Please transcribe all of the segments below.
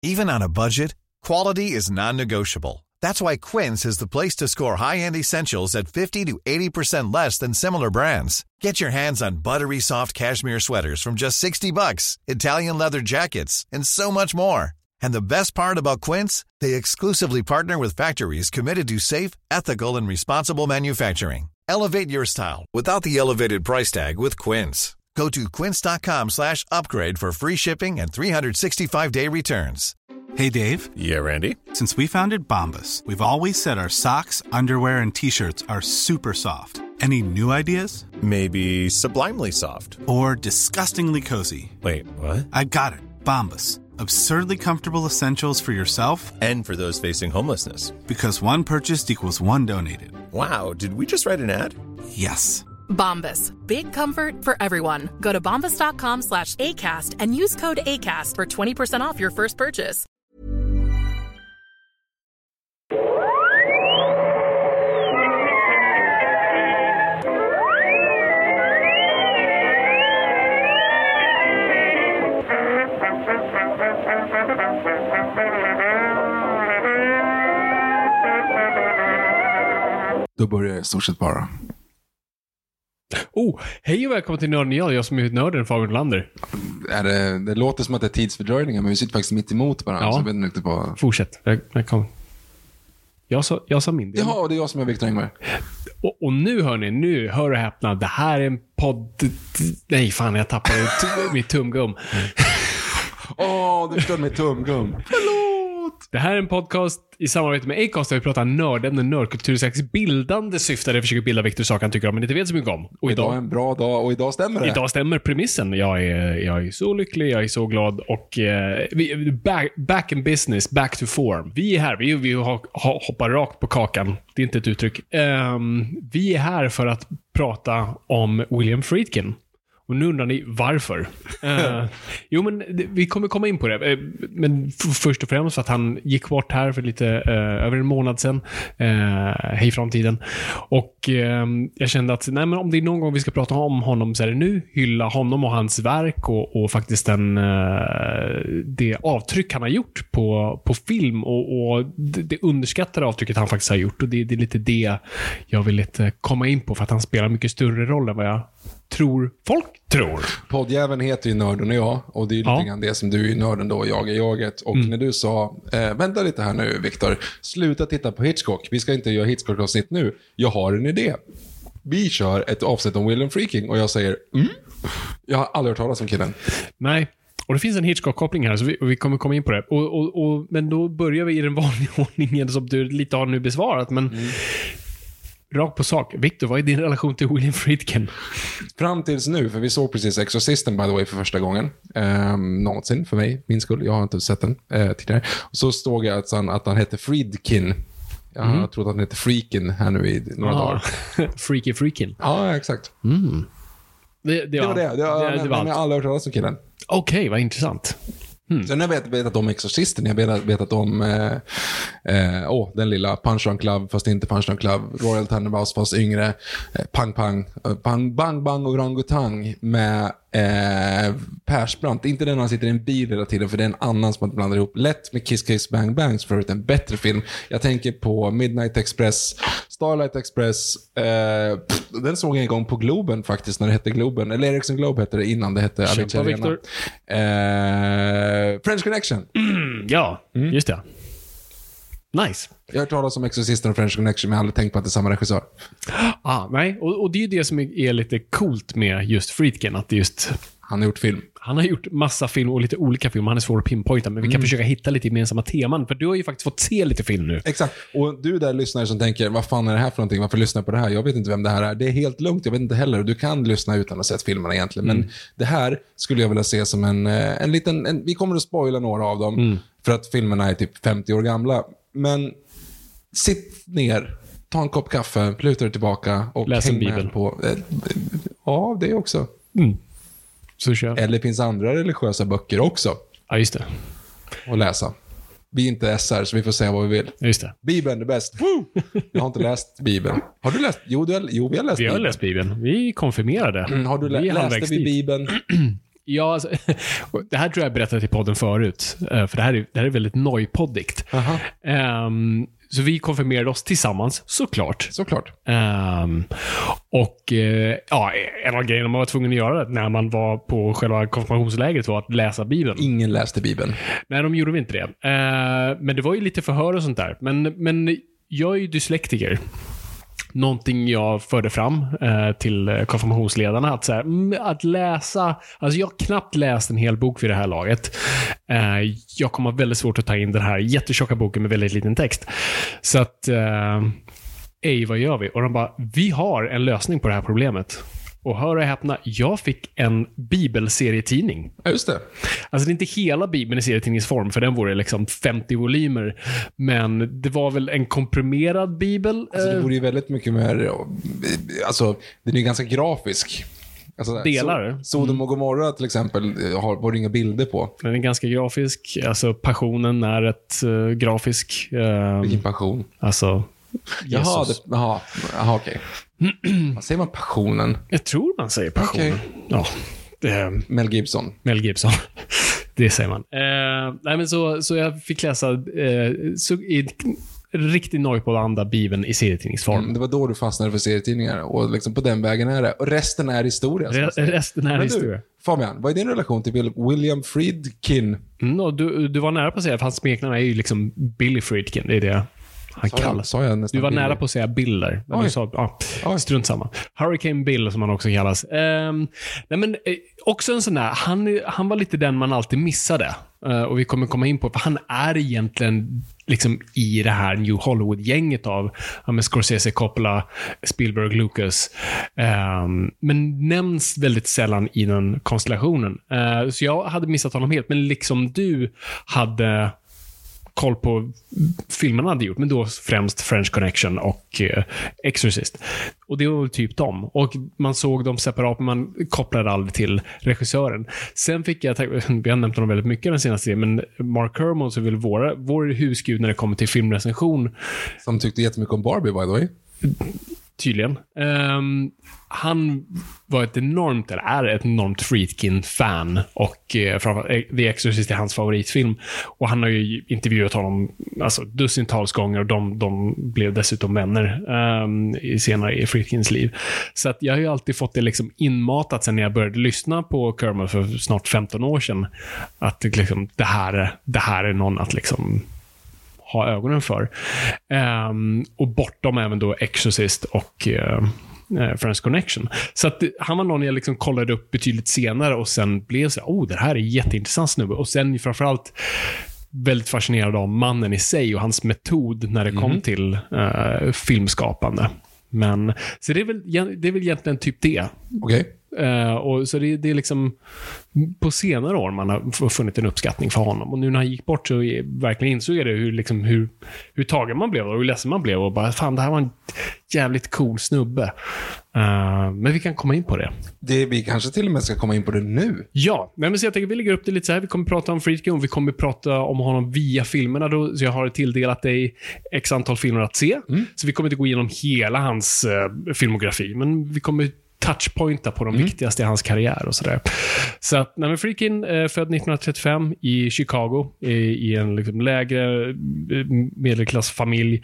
Even on a budget, quality is non-negotiable. That's why Quince is the place to score high-end essentials at 50 to 80% less than similar brands. Get your hands on buttery soft cashmere sweaters from just $60, Italian leather jackets, and so much more. And the best part about Quince, they exclusively partner with factories committed to safe, ethical, and responsible manufacturing. Elevate your style without the elevated price tag with Quince. Go to quince.com/upgrade for free shipping and 365-day returns. Hey, Dave. Yeah, Randy. Since we founded Bombas, we've always said our socks, underwear, and T-shirts are super soft. Any new ideas? Maybe sublimely soft. Or disgustingly cozy. Wait, what? I got it. Bombas. Absurdly comfortable essentials for yourself and for those facing homelessness. Because one purchased equals one donated. Wow, did we just write an ad? Yes. Bombas. Big comfort for everyone. Go to bombas.com/ACAST and use code ACAST for 20% off your first purchase. Då börjar jag i stort sett bara. Hej och välkommen till Nörden jag som är nörden Fabian Lander. Det låter som att det är tidsfördröjningar, men vi sitter faktiskt mitt emot varandra. Ja. Så jag vet inte på... Fortsätt. Jag sa min del. Ja, och det är jag som är Victor Engberg. Och nu hör och häpna. Det här är en podd... Nej, fan, jag tappade mitt tumgum. Du förstörde mitt tumgum. Det här är en podcast i samarbete med Acast där vi pratar nördämnen, nördkultur, sex, bildande syfte där vi försöker bilda Victor saker han tycker om men inte vet så mycket om. Och idag är en bra dag och idag stämmer det. Idag stämmer premissen. Jag är så lycklig, jag är så glad och back in business, back to form. Vi är här, vi hoppar rakt på kakan. Det är inte ett uttryck. Vi är här för att prata om William Friedkin. Och nu undrar ni varför. Jo, men vi kommer komma in på det. Men först och främst för att han gick bort här för lite över en månad sedan. Hej framtiden. Och jag kände att men om det är någon gång vi ska prata om honom så är det nu. Hylla honom och hans verk och faktiskt det avtryck han har gjort på film. Och det underskattade avtrycket han faktiskt har gjort. Och det är lite det jag vill lite komma in på för att han spelar mycket större roll än vad jag tror folk tror. Poddjäveln heter ju Nörden och jag. Och det är ju lite grann det som du är nörden då och jag är jaget. Och när du sa, vänta lite här nu Victor, sluta titta på Hitchcock. Vi ska inte göra Hitchcock-avsnitt nu. Jag har en idé. Vi kör ett avsnitt om William Friedkin. Och jag säger, jag har aldrig hört talas om killen. Nej. Och det finns en Hitchcock-koppling här så vi kommer komma in på det. Men då börjar vi i den vanliga ordningen som du lite har nu besvarat. Men rakt på sak. Victor, vad är din relation till William Friedkin? Fram tills nu, för vi såg precis Exorcisten by the way för första gången. Någonsin för mig, min skull. Jag har inte sett den tidigare. Och så stod jag att han hette Friedkin. Jag har trott att han hette Freakin här nu i några dagar. Freaky Friedkin. Ja, exakt. Det var det. Jag har aldrig hört talas om killen. Okej, vad intressant. Sen har jag vetat om Exorcisten. Jag har vetat om den lilla Punch Drunk Love, fast inte Punch Drunk Love. Royal Tenenbaums fast yngre. Pang Pang. Bang Bang och Orangutang med Persbrandt. Inte den han sitter i en bil hela tiden, för det är en annan som man blandar ihop. Lätt med Kiss Kiss Bang Bangs, för en bättre film. Jag tänker på Midnight Express, Starlight Express. Den såg jag en gång på Globen faktiskt, när det hette Globen. Eller Ericsson Globe hette det innan det hette Kämpa, Victor. French Connection. Just det. Nice. Jag har hört talas om Exorcisten och French Connection, men jag har aldrig tänkt på att det är samma regissör. Nej. Och det är ju det som är lite coolt med just Friedkin, att det just... Han har gjort film. Han har gjort massa film och lite olika filmer. Han är svår att pinpointa, men vi kan försöka hitta lite gemensamma teman. För du har ju faktiskt fått se lite film nu. Exakt. Och du där lyssnare som tänker, vad fan är det här för någonting? Varför lyssnar jag på det här? Jag vet inte vem det här är. Det är helt lugnt, jag vet inte heller. Du kan lyssna utan att ha sett filmerna egentligen. Men det här skulle jag vilja se som en liten... vi kommer att spoila några av dem. För att filmerna är typ 50 år gamla. Men sitt ner, ta en kopp kaffe, luta dig tillbaka och läs en häng bibel med på... ja, det också. Så kör. Eller finns andra religiösa böcker också. Ja, just det. Och läsa. Vi är inte SR, så vi får säga vad vi vill. Just det. Bibeln är bäst. Jag har inte läst Bibeln. Har du läst? Jo, vi har läst Bibeln. Vi har läst Bibeln. Vi konfirmerade. Har du läste vi Bibeln? Ja, alltså, det här tror jag berättade i podden förut. För det här är väldigt nojpoddigt. Så vi konfirmerade oss tillsammans, såklart. En av grejerna man var tvungen att göra när man var på själva konfirmationslägret var att läsa Bibeln. Ingen läste Bibeln. Nej, de gjorde inte det. Men det var ju lite förhör och sånt där. Men jag är ju dyslektiker. Någonting jag förde fram till konfirmationsledarna att läsa, alltså jag har knappt läst en hel bok vid det här laget. Jag kommer ha väldigt svårt att ta in den här jättetjocka boken med väldigt liten text. Så att vad gör vi? Och de bara, vi har en lösning på det här problemet. Och hör och häpna, jag fick en bibelserietidning. Ja, just det. Alltså det är inte hela Bibeln i serietidningsform, för den vore liksom 50 volymer. Men det var väl en komprimerad bibel. Alltså det vore ju väldigt mycket mer... Alltså, den är ju ganska grafisk. Alltså, delar. Sodom och Gomorra till exempel var det inga bilder på. Den är ganska grafisk. Alltså passionen är ett grafisk... Vilken passion? Alltså... Jaha, okej. Vad säger man passionen? Jag tror man säger passionen. Okay. Ja. Mel Gibson. Det säger man. Nej, men så jag fick läsa i riktigt nojpodanda Bibeln i serietidningsform. Det var då du fastnade för serietidningar. Och liksom på den vägen är det. Och resten är historia. Resten är historia. Fabian, vad är din relation till William Friedkin? Du var nära på att säga att hans smeknamn är ju liksom Billy Friedkin. Det är det han kallas. Du var nära på att säga Bill där. Men du sa, strunt samma. Hurricane Bill som han också kallas. Också en sån där, han var lite den man alltid missade. Och vi kommer komma in på, för han är egentligen liksom i det här New Hollywood-gänget av Scorsese, Coppola, Spielberg, Lucas. Men nämns väldigt sällan i den konstellationen. Så jag hade missat honom helt. Men liksom du hade koll på filmerna hade gjort, men då främst French Connection och Exorcist. Och det var typ dem. Och man såg dem separat, men man kopplade aldrig till regissören. Sen fick jag, vi har nämnt dem väldigt mycket den senaste tiden, men Mark Kermode så vill vår husgud när det kommer till filmrecension. Som tyckte jättemycket om Barbie, by the way. Tydligen. Han var är ett enormt Friedkin-fan och The Exorcist är hans favoritfilm. Och han har ju intervjuat honom alltså dussintals gånger och de blev dessutom vänner senare i Friedkins liv. Så att jag har ju alltid fått det liksom inmatat sen när jag började lyssna på Kermode för snart 15 år sedan. Att liksom, det här är någon att liksom ha ögonen för. Och bortom även då Exorcist och French Connection. Så att han var någon jag liksom kollade upp betydligt senare och sen blev så det här är jätteintressant snubbe. Och sen framförallt väldigt fascinerad av mannen i sig och hans metod när det kom till filmskapande. Men så det är väl egentligen typ det. Okej. Och så det är liksom på senare år man har funnit en uppskattning för honom. Och nu när han gick bort så verkligen insåg jag det hur tagen man blev och hur ledsen man blev och bara, fan, det här var en jävligt cool snubbe. Men vi kan komma in på det. Vi kanske till och med ska komma in på det nu. Ja, men så jag tänker vi lägger upp det lite så här. Vi kommer prata om Friedkin och vi kommer prata om honom via filmerna då, så jag har tilldelat dig x antal filmer att se. Så vi kommer inte gå igenom hela hans filmografi, men vi kommer touchpointa på de viktigaste i hans karriär och sådär. Så att, Friedkin född 1935 i Chicago i en liksom lägre medelklassfamilj.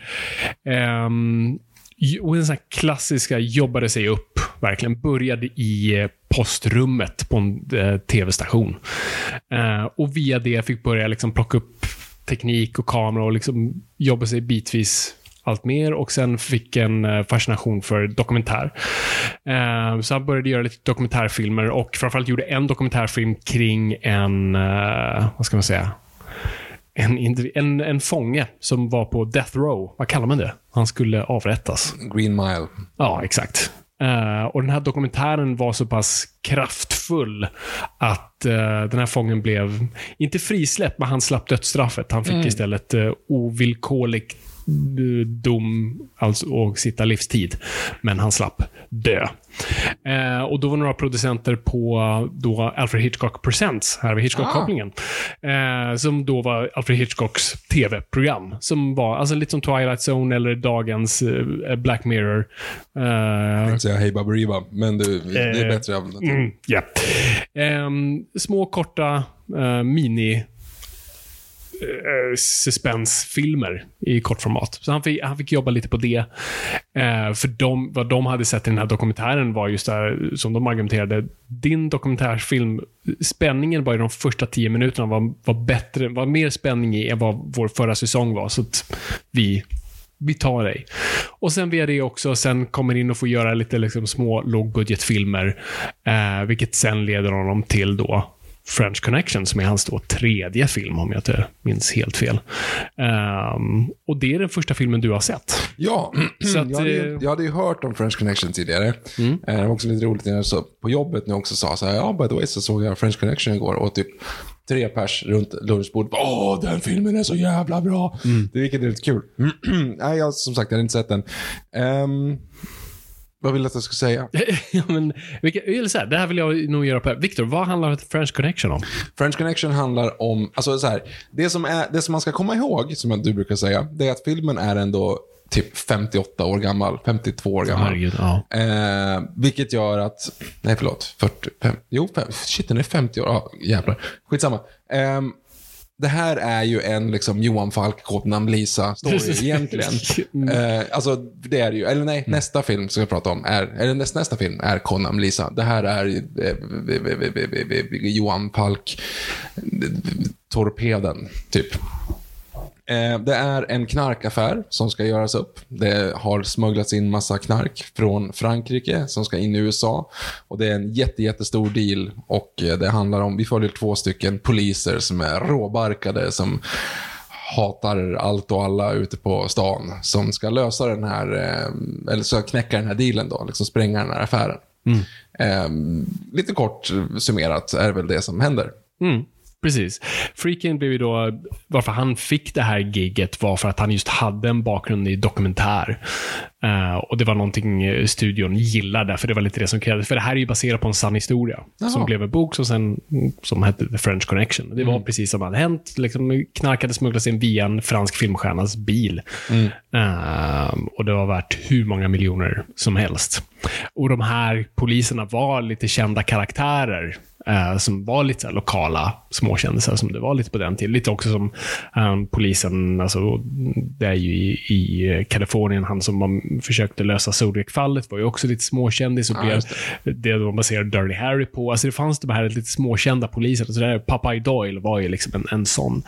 Och en sån här klassiska jobbade sig upp, verkligen började i postrummet på en tv-station. Och via det fick börja liksom plocka upp teknik och kamera och liksom jobba sig bitvis allt mer och sen fick en fascination för dokumentär. Så han började göra lite dokumentärfilmer och framförallt gjorde en dokumentärfilm kring en vad ska man säga? En fånge som var på death row. Vad kallar man det? Han skulle avrättas. Green Mile. Ja, exakt. Och den här dokumentären var så pass kraftfull att den här fången blev inte frisläppt, men han slapp dödsstraffet. Han fick istället ovillkorligt dom alltså, och sitta livstid, men han slapp dö. Och då var några producenter på då Alfred Hitchcock Presents, här vid Hitchcock-kopplingen, som då var Alfred Hitchcocks tv-program som var alltså lite som Twilight Zone eller dagens Black Mirror. Jag tänkte säga Hey Baberiba, men det är bättre. Små korta mini suspensfilmer i kortformat. Så han fick jobba lite på det. För vad de hade sett i den här dokumentären var just där, som de argumenterade, din dokumentärsfilm, spänningen var i de första 10 minuterna var bättre, var mer spänning i än vad vår förra säsong var. Så att vi tar dig. Och sen via det också, sen kommer in och får göra lite liksom små lågbudgetfilmer, vilket sen leder honom till då French Connection, som är hans då 3:e film, om jag inte minns helt fel. Och det är den första filmen du har sett. Ja, så att, jag hade ju hört om French Connection tidigare. Det var också lite roligt när jag så på jobbet nu också sa så här, by the way så såg jag French Connection igår och typ 3 pers runt lunchbordet. Den filmen är så jävla bra. Vilket är lite kul. Nej, jag som sagt, jag hade inte sett den. Vad vill du att jag ska säga? Ja, men, det här vill jag nog göra på. Victor, vad handlar French Connection om? French Connection handlar om, alltså så här, det som man ska komma ihåg, som du brukar säga, det är att filmen är ändå typ 58 år gammal, 52 år gammal. Herregud, ja. Vilket gör att, nej förlåt, 45, shit, den är 50 år, jävlar, skitsamma. Det här är ju en liksom Johan Falk kodnamn Lisa story egentligen. Alltså det är ju, eller nej, nästa film som jag pratar om är, nästa film är kodnamn Lisa. Det här är Johan Falk torpeden typ. Det är en knarkaffär som ska göras upp. Det har smugglats in massa knark från Frankrike som ska in i USA. Och det är en jättestor deal. Och det handlar om, vi följer 2 stycken poliser som är råbarkade, som hatar allt och alla ute på stan, som ska lösa den här, eller ska knäcka den här dealen då, liksom spränga den här affären. Lite kort summerat är väl det som händer. Precis. Freakin blev ju då, varför han fick det här gigget var för att han just hade en bakgrund i dokumentär. Och det var någonting studion gillade, för det var lite det som krävdes. För det här är ju baserat på en sann historia. Som blev en bok som hette The French Connection. Det var precis som hade hänt. Liksom, knarkade smugglas in via en fransk filmstjärnas bil. Och det var värt hur många miljoner som helst. Och de här poliserna var lite kända karaktärer. Som var lite så här lokala småkändisar, som det var lite på den tiden. Lite också som polisen, alltså, det är ju i Kalifornien, han som försökte lösa Zodiac-fallet var ju också lite småkändis, och det de baserade Dirty Harry på. Alltså det fanns de här lite småkända poliser. Så där Popeye Doyle var ju liksom en sån.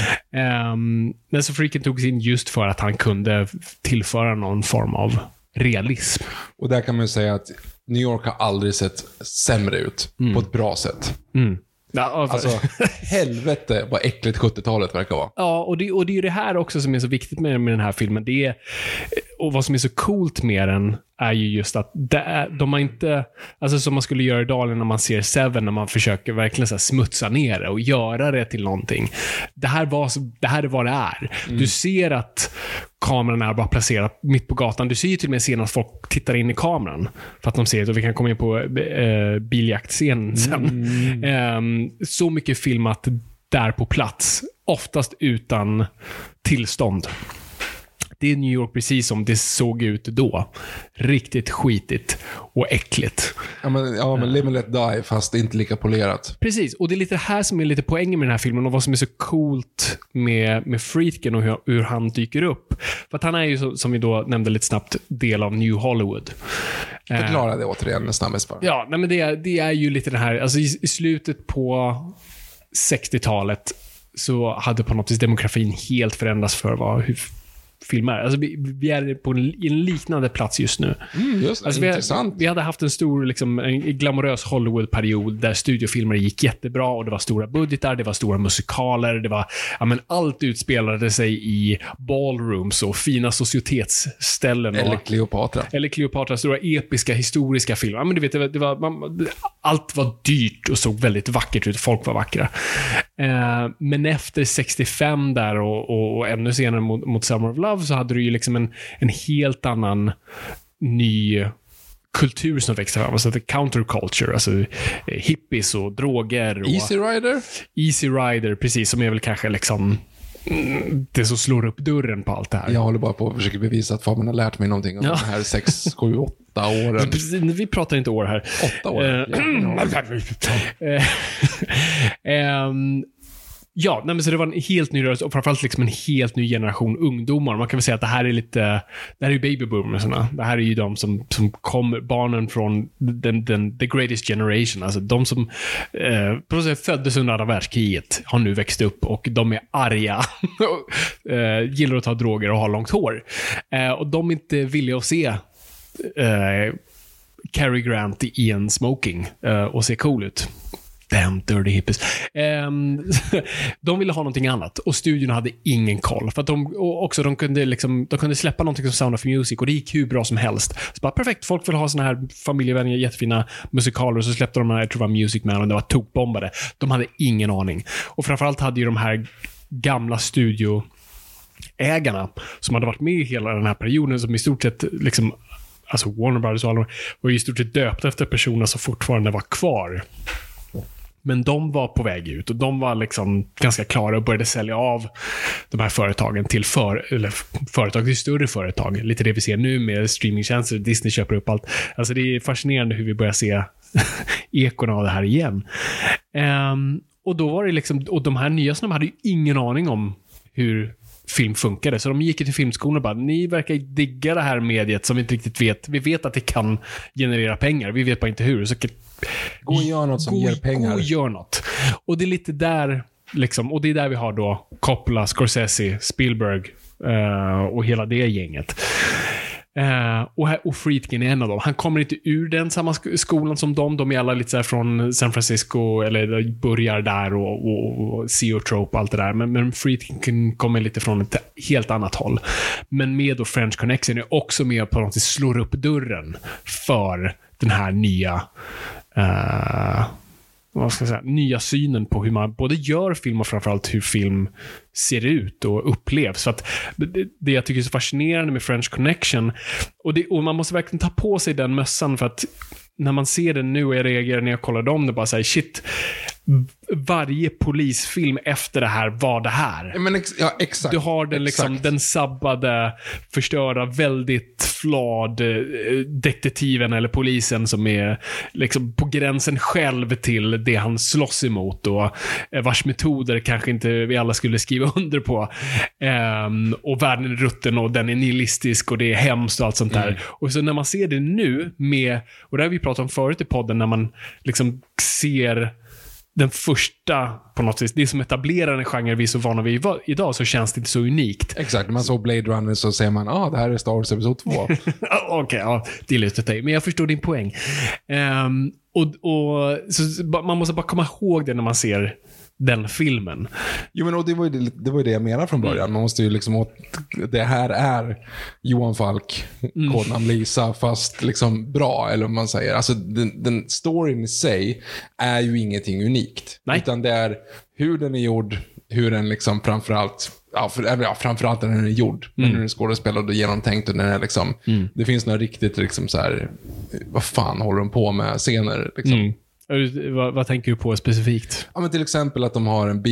Men så Freakin togs in just för att han kunde tillföra någon form av realism. Och där kan man ju säga att New York har aldrig sett sämre ut på ett bra sätt. Ja, alltså, helvete vad äckligt 70-talet verkar vara. Ja, och det är ju det här också som är så viktigt med den här filmen. Det är, och vad som är så coolt med den är ju just att de har inte, alltså som man skulle göra idag när man ser Seven, när man försöker verkligen så här smutsa ner det och göra det till någonting. Det här är vad det är. Du ser att kameran är bara placerad mitt på gatan. Du ser ju till och med scenen att folk tittar in i kameran för att de ser det, och vi kan komma in på biljaktscenen sen. Så mycket filmat där på plats, oftast utan tillstånd. Det är New York precis som det såg ut då. Riktigt skitigt och äckligt. Ja, men Live and Let Die, fast inte lika polerat. Precis, och det är lite det här som är lite poängen med den här filmen, och vad som är så coolt med Friedkin och hur han dyker upp. För att han är ju, som vi då nämnde lite snabbt, del av New Hollywood. Förklara det återigen snabbast bara. Ja, nej, men det är ju lite det här, alltså i slutet på 60-talet så hade på något vis demografin helt förändrats för hur filmer. Alltså vi är på en liknande plats just nu. Just det, alltså intressant. Vi hade haft en stor liksom, en glamorös Hollywood-period där studiofilmer gick jättebra, och det var stora budgetar, det var stora musikaler, det var, allt utspelade sig i ballrooms och fina societetsställen. Eller Cleopatra, stora episka, historiska filmer. Men du vet, allt var dyrt och såg väldigt vackert ut. Folk var vackra. Men efter 65 där och ännu senare mot Summer of Love, så hade du ju liksom en helt annan ny kultur som växte fram. Alltså counterculture, alltså hippies och droger. Och Easy Rider, precis, som är väl kanske liksom det som slår upp dörren på allt det här. Jag håller bara på att försöka bevisa att Fabian har lärt mig någonting om de här 6, 7, 8 åren. Vi pratar inte år här. 8 år. Ja, nej, men så det var en helt ny rörelse och framförallt liksom en helt ny generation ungdomar. Man kan väl säga att det här är lite, det här är ju babyboomersarna. Det här är ju de som kommer, barnen från the greatest generation. Alltså de som på något sätt föddes under andra världskriget har nu växt upp och de är arga. Gillar att ta droger och ha långt hår. Och de är inte villiga att se Cary Grant i en smoking och se cool ut. Damn dirty hippies. De ville ha någonting annat och studion hade ingen koll för att de kunde släppa någonting som Sound of Music och det gick hur bra som helst. Så bara perfekt, folk vill ha såna här familjevänliga jättefina musikaler och så släppte de den här, jag tror det var Music Man och det var tokbombade. De hade ingen aning. Och framförallt hade ju de här gamla studioägarna som hade varit med i hela den här perioden som i stort sett liksom, alltså Warner Brothers och alla var i stort sett döpta efter personer som fortfarande var kvar. Men de var på väg ut och de var liksom ganska klara och började sälja av de här företagen till företag till större företag. Lite det vi ser nu med streamingtjänster, Disney köper upp allt. Alltså det är fascinerande hur vi börjar se ekorna av det här igen. Och då var det liksom, och de här nya som hade ju ingen aning om hur film funkade. Så de gick till filmskolan och bara, ni verkar digga det här mediet som vi inte riktigt vet. Vi vet att det kan generera pengar. Vi vet bara inte hur. Så gå och gör något som ger pengar. Gå och gör något. Och det är lite där liksom, och det är där vi har då Coppola, Scorsese, Spielberg och hela det gänget. Och Friedkin är en av dem. Han kommer inte ur den samma skolan som dem. De är alla lite så här från San Francisco eller börjar där och Zoetrope och allt det där. Men Friedkin kommer lite från ett helt annat håll. Men med då French Connection är också med på något sätt slår upp dörren för den här nya vad ska jag säga, nya synen på hur man både gör film och framförallt hur film ser ut och upplevs. För att det jag tycker är så fascinerande med French Connection och man måste verkligen ta på sig den mössan för att när man ser det nu och jag reagerar när jag kollar om det bara säger shit, varje polisfilm efter det här var det här. Men exakt. Du har den liksom den sabbade, förstörda, väldigt flad detektiven eller polisen som är liksom på gränsen själv till det han slåss emot och vars metoder kanske inte vi alla skulle skriva under på. Och världen är rutten och den är nihilistisk och det är hemskt och allt sånt där. Och så när man ser det nu med, och det har vi pratat om förut i podden, när man liksom ser den första på något vis, det som etablerar en genre vi är så vana vid idag, så känns det inte så unikt. Exakt, när man såg Blade Runner så säger man, det här är Star Wars episod 2. Okej, ja, det är lite dig, men jag förstår din poäng. Så man måste bara komma ihåg det när man ser den filmen. Jo, men och det var ju det jag menade från början. Man måste ju liksom, det här är Johan Falk, kodnamn Lisa, fast liksom bra, eller vad man säger. Alltså den storyn i sig är ju ingenting unikt. Nej. Utan det är hur den är gjord, hur den liksom framförallt när den är gjord, men när den skådespelad och genomtänkt och den är liksom, det finns några riktigt liksom så här, vad fan håller de på med scener liksom. Vad tänker du på specifikt? Ja, men till exempel att de har en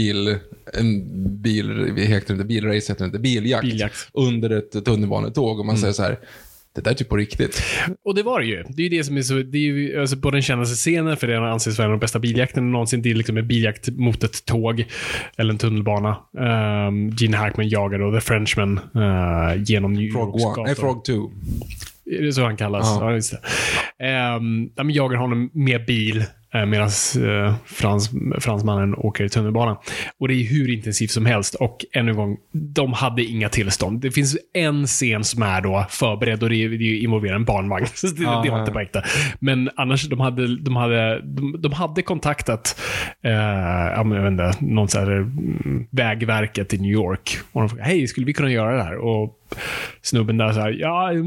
biljakt under ett tunnelbanetåg och man säger så här, det där är typ på riktigt. Och det var det ju. Det är ju det som är så, det är ju alltså på den kändaste scenen, för det anses vara en av de bästa biljakterna någonsin. Det är liksom en biljakt mot ett tåg eller en tunnelbana. Gene Hackman jagar då The Frenchman genom New Yorks gator. Frog 2. Är det så han kallas? Ja, just det. De jagar honom med bil medan fransmannen åker i tunnelbanan. Och det är hur intensivt som helst. Och ännu en gång, de hade inga tillstånd. Det finns en scen som är då förberedd och det involverar en barnvagn. Så det var inte på äkta. Men annars, de hade kontaktat jag vet inte, någon så här, Vägverket i New York. Och de frågade, hej, skulle vi kunna göra det här? Och snubben där så här,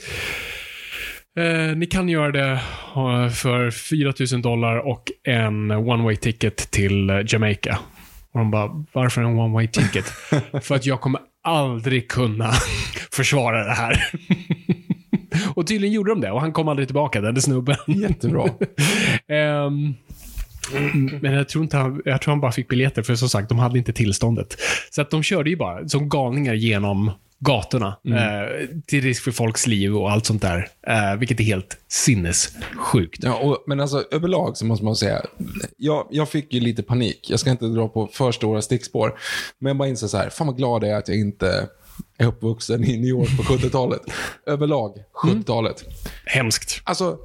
ni kan göra det för $4,000 och en one-way ticket till Jamaica. Och de bara, varför en one-way ticket? För att jag kommer aldrig kunna försvara det här. Och tydligen gjorde de det. Och han kom aldrig tillbaka, den snubben. Jättebra. Men jag tror han bara fick biljetter, för som sagt, de hade inte tillståndet. Så att de körde ju bara som galningar genom gatorna till risk för folks liv och allt sånt där, vilket är helt sinnessjukt. Ja, men alltså överlag så måste man säga, jag fick ju lite panik. Jag ska inte dra på för stora stickspår, men jag bara inser så här, fan vad glad jag är att jag inte är uppvuxen i New York på 70-talet. Överlag 70-talet. Hemskt. Alltså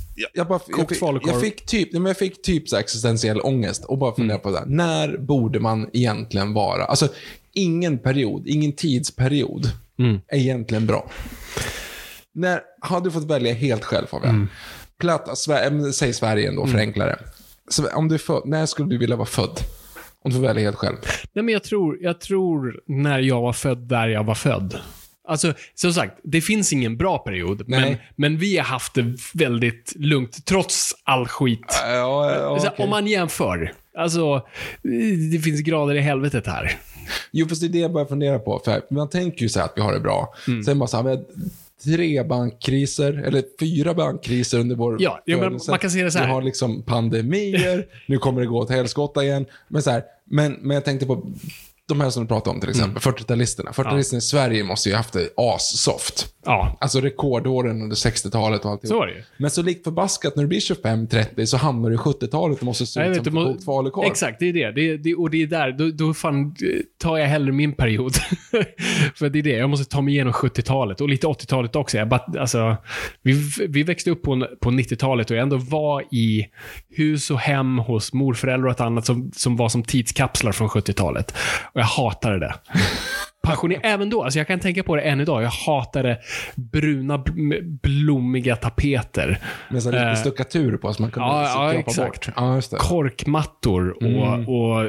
jag fick typ så existentiell ångest och bara fundera på det här. När borde man egentligen vara? Alltså ingen tidsperiod är egentligen bra. När hade du fått välja helt själv, Fabian? Säg Sverige ändå, förenklare. Så om du är född, när skulle du vilja vara född? Om du får välja helt själv. Nej, men jag tror när jag var född där jag var född. Alltså, som sagt, det finns ingen bra period, men vi har haft det väldigt lugnt trots all skit. Okay. Om man jämför. Alltså, det finns grader i helvetet här. Jo, fast det är det jag börjar fundera på. För man tänker ju så här att vi har det bra. Sen bara så här, vi har 3 bankkriser, eller 4 bankkriser under vår men man kan se det så här. Vi har liksom pandemier, nu kommer det gå åt helskotta igen. Men så här, men jag tänkte på de här som du pratade om till exempel, 40-talisterna. 40-talisterna i Sverige måste ju haft det as-soft. Ja. Alltså rekordåren under 60-talet och allt. Så är det ju. Men så likt förbaskat när du blir 25-30 så hamnar du i 70-talet och måste se ut som kokt falukorv. Exakt, det är det. Och det är där, då fan tar jag hellre min period. För det är det, jag måste ta mig igenom 70-talet och lite 80-talet också. Alltså, vi växte upp på 90-talet och jag ändå var i hus och hem hos morföräldrar och ett annat som var som tidskapslar från 70-talet. Och jag hatade det. Även då, alltså jag kan tänka på det än idag. Jag hatade bruna, blommiga tapeter. Med så lite stuckatur på så man kunde skrapa bort. Ja, just det. Korkmattor och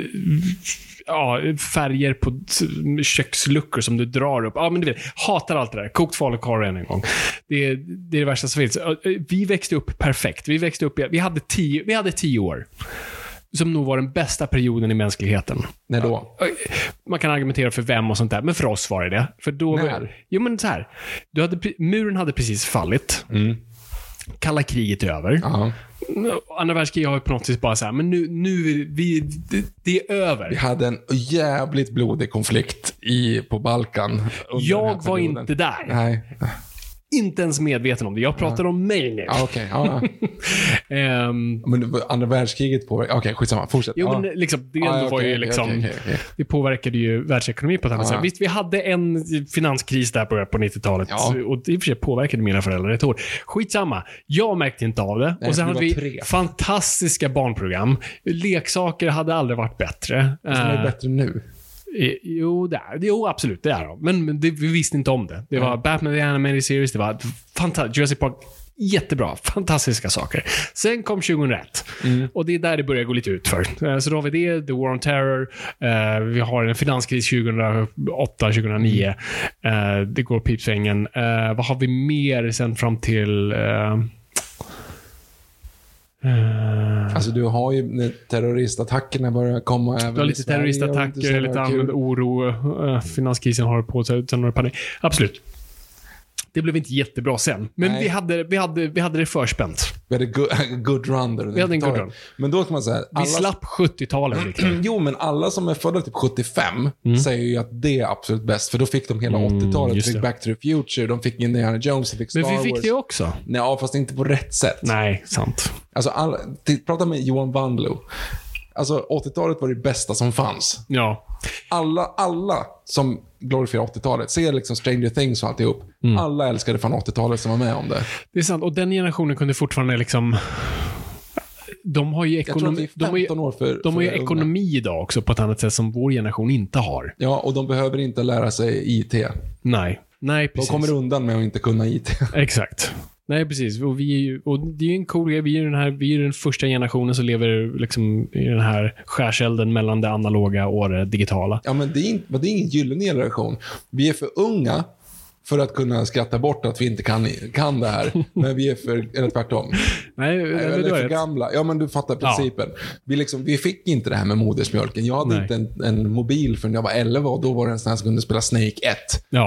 färger på köksluckor som du drar upp. Ja, men du vet, hatar allt det där. Kokt falukorv en gång. Det är det värsta som finns. Vi växte upp perfekt. Vi hade 10 år. Som nog var den bästa perioden i mänskligheten. När då? Man kan argumentera för vem och sånt där, men för oss var det. För då men så här. Muren hade precis fallit. Kalla kriget är över. Andra världskriget har ju på något sätt bara så här, men nu det är över. Vi hade en jävligt blodig konflikt på Balkan. Jag var inte där. Nej. Inte ens medveten om det. Jag pratar om mig nu. Okej. Men andra världskriget påverkade... Okej, skitsamma. Fortsätt. Jo, men liksom, det ändå var ju liksom... Okay. Det påverkade ju världsekonomin på ett annat sätt. Visst, vi hade en finanskris där på 90-talet. Och det i och för sig påverkade mina föräldrar ett år. Skitsamma. Jag märkte inte av det. Och sen hade vi fantastiska barnprogram. Leksaker hade aldrig varit bättre. Det är bättre nu. Jo, absolut, det är de. Men vi visste inte om det. Det var Batman the Animated Series, det var Jurassic Park, jättebra, fantastiska saker. Sen kom 2001 och det är där det börjar gå lite ut för. Så då har vi det, The War on Terror, vi har en finanskris 2008-2009, det går pipsvängen. Vad har vi mer sen fram till... Alltså du har ju terroristattackerna börjar komma även. Du har lite terroristattacker, lite allmän oro. Finanskrisen har på sig, sen har det panik. Absolut. Det blev inte jättebra sen. Men vi hade det förspänt. Vi hade good run där. Vi hade en good run. Men då kan man säga... Vi slapp 70-talet. Jo, men alla som är födda typ 75 säger ju att det är absolut bäst. För då fick de hela 80-talet. De fick Back to the Future, de fick Indiana Jones, de fick Star Wars. Men vi fick det också. Nej, fast inte på rätt sätt. Nej, sant. Alltså, prata med Johan Wanlo. Alltså 80-talet var det bästa som fanns. Ja. Alla som glorifierar 80-talet ser liksom Stranger Things och alltihop. Alla älskade fan 80-talet som var med om det. Det är sant, och den generationen kunde fortfarande liksom... De har ju ekonomi idag också på ett annat sätt som vår generation inte har. Ja, och de behöver inte lära sig IT. Nej, precis. De kommer undan med att inte kunna IT. Exakt. Nej, precis. Och det är ju en cool grej. Vi är den första generationen som lever liksom i den här skärselden mellan det analoga och det digitala. Ja, men det är ingen gyllene generation. Vi är för unga för att kunna skratta bort att vi inte kan det här. Men vi är eller tvärtom. Nej, eller för gamla. Ja, men du fattar principen. Ja. Vi fick inte det här med modersmjölken. Jag hade inte en mobil förrän jag var 11 och då var det en sån här som kunde spela Snake 1. Ja.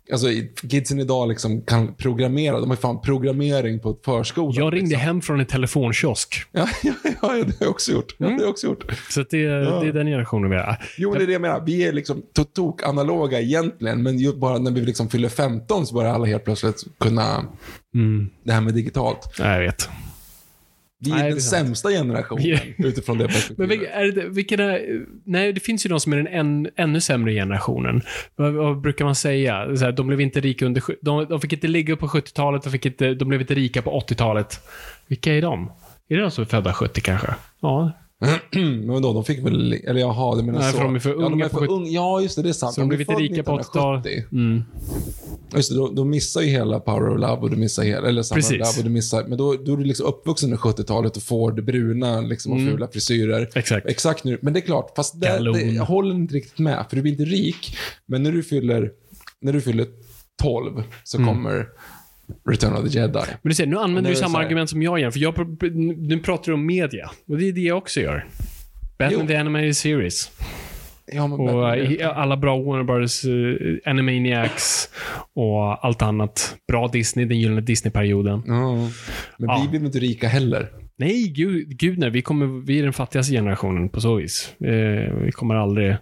Alltså kidsen idag liksom kan programmera. De har fan programmering på ett förskola. Jag ringde liksom hem från en telefonkiosk. Ja, det har jag också gjort. Det har jag också gjort. Så att det är den generationen vi är. Jo, men det är det jag menar. Vi är liksom tok analoga egentligen, men just bara när vi liksom fyller 15 så börjar alla helt plötsligt kunna det här med digitalt. Nej, jag vet. Vi är den sämsta generationen utifrån det perspektivet. Men det finns ju de som är den ännu sämre generationen. Vad brukar man säga? Så här, de blev inte rika de fick inte ligga på 70-talet, de blev inte rika på 80-talet. Vilka är de? Är det de som är födda 70 kanske? Ja. Men då, de fick väl, eller jaha, det menar så. För de är för unga ja, just det är sant. Så de blev inte rika på 80-talet. Just det, då missar ju hela Power of Love och du missar hela, eller Summer of Love och du missar, men då är du liksom uppvuxen i 70-talet och får det bruna liksom och fula frisyrer. Exakt nu, men det är klart, fast jag håller inte riktigt med, för du blir inte rik, men när du fyller 12 så kommer Return of the Jedi. Men du ser, nu använder du samma argument som jag gör, för nu pratar du om media, och det är det jag också gör. Batman the Animated Series. Ja, men och alla bra Warner Brothers, Animaniacs och allt annat. Bra Disney, den gyllene Disney-perioden. Men vi blir inte rika heller. Nej, gud nej. Vi är den fattigaste generationen på så vis. Vi kommer aldrig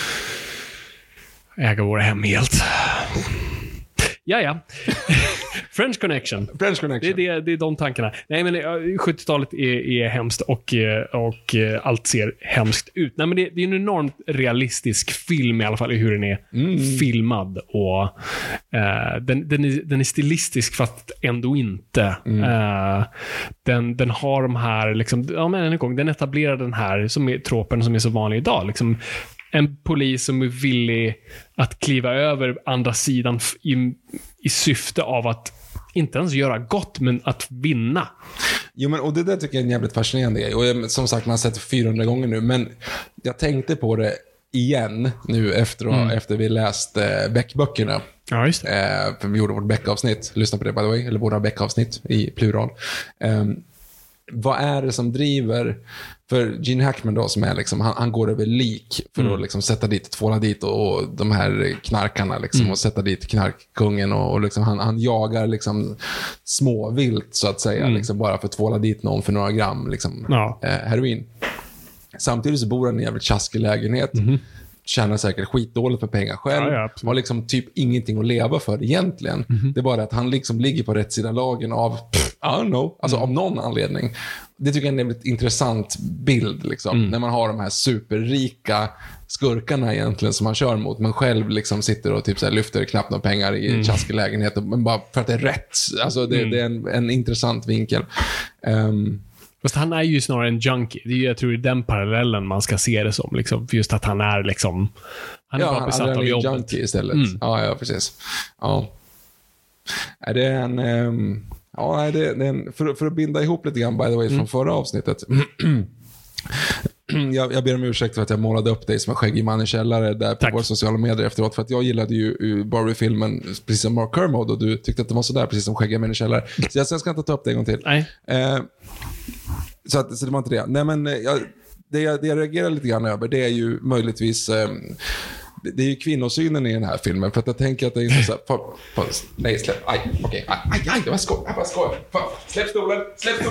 äga våra hem helt. Ja. French Connection. Det är de tankarna. Nej, men 70-talet är hemskt och allt ser hemskt ut. Nej, men det är en enormt realistisk film i alla fall i hur den är filmad, och den är stilistisk fast ändå inte. Den har de här liksom, den etablerar den här som är tropen som är så vanlig idag, liksom en polis som är villig att kliva över andra sidan i syfte av att inte ens göra gott, men att vinna. Jo, men och det där tycker jag är en jävligt fascinerande grej. Och som sagt, man har sett det 400 gånger nu, men jag tänkte på det igen nu efter vi läste Beck-böckerna. Ja, just det. För vi gjorde vårt Beck-avsnitt. Lyssna på det, by the way. Eller våra Beck-avsnitt i plural. Vad är det som driver, för Gene Hackman då, som är liksom, han går över lik för att liksom sätta dit, tvåla dit och de här knarkarna liksom, och sätta dit knarkkungen och liksom, han jagar liksom småvilt så att säga, liksom, bara för att tvåla dit någon för några gram liksom, heroin. Samtidigt så bor han i en jävligt tjaskig lägenhet, tjänar säkert skitdåligt för pengar själv, har liksom typ ingenting att leva för egentligen. Det är bara att han liksom ligger på rätt sidan lagen av I don't know, alltså av någon anledning. Det tycker jag är en väldigt intressant bild liksom, när man har de här superrika skurkarna egentligen som man kör mot, men själv liksom sitter och typ så här lyfter knappt några pengar i en tjaskig lägenhet, men bara för att det är rätt. Alltså det är en intressant vinkel. Fast han är ju snarare en junkie. Det är ju, jag tror, den parallellen man ska se det som. Liksom, för just att han är liksom... Han är bara besatt av jobbet. Junkie istället. Ja, precis. Ja. Är det en... det är en... För att binda ihop lite grann, by the way, från förra avsnittet. Jag ber om ursäkt för att jag målade upp dig som en skäggig man i källare där på våra sociala medier efteråt, för att jag gillade ju Barbie-filmen precis som Mark Kermode, och du tyckte att det var sådär precis som skäggiga män i källare. Så jag ska inte ta upp det en gång till. Nej. Så det var inte det. Nej, men det jag reagerar lite grann över, det är ju möjligtvis det är ju kvinnosynen i den här filmen, för att jag tänker att det är inte så här, nej, släpp, jag skojar. Släpp stolen.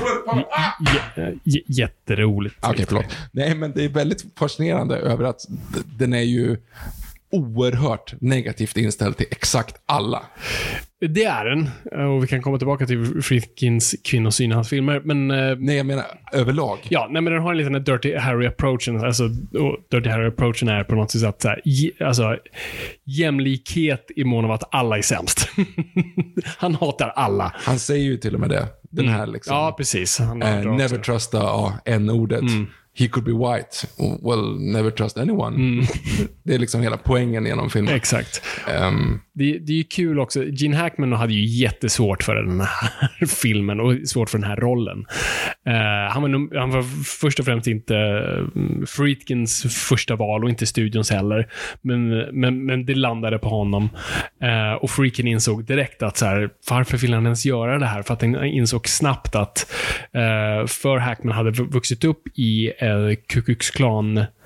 Jätteroligt. Okej, förlåt. Nej, men det är väldigt fascinerande över att den är ju oerhört negativt inställd till exakt alla. Det är den, och vi kan komma tillbaka till Friedkins kvinnosyn i hans filmer, men... Nej, jag menar överlag. Ja, nej, men den har en liten Dirty Harry-approachen, alltså Dirty Harry-approchen är på något sätt att så här, alltså, jämlikhet i mån av att alla är sämst. Han hatar alla. Han säger ju till och med det. Den här liksom. Ja, precis. Never trust n-ordet. He could be white. Well, never trust anyone. Det är liksom hela poängen genom filmen. Exakt. Det är ju kul också. Gene Hackman hade ju jättesvårt för den här filmen och svårt för den här rollen. Han var först och främst inte Friedkins första val och inte studions heller. Men det landade på honom. Och Friedkin insåg direkt att så här, varför vill han ens göra det här? För att han insåg snabbt att för Hackman hade vuxit upp i Ku Klux Klan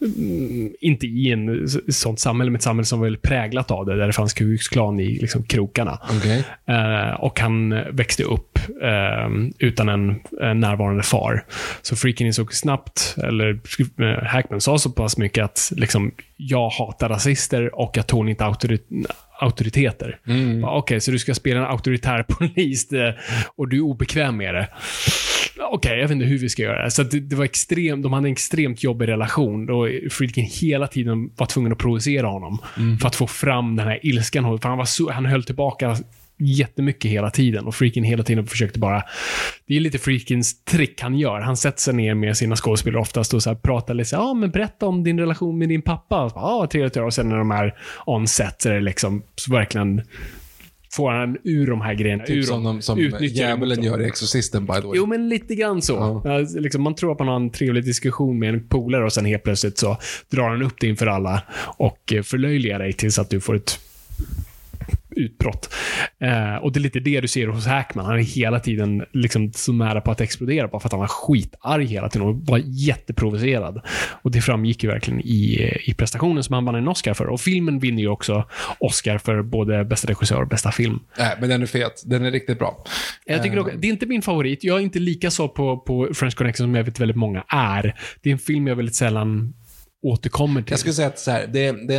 inte i en sånt samhälle, med ett samhälle som var väldigt präglat av det, där det fanns Ku Klux Klan i liksom krokarna. Okay. Och han växte upp utan en närvarande far. Så Friedkin insåg snabbt, eller Hackman sa så pass mycket att liksom, jag hatar rasister och jag tål inte auktoriteter. Okej, så du ska spela en auktoritär polis och du är obekväm med det. Okej, jag vet inte hur vi ska göra det. Så det var de hade en extremt jobbig relation då Friedkin hela tiden var tvungen att provocera honom för att få fram den här ilskan. För han höll tillbaka jättemycket hela tiden, och Friedkin hela tiden försökte bara, det är lite Friedkins trick han gör. Han sätter sig ner med sina skådespelare oftast och så här pratar lite så men berätta om din relation med din pappa. Trevligt. Och sen när de är on set så är det liksom så verkligen får han ur de här grejerna. Typ som djävulen gör i Exorcisten, by the way. Jo, men lite grann så. Ja. Liksom, man tror att man har en trevlig diskussion med en polare och sen helt plötsligt så drar han upp det inför alla och förlöjligar dig tills att du får ett utbrott. Och det är lite det du ser hos Hackman. Han är hela tiden liksom så nära på att explodera bara för att han var skitarg hela tiden och var jätteprovocerad. Och det framgick ju verkligen i prestationen som han vann en Oscar för. Och filmen vinner ju också Oscar för både bästa regissör och bästa film. Men den är fet. Den är riktigt bra. Jag tycker dock, det är inte min favorit. Jag är inte lika så på French Connection som jag vet väldigt många är. Det är en film jag väldigt sällan återkommer till. Jag skulle säga att så här, det är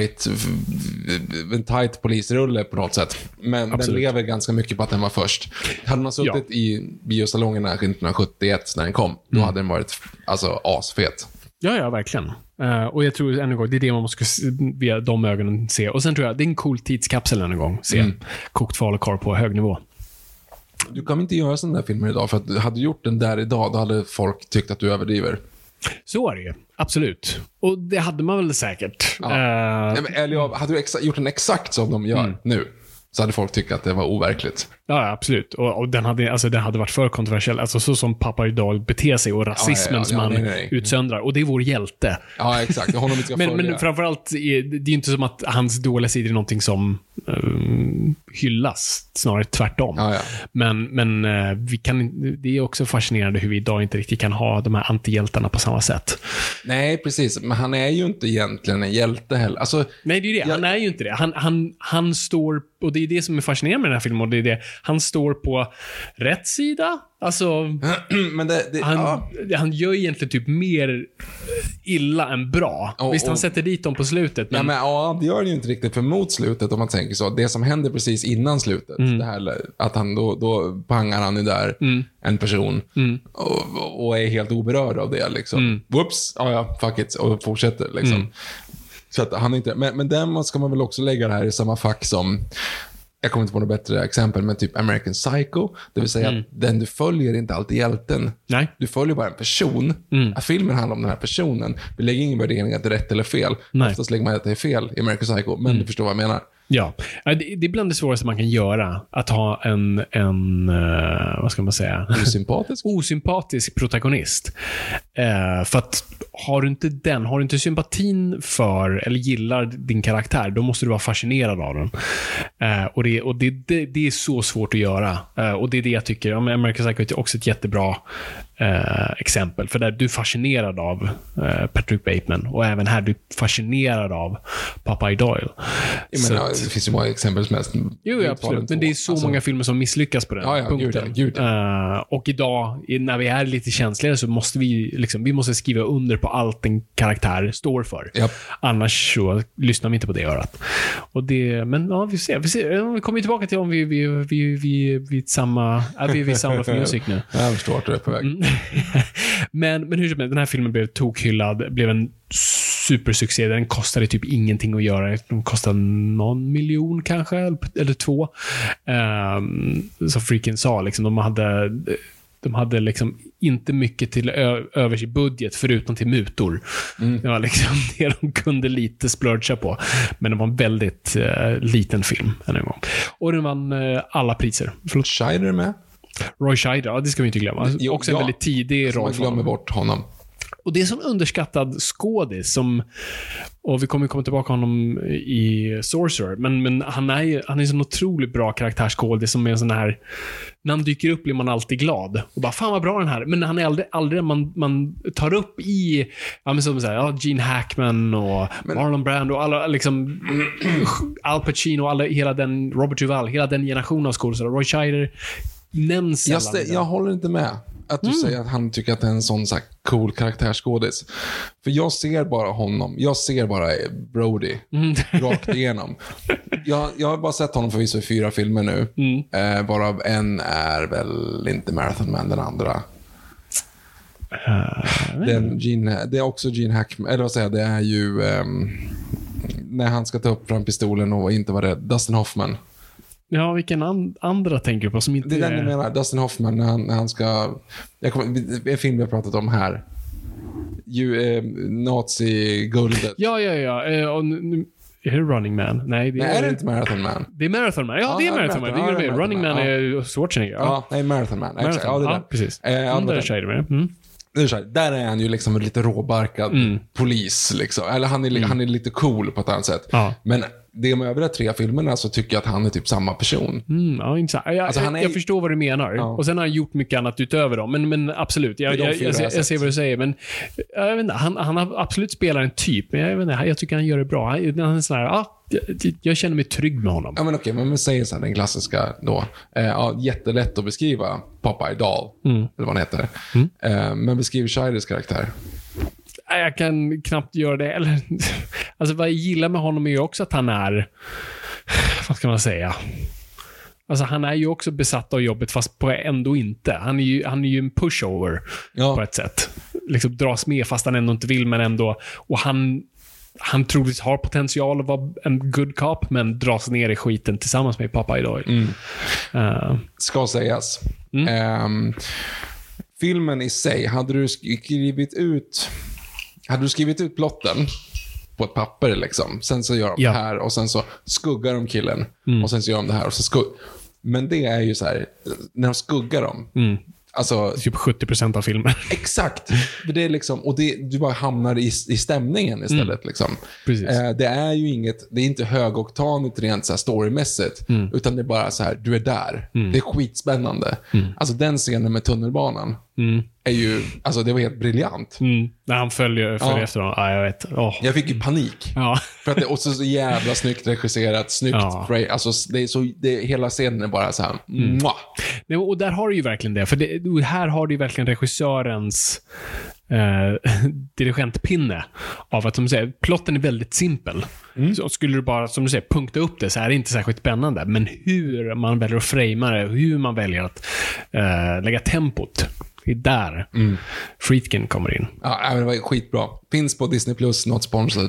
en tight polisrulle på något sätt. Men absolut. Den lever ganska mycket på att den var först. Hade man suttit i biosalongerna 1971 när den kom, då hade den varit alltså asfet. Ja, verkligen. Och jag tror ännu en gång, det är det man måste via de ögonen se. Och sen tror jag, det är en cool tidskapsel ännu en gång. Se kokt falukorv på hög nivå. Du kan inte göra sådana där filmer idag, för att hade du gjort den där idag, då hade folk tyckt att du överdriver. Så är det ju, absolut. Och det hade man väl säkert. Ja. Eller hade du gjort den exakt som de gör nu, så hade folk tyckt att det var overkligt. Ja, absolut. Och den hade varit för kontroversiell. Alltså så som Papa Idol beter sig och rasismen som han utsöndrar. Och det är vår hjälte. Ja, exakt. Honom vi ska men framförallt, det är ju inte som att hans dåliga sidor är någonting som hyllas. Snarare tvärtom. Ja. Men vi kan, det är också fascinerande hur vi idag inte riktigt kan ha de här antihjältarna på samma sätt. Nej, precis. Men han är ju inte egentligen en hjälte heller. Alltså, nej, det är det. Han är ju inte det. Han står, och det är det som är fascinerande med den här filmen, och det är det. Han står på rätt sida. Alltså, men han gör egentligen typ mer illa än bra. Visst, han sätter dit dem på slutet. Men... det gör det ju inte riktigt, för mot slutet, om man tänker så. Det som händer precis innan slutet, det här, att han då pangar han ju där en person och är helt oberörd av det liksom. Whoops, fuck it, och fortsätter liksom. Så att han inte, men den ska man väl också lägga det här i samma fack som, jag kommer inte på något bättre exempel, men typ American Psycho. Det vill säga att den du följer är inte alltid hjälten. Nej. Du följer bara en person. Att filmen handlar om den här personen. Vi lägger ingen värdering att det är rätt eller fel. Nej. Oftast lägger man att det är fel i American Psycho. Men du förstår vad jag menar. Ja, det är bland det svåraste man kan göra. Att ha en vad ska man säga? Osympatisk protagonist. För att har du inte sympatin för eller gillar din karaktär, då måste du vara fascinerad av den. Och det är så svårt att göra. Och det är det jag tycker. American Psycho är också ett jättebra exempel. För där du är fascinerad av Patrick Bateman, och även här du är fascinerad av Papa Doyle. Det finns ju många exempel som helst. Jo, absolut. Men det är så många filmer som misslyckas på den punkten. Gud. Och idag, när vi är lite känsligare, så måste vi måste skriva under på allt en karaktär står för. Yep. Annars så lyssnar vi inte på det örat. Och det, men ja, vi ser. Vi kommer tillbaka till om vi är samma för musik nu. Jag förstår att du är på väg. men hur som helst, den här filmen blev tokhyllad, blev en supersuccé. Den kostade typ ingenting att göra. Den kostade någon miljon kanske, eller 2. Så Friedkin sa liksom, de hade liksom inte mycket till över sin budget förutom till mutor. Det var liksom det de kunde lite splurcha på. Men det var en väldigt liten film en gång. Och den vann alla priser. Scheider med? Roy Scheider, det ska vi inte glömma. Också en väldigt tidig roll. Man glömmer bort honom. Och det är som underskattad skådis och vi kommer komma tillbaka honom i Sorcerer, men han är en sån otroligt bra karaktärsskådis som är en sån här, när han dyker upp blir man alltid glad och bara, fan vad bra den här, men han är aldrig man tar upp i, ja men som så här, Gene Hackman och Marlon Brando och alla liksom Al Pacino och hela den, Robert Duvall, hela den generationen av skådespelare, Roy Scheider nämns sällan. Jag håller inte med att du säger att han tycker att det är en sån så här cool karaktärsskådis. För jag ser bara honom. Jag ser bara Brody rakt igenom. Jag har bara sett honom förvisso i 4 filmer nu. Varav en är väl inte Marathon Man, den andra. Det är också Gene Hackman. Eller vad säger jag, det är ju när han ska ta upp fram pistolen och inte vara rädd. Dustin Hoffman. Ja, vilken andra tänker du på som inte det är den jag menar, Dustin Hoffman när han ska, en film vi har pratat om här, Nazi-guldet. Ja. Är det Running Man? Nej, är det inte Marathon Man? Det är Marathon Man. Ja, det är Marathon Man. Det är Running Man är Schwarzenegger. Ja, nej, Marathon Man. Exakt. Ja, det där. Precis. Det är så här, där är han ju liksom lite råbarkad polis liksom. Eller han är lite cool på ett annat sätt. Ja. Men det med övriga 3 filmerna så tycker jag att han är typ samma person. Ja, intressant. Jag förstår vad du menar. Ja. Och sen har han gjort mycket annat utöver dem. Men absolut, jag ser vad du säger. Men jag vet inte, han har absolut spelat en typ. Men jag vet inte, jag tycker han gör det bra. Han är sån här, jag känner mig trygg med honom. Ja, men okej, men säger så här, den klassiska då. Jättelätt att beskriva Popeye Doll. Eller vad han heter. Men beskriv Scheiders karaktär. Jag kan knappt göra det. Eller, alltså vad jag gillar med honom är ju också att han är, vad ska man säga, alltså han är ju också besatt av jobbet fast på ändå inte. Han är ju en pushover på ett sätt. Liksom dras med fast han ändå inte vill, men ändå. Och han troligtvis har potential att vara en good cop, men dras ner i skiten tillsammans med pappa idag. Ska sägas. Filmen i sig, hade du skrivit ut plotten på ett papper liksom, sen så gör de det här och sen så skuggar de killen och sen så gör de det här och så men det är ju så här, när de skuggar dem alltså typ 70% av filmen. Exakt. Det är liksom, och du bara hamnar i stämningen istället liksom. Precis. Det är ju inget, det är inte högoktanigt rent så här storymässigt, utan det är bara så här, du är där. Det är skitspännande. Alltså den scenen med tunnelbanan är ju, alltså det var helt briljant. När han följer efter dem. Ja, jag vet. Jag fick ju panik. För att det är också så jävla snyggt regisserat, snyggt alltså hela scenen är bara så här. Nej, och där har du ju verkligen det, för här har du ju verkligen regissörens dirigentpinne av att, som du säger, plotten är väldigt simpel. Så skulle du bara, som du säger, punkta upp det så är det inte särskilt spännande, men hur man väljer att framea det, hur man väljer att lägga tempot, det är där Friedkin kommer in. Ja, det var skitbra. Finns på Disney Plus, not sponsored.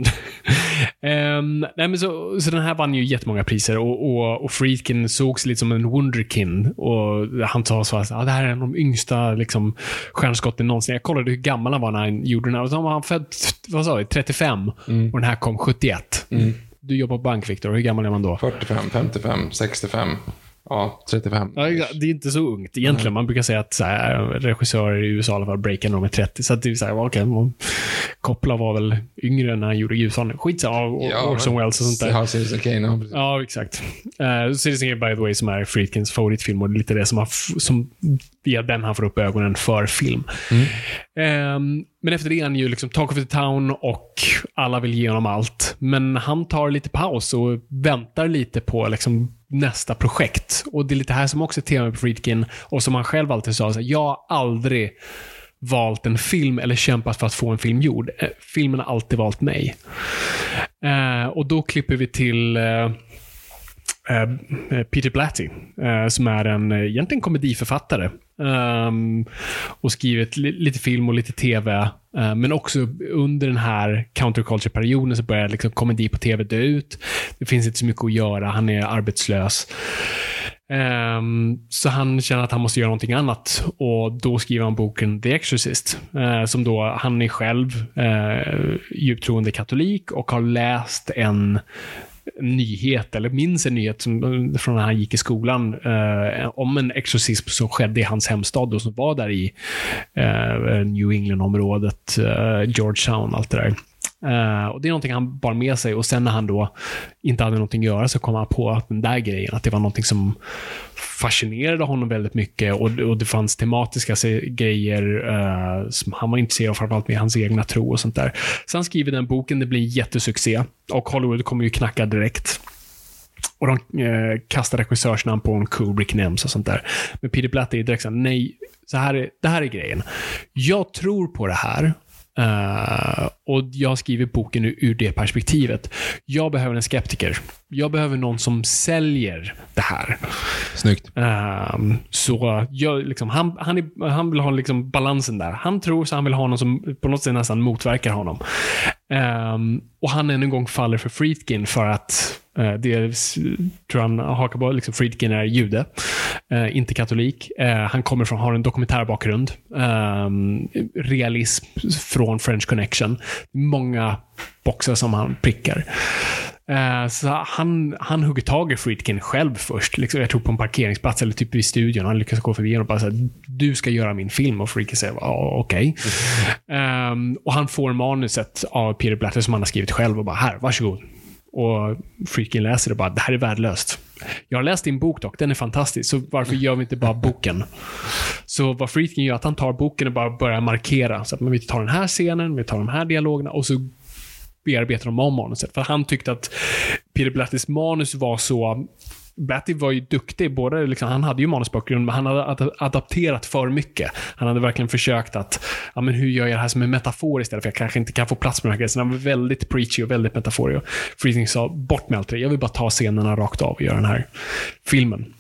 Nej, men så den här vann ju jättemånga priser och Friedkin sågs lite som en wunderkind, och han sa så att det här är en av de yngsta liksom, stjärnskotten någonsin. Jag kollade hur gammal han var när han gjorde den här, och så var han född, vad sa vi, 35 och den här kom 71. Du jobbar på bank, Victor. Hur gammal är man då? 45, 55, 65. Ja, 35. Ja, det är inte så ungt egentligen. Man brukar säga att så här, regissörer i USA i alla fall breakar när de är 30. Så att det är så här, okej, Coppola var väl yngre när han gjorde Ljusson. Skitsamma, Orson Welles och sånt där. Ja, Citizen Kane. Ja, exakt. Citizen Kane, by the way, som är Friedkins favoritfilm, och lite det som via den han får upp ögonen för film. Men efter det är han ju liksom Talk of the Town, och alla vill ge honom allt. Men han tar lite paus och väntar lite på liksom nästa projekt. Och det är lite här som också är tema på Friedkin, och som han själv alltid sa, så här, jag har aldrig valt en film eller kämpat för att få en film gjord. Filmen har alltid valt mig. Och då klipper vi till Peter Blatty, som är en egentligen komediförfattare, och skrivit lite film och lite tv, men också under den här counterculture-perioden så börjar liksom komedi på tv dö ut. Det finns inte så mycket att göra, han är arbetslös, så han känner att han måste göra någonting annat, och då skriver han boken The Exorcist, som då, han är själv djupt troende katolik och har läst en nyhet, eller minns en nyhet från när han gick i skolan om en exorcism som skedde i hans hemstad och som var där i New England-området, Georgetown, allt det där. Och det är någonting han bar med sig, och sen när han då inte hade någonting att göra så kom han på att den där grejen, att det var någonting som fascinerade honom väldigt mycket, och det fanns tematiska grejer som han var intresserad av, framförallt med hans egna tro och sånt där. Så han skriver den boken, det blir en jättesuccé, och Hollywood kommer ju knacka direkt. Och de kastar regissörsnamn på en Kubrick nämns och sånt där. Men Peter Blatty är direkt så här, nej, det här är grejen. Jag tror på det här. Och jag skriver boken ur det perspektivet. Jag behöver en skeptiker. Jag behöver någon som säljer det här. Snyggt. Så jag, liksom, han vill ha liksom balansen där. Han tror, så han vill ha någon som på något sätt nästan motverkar honom. Och han än en gång faller för Friedkin för att det tror han hakar på, liksom Friedkin är jude, inte katolik. Han har en dokumentärbakgrund, realism från French Connection, många boxar som han prickar. Så han hugger tag i Friedkin själv först, liksom, jag tror på en parkeringsplats eller typ i studion. Han lyckas gå förbi och bara säga, du ska göra min film, och Friedkin säger okej. Och han får manuset av Peter Blatty som han har skrivit själv och bara, här, varsågod. Och Friedkin läser det bara, det här är värdelöst. Jag har läst din bok dock, den är fantastisk, så varför gör vi inte bara boken? Så vad Friedkin gör, att han tar boken och bara börjar markera, så att vi tar den här scenen, vi tar de här dialogerna, och så bearbetar de om manuset. För han tyckte att Peter Blattys manus var så... Blatty var ju duktig, både liksom, han hade ju manusbakgrund, men han hade adapterat för mycket. Han hade verkligen försökt att, ja, men hur gör jag det här som en metafor istället, för jag kanske inte kan få plats med den här grejen. Han var väldigt preachy och väldigt metaforig. Friedkin sa, bort med allt det, jag vill bara ta scenerna rakt av och göra den här filmen.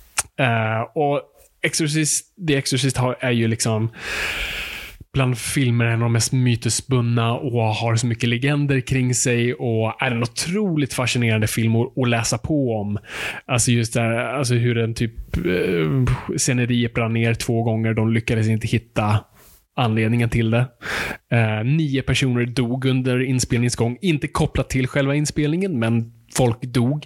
Och The Exorcist är ju liksom bland filmer en av de mest mytesbundna och har så mycket legender kring sig, och är en otroligt fascinerande film att läsa på om. Alltså just där, alltså hur en typ sceneriet brann ner 2 gånger, de lyckades inte hitta anledningen till det. 9 personer dog under inspelningsgång, inte kopplat till själva inspelningen, men folk dog.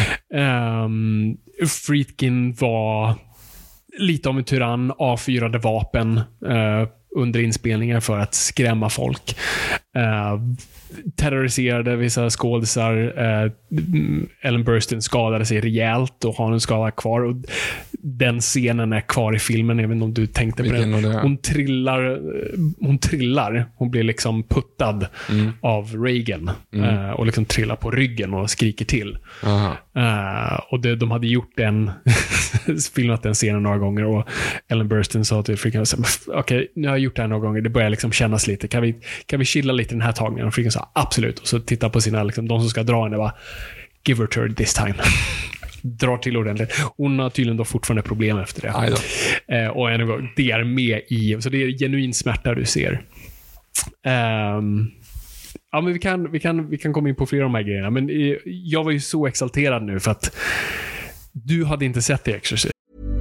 Friedkin var lite av en tyrann, avfyrade vapen under inspelningar för att skrämma folk. Terroriserade vissa skådisar. Ellen Burstyn skadade sig rejält och har en skada kvar. Och den scenen är kvar i filmen, även om du tänkte på den. Hon trillar. Hon blir liksom puttad av Reagan och liksom trillar på ryggen och skriker till. Och de hade gjort filmat den scenen några gånger, och Ellen Burstyn sa till Friedkin, okej, nu har jag gjort det här några gånger, det börjar liksom kännas lite, kan vi chilla lite den här tagningen? Och Friedkin sa absolut, och så tittar på sina liksom, de som ska dra henne, bara give her turn this time. Drar till ordentligt. Hon har tydligen då fortfarande problem efter det. Och en gång, det är med i, så det är genuin smärta du ser. Ja, men vi kan komma in på flera av de här grejerna, men jag var ju så exalterad nu för att du hade inte sett The Exorcist.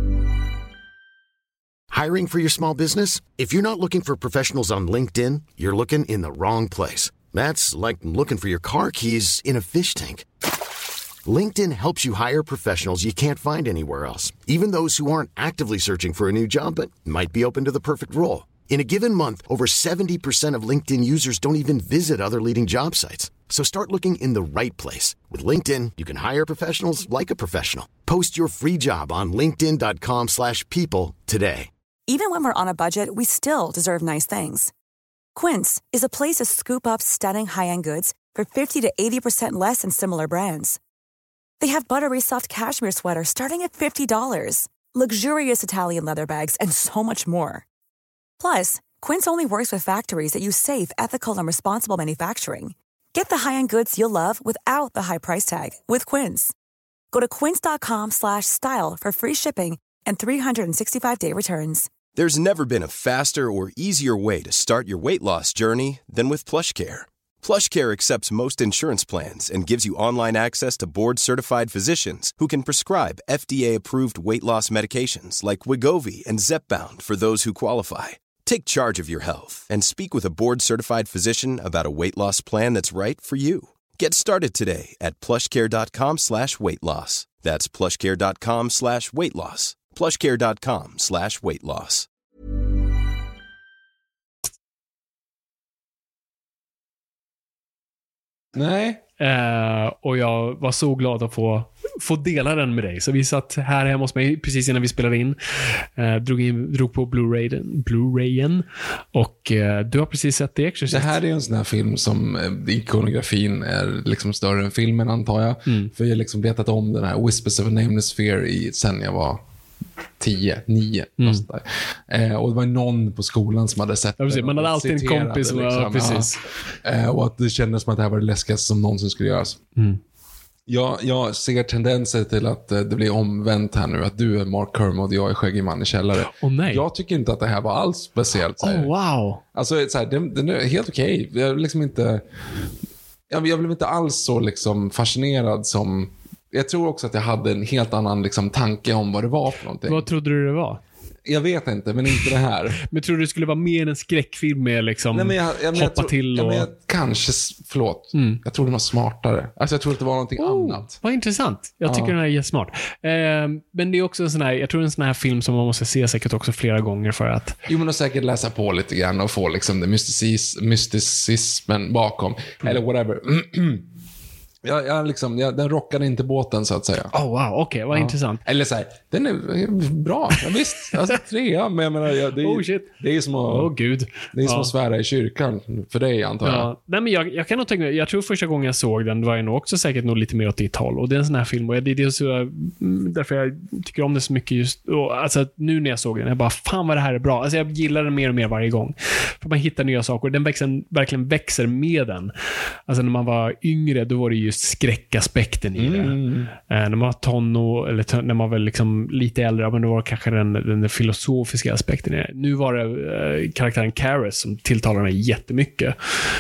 Hiring for your small business? If you're not looking for professionals on LinkedIn, you're looking in the wrong place. That's like looking for your car keys in a fish tank. LinkedIn helps you hire professionals you can't find anywhere else, even those who aren't actively searching for a new job but might be open to the perfect role. In a given month, over 70% of LinkedIn users don't even visit other leading job sites. So start looking in the right place. With LinkedIn, you can hire professionals like a professional. Post your free job on linkedin.com/people today. Even when we're on a budget, we still deserve nice things. Quince is a place to scoop up stunning high-end goods for 50 to 80% less than similar brands. They have buttery soft cashmere sweaters starting at $50, luxurious Italian leather bags, and so much more. Plus, Quince only works with factories that use safe, ethical, and responsible manufacturing. Get the high-end goods you'll love without the high price tag with Quince. Go to quince.com/style for free shipping and 365-day returns. There's never been a faster or easier way to start your weight loss journey than with PlushCare. PlushCare accepts most insurance plans and gives you online access to board-certified physicians who can prescribe FDA-approved weight loss medications like Wegovy and Zepbound for those who qualify. Take charge of your health and speak with a board-certified physician about a weight loss plan that's right for you. Get started today at plushcare.com/weight-loss. That's plushcare.com/weight-loss. plushcare.com/weight-loss. Nej. Och jag var så glad att få dela den med dig. Så vi satt här hemma hos mig precis innan vi spelade in. Drog på Blu-rayen. Och du har precis sett The Exorcist. Det här är en sån här film som ikonografin är liksom större än filmen, antar jag. För jag har liksom vetat om den här Whispers of a Nameless Fear sen jag var 9. Och det var någon på skolan som hade sett den. Man hade alltid en kompis som var precis. Och att det kändes som att det här var det läskigaste som någonsin skulle göras. Jag ser tendenser till att det blir omvänt här nu. Att du är Mark Kermode och jag är skäggig man i källare. Nej. Jag tycker inte att det här var alls speciellt. Wow. Alltså, så här, den är helt okej. Jag liksom inte... Jag blev inte alls så liksom fascinerad som... Jag tror också att jag hade en helt annan liksom tanke om vad det var för någonting. Vad trodde du det var? Jag vet inte, men inte det här. Men tror du det skulle vara mer en skräckfilm med liksom hoppa till och... Kanske, förlåt. Jag tror det var smartare. Alltså jag tror att det var någonting annat. Vad intressant. Jag tycker den här är jättesmart. Men det är också en sån här, jag tror en sån här film som man måste se säkert också flera gånger för att... Jo, men att säkert läsa på lite grann och få liksom det mysticismen bakom. Eller whatever. Den rockade inte båten så att säga. Wow, okej, vad intressant. Eller så här, den är bra. Ja, visst, alltså 3, men jag menar, det är som att det är som att svära i kyrkan för dig, antar jag. Nej, men jag kan nog tänka, jag tror första gången jag såg den var jag nog också säkert nog lite mer åt ditt håll, och det är en sån här film och det är så därför jag tycker om det så mycket just, och alltså nu när jag såg den, jag bara fan vad det här är bra. Alltså jag gillar den mer och mer varje gång. För man hittar nya saker, den verkligen växer med den. Alltså när man var yngre, då var det ju skräckaspekten i det. När man var tonår, eller när man var liksom lite äldre, men då var kanske den filosofiska aspekten i det. Nu var det karaktären Karis som tilltalade mig jättemycket.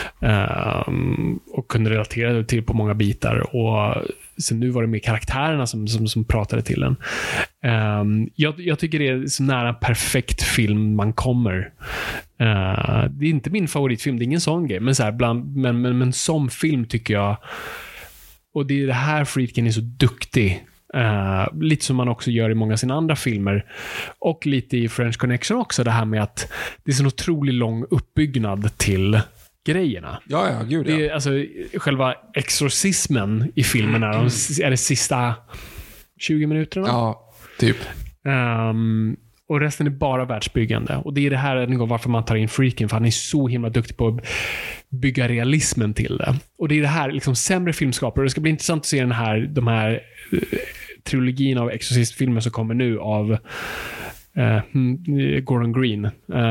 Och kunde relatera det till på många bitar. Och sen nu var det mer karaktärerna som pratade till en. Jag tycker det är så nära perfekt film man kommer. Det är inte min favoritfilm, det är ingen sån grej. Men, så här, men som film tycker jag. Och det är det här Friedkin är så duktig. Lite som man också gör i många av sina andra filmer. Och lite i French Connection också. Det här med att det är så en otroligt lång uppbyggnad till grejerna. Ja, gud ja. Det är, alltså, själva exorcismen i filmen är det sista 20 minuterna. Ja, typ. Och resten är bara världsbyggande. Och det är det här en gång varför man tar in Friedkin, för han är så himla duktig på att bygga realismen till det. Och det är det här liksom sämre filmskapare. Det ska bli intressant att se de här trilogin av exorcistfilmer som kommer nu av Gordon Green.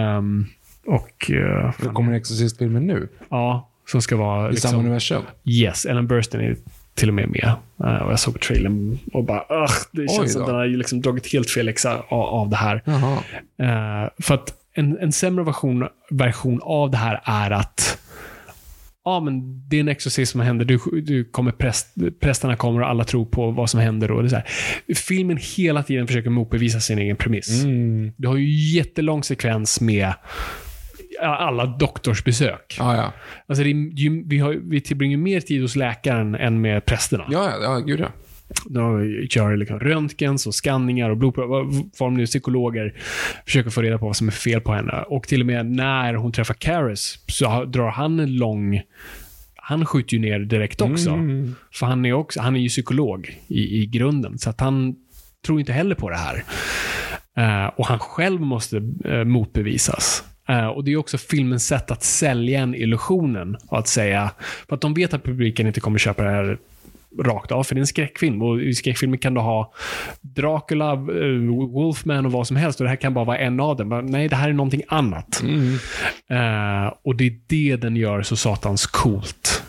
Kommer exorcistfilmen nu? Ja, som ska vara i samma universum. Yes, Ellen Burstyn är till och med. Och jag såg trailern och bara det känns som att den har liksom dragit helt fel av det här. För att en sämre version av det här är att men det är en exorcism som händer. Du kommer prästerna kommer och alla tror på vad som händer. Och det är så här. Filmen hela tiden försöker motbevisa sin egen premiss. Du har ju jättelång sekvens med alla doktorsbesök. Alltså vi tillbringar mer tid hos läkaren än med prästerna. Ja, gud ja. Då kör liksom röntgens och skanningar och blodprov, nu psykologer försöker få reda på vad som är fel på henne. Och till och med när hon träffar Karis så drar han en lång... Han skjuter ju ner direkt också. För han är ju psykolog i grunden. Så att han tror inte heller på det här. Och han själv måste motbevisas. Och det är också filmens sätt att sälja en illusionen och att säga, för att de vet att publiken inte kommer köpa det här rakt av, för det är en skräckfilm, och i skräckfilmen kan du ha Dracula, Wolfman och vad som helst, och det här kan bara vara en av dem. Men nej, det här är någonting annat. Och det är det den gör så satans coolt.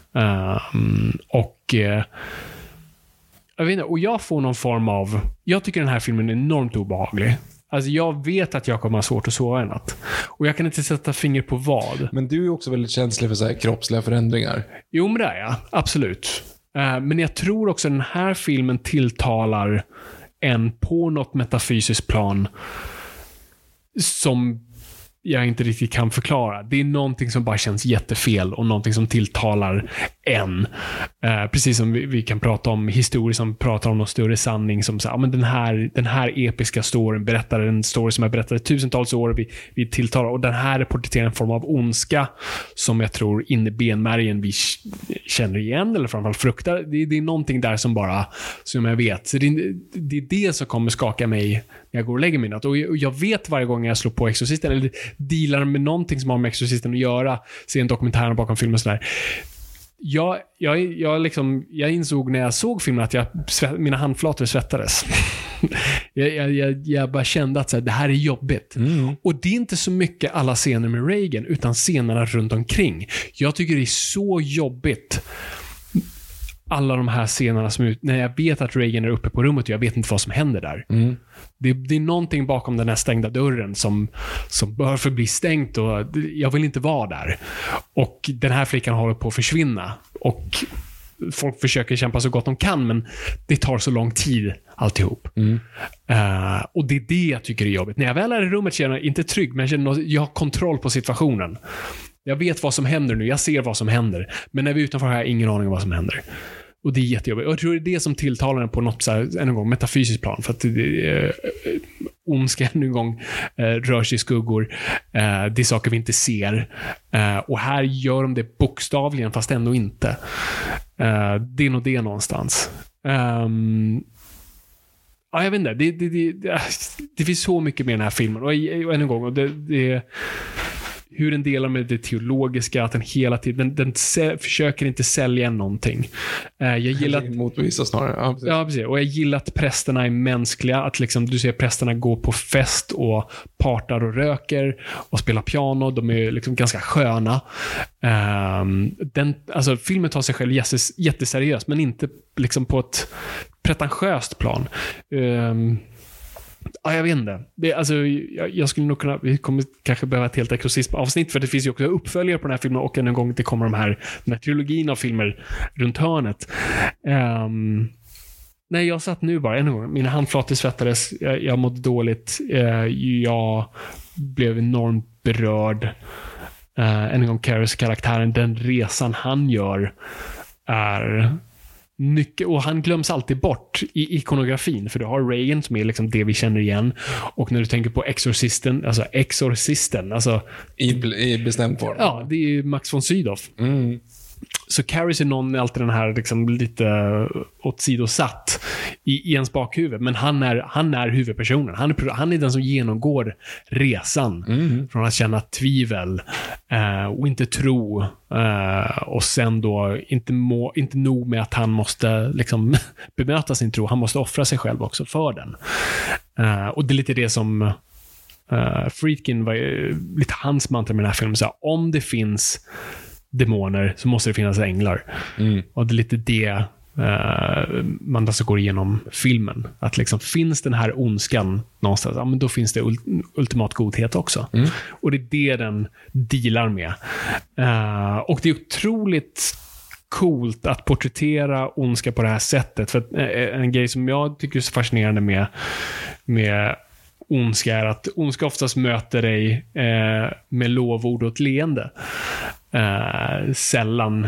Jag vet inte, och jag får någon form av, jag tycker den här filmen är enormt obehaglig. Alltså jag vet att jag kommer ha svårt att sova en natt. Och jag kan inte sätta finger på vad. Men du är också väldigt känslig för så här kroppsliga förändringar. Jo, men det är jag. Absolut. Men jag tror också att den här filmen tilltalar en på något metafysiskt plan som jag inte riktigt kan förklara. Det är någonting som bara känns jättefel och någonting som tilltalar en. Precis som vi kan prata om historier som pratar om någon större sanning som så här, men den här episka storyn berättar en story som är berättad i tusentals år, vi tilltalar, och den här porträtterar en form av ondska som jag tror in i benmärgen vi känner igen eller framförallt fruktar. Det är någonting där som bara, som jag vet. Så det är det som kommer skaka mig när jag går och lägger mig natt. Och jag vet varje gång jag slår på Exorcisten eller dealar med någonting som har med Exorcisten att göra, ser en dokumentär bakom filmen och sådär. Jag insåg när jag såg filmen att mina handflator svettades. jag bara kände att så här, det här är jobbigt. Och det är inte så mycket alla scener med Reagan utan scenerna runt omkring. Jag tycker det är så jobbigt, alla de här scenerna som när jag vet att Reagan är uppe på rummet och jag vet inte vad som händer där. Det är någonting bakom den här stängda dörren som bör förbli stängt, och jag vill inte vara där. Och den här flickan håller på att försvinna och folk försöker kämpa så gott de kan, men det tar så lång tid alltihop. Och det är det jag tycker är jobbigt. När jag väl är i rummet känner jag inte trygg, men jag känner att jag har kontroll på situationen. Jag vet vad som händer nu, jag ser vad som händer. Men när vi är utanför har jag ingen aning om vad som händer. Och det är jättejobbigt. Och jag tror det är det som tilltalar den på något så här, en gång metafysiskt plan. För att ondska en gång rör sig i skuggor. Det är saker vi inte ser. Och här gör de det bokstavligen fast ändå inte. Det är nog det någonstans. Ja, jag vet inte. Det finns så mycket med den här filmen. Och en gång, och det hur den delar med det teologiska, att den hela tiden den försöker inte sälja någonting. Jag gillar motvisa snarare. Ja, precis. Och jag gillar att prästerna är mänskliga, att liksom du ser prästerna gå på fest och partar och röker och spelar piano. De är liksom ganska sköna. Alltså filmen tar sig själv jätteseriöst, men inte liksom på ett pretentiöst plan. Ja, jag vet inte. Jag skulle nog kunna, vi kommer kanske behöva ett helt exorcism-avsnitt, för det finns ju också uppföljare på den här filmen, och en gång det kommer den här trilogin av filmer runt hörnet. Nej, jag satt nu bara en gång. Mina handflator svettades. Jag mådde dåligt. Jag blev enormt berörd. En gång Carys karaktären, den resan han gör är mycket, och han glöms alltid bort i ikonografin, för du har Reagan som är liksom det vi känner igen, och när du tänker på Exorcisten alltså i bestämd form. Ja, det är ju Max von Sydow. Så Carrie är någon alltid den här liksom lite åtsidosatt i ens bakhuvud, men han är huvudpersonen. Han är den som genomgår resan från att känna tvivel och inte tro, och sen då inte nog med att han måste liksom bemöta sin tro, han måste offra sig själv också för den. Och det är lite det som Friedkin var lite hans mantra med den här filmen, så här, om det finns demoner så måste det finnas änglar. Och det är lite det man alltså går igenom filmen, att liksom finns den här ondskan någonstans, ja, men då finns det ultimat godhet också. Och det är det den dealar med. Och det är otroligt coolt att porträttera ondska på det här sättet, för en grej som jag tycker är så fascinerande med ondska är att ondska oftast möter dig med lovord och ett leende. Sällan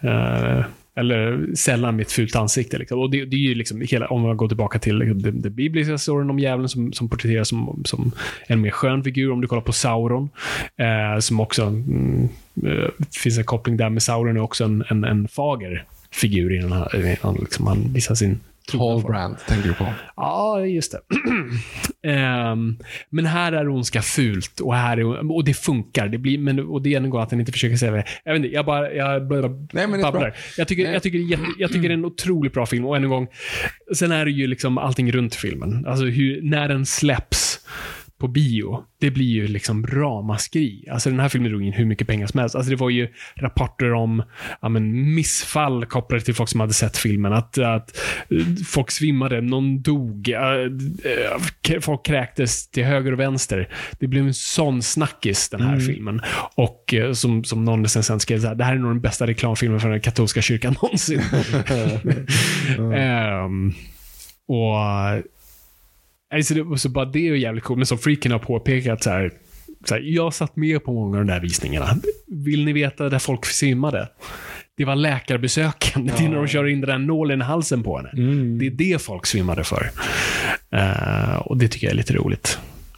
med ett fult ansikte liksom. Och det är ju liksom hela, om man går tillbaka till liksom, det bibliska storyn om djävulen som porträtteras som en mer skön figur. Om du kollar på Sauron, som också finns en koppling där med Sauron, är också en fager figur i den här, liksom, han visar sin Hallbrand tänker du på. Ja, just det. Men här är ondska fult, och det funkar. Det blir, och det är en gång att han inte försöker säga det. Jag vet inte, jag bara babblar. Jag tycker det är en otroligt bra film, och en gång sen är det ju liksom allting runt filmen. Alltså när den släpps på bio, det blir ju liksom ramaskri. Alltså den här filmen drog in hur mycket pengar som helst. Alltså det var ju rapporter om missfall kopplade till folk som hade sett filmen, att folk svimmade, någon dog, folk kräktes till höger och vänster. Det blev en sån snackis den här filmen, och som någon sen skrev så här, det här är nog den bästa reklamfilmen för den katolska kyrkan någonsin. Så bara det är ju jävligt coolt, men som Freakin har påpekat så här, Så här, jag satt med på många av de där visningarna. Vill ni veta där folk svimmade? Det var läkarbesöken. Det är när de kör in den där nålen i halsen på henne. Det är det folk svimmade för. Och det tycker jag är lite roligt.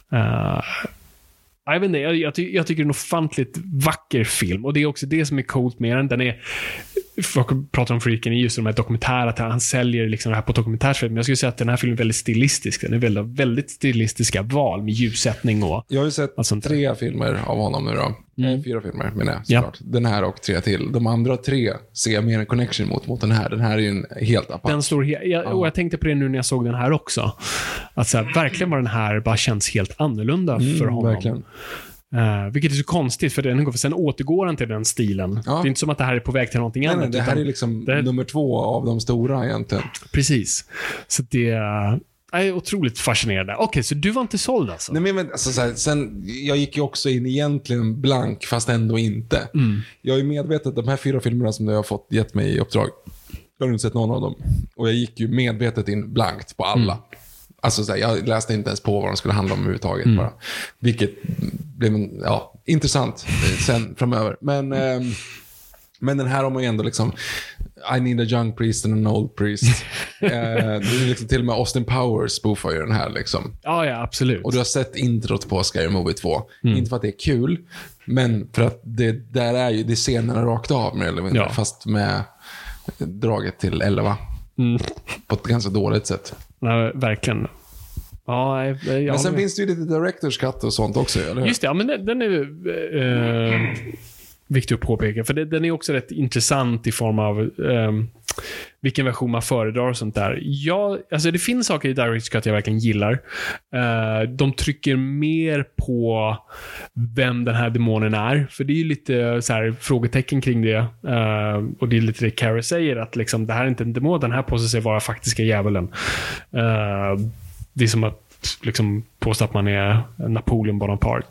Jag vet inte, jag tycker det är en ofantligt vacker film. Och det är också det som är coolt med den. Den är, folk pratar om Freakin' i just de här dokumentära, att han säljer liksom det här på dokumentärsfilm. Men jag skulle säga att den här filmen är väldigt stilistisk. Den är väldigt stilistiska val med ljussättning och jag har ju sett 3 filmer av honom nu då. 4 filmer menar jag såklart. Den här och 3 till. De andra 3 ser jag mer en connection mot den här. Den här är ju en helt apart. Den står och jag tänkte på det nu när jag såg den här också. Att så här, verkligen var den här bara känns helt annorlunda för honom. Verkligen. Vilket är så konstigt för sen återgår han till den stilen. Det är inte som att det här är på väg till någonting annat. Nej, det här är liksom nummer 2 av de stora egentligen. Precis. Så det är otroligt fascinerande. Okej, så du var inte såld alltså? Nej, men alltså, så här, sen, jag gick ju också in egentligen blank, fast ändå inte. Jag är medveten att de här 4 filmerna som du har fått gett mig i uppdrag, jag har inte sett någon av dem. Och jag gick ju medvetet in blankt på alla. Alltså så här, jag läste inte ens på vad de skulle handla om överhuvudtaget bara. Vilket blev intressant sen framöver. Men den här har man ju ändå liksom, I need a young priest and an old priest. Det är liksom till och med Austin Powers spoofar ju den här liksom. Ja, absolut. Och du har sett introt på Scary Movie 2. Inte för att det är kul, men för att det där är ju det scenerna rakt av med, eller mindre, fast med draget till 11. På ett ganska dåligt sätt. Ja, verkligen. Ja, men sen finns det ju lite director's cut och sånt också, eller? Just det, ja, men den är viktig att påpeka, för den är också rätt intressant i form av vilken version man föredrar och sånt där. Alltså det finns saker i director's cut jag verkligen gillar. De trycker mer på vem den här demonen är, för det är ju lite så här frågetecken kring det. Och det är lite det Carrie säger, att liksom, det här är inte en demon, den här påstår sig vara faktiska djävulen. Det är som att liksom påstå att man är Napoleon Bonaparte.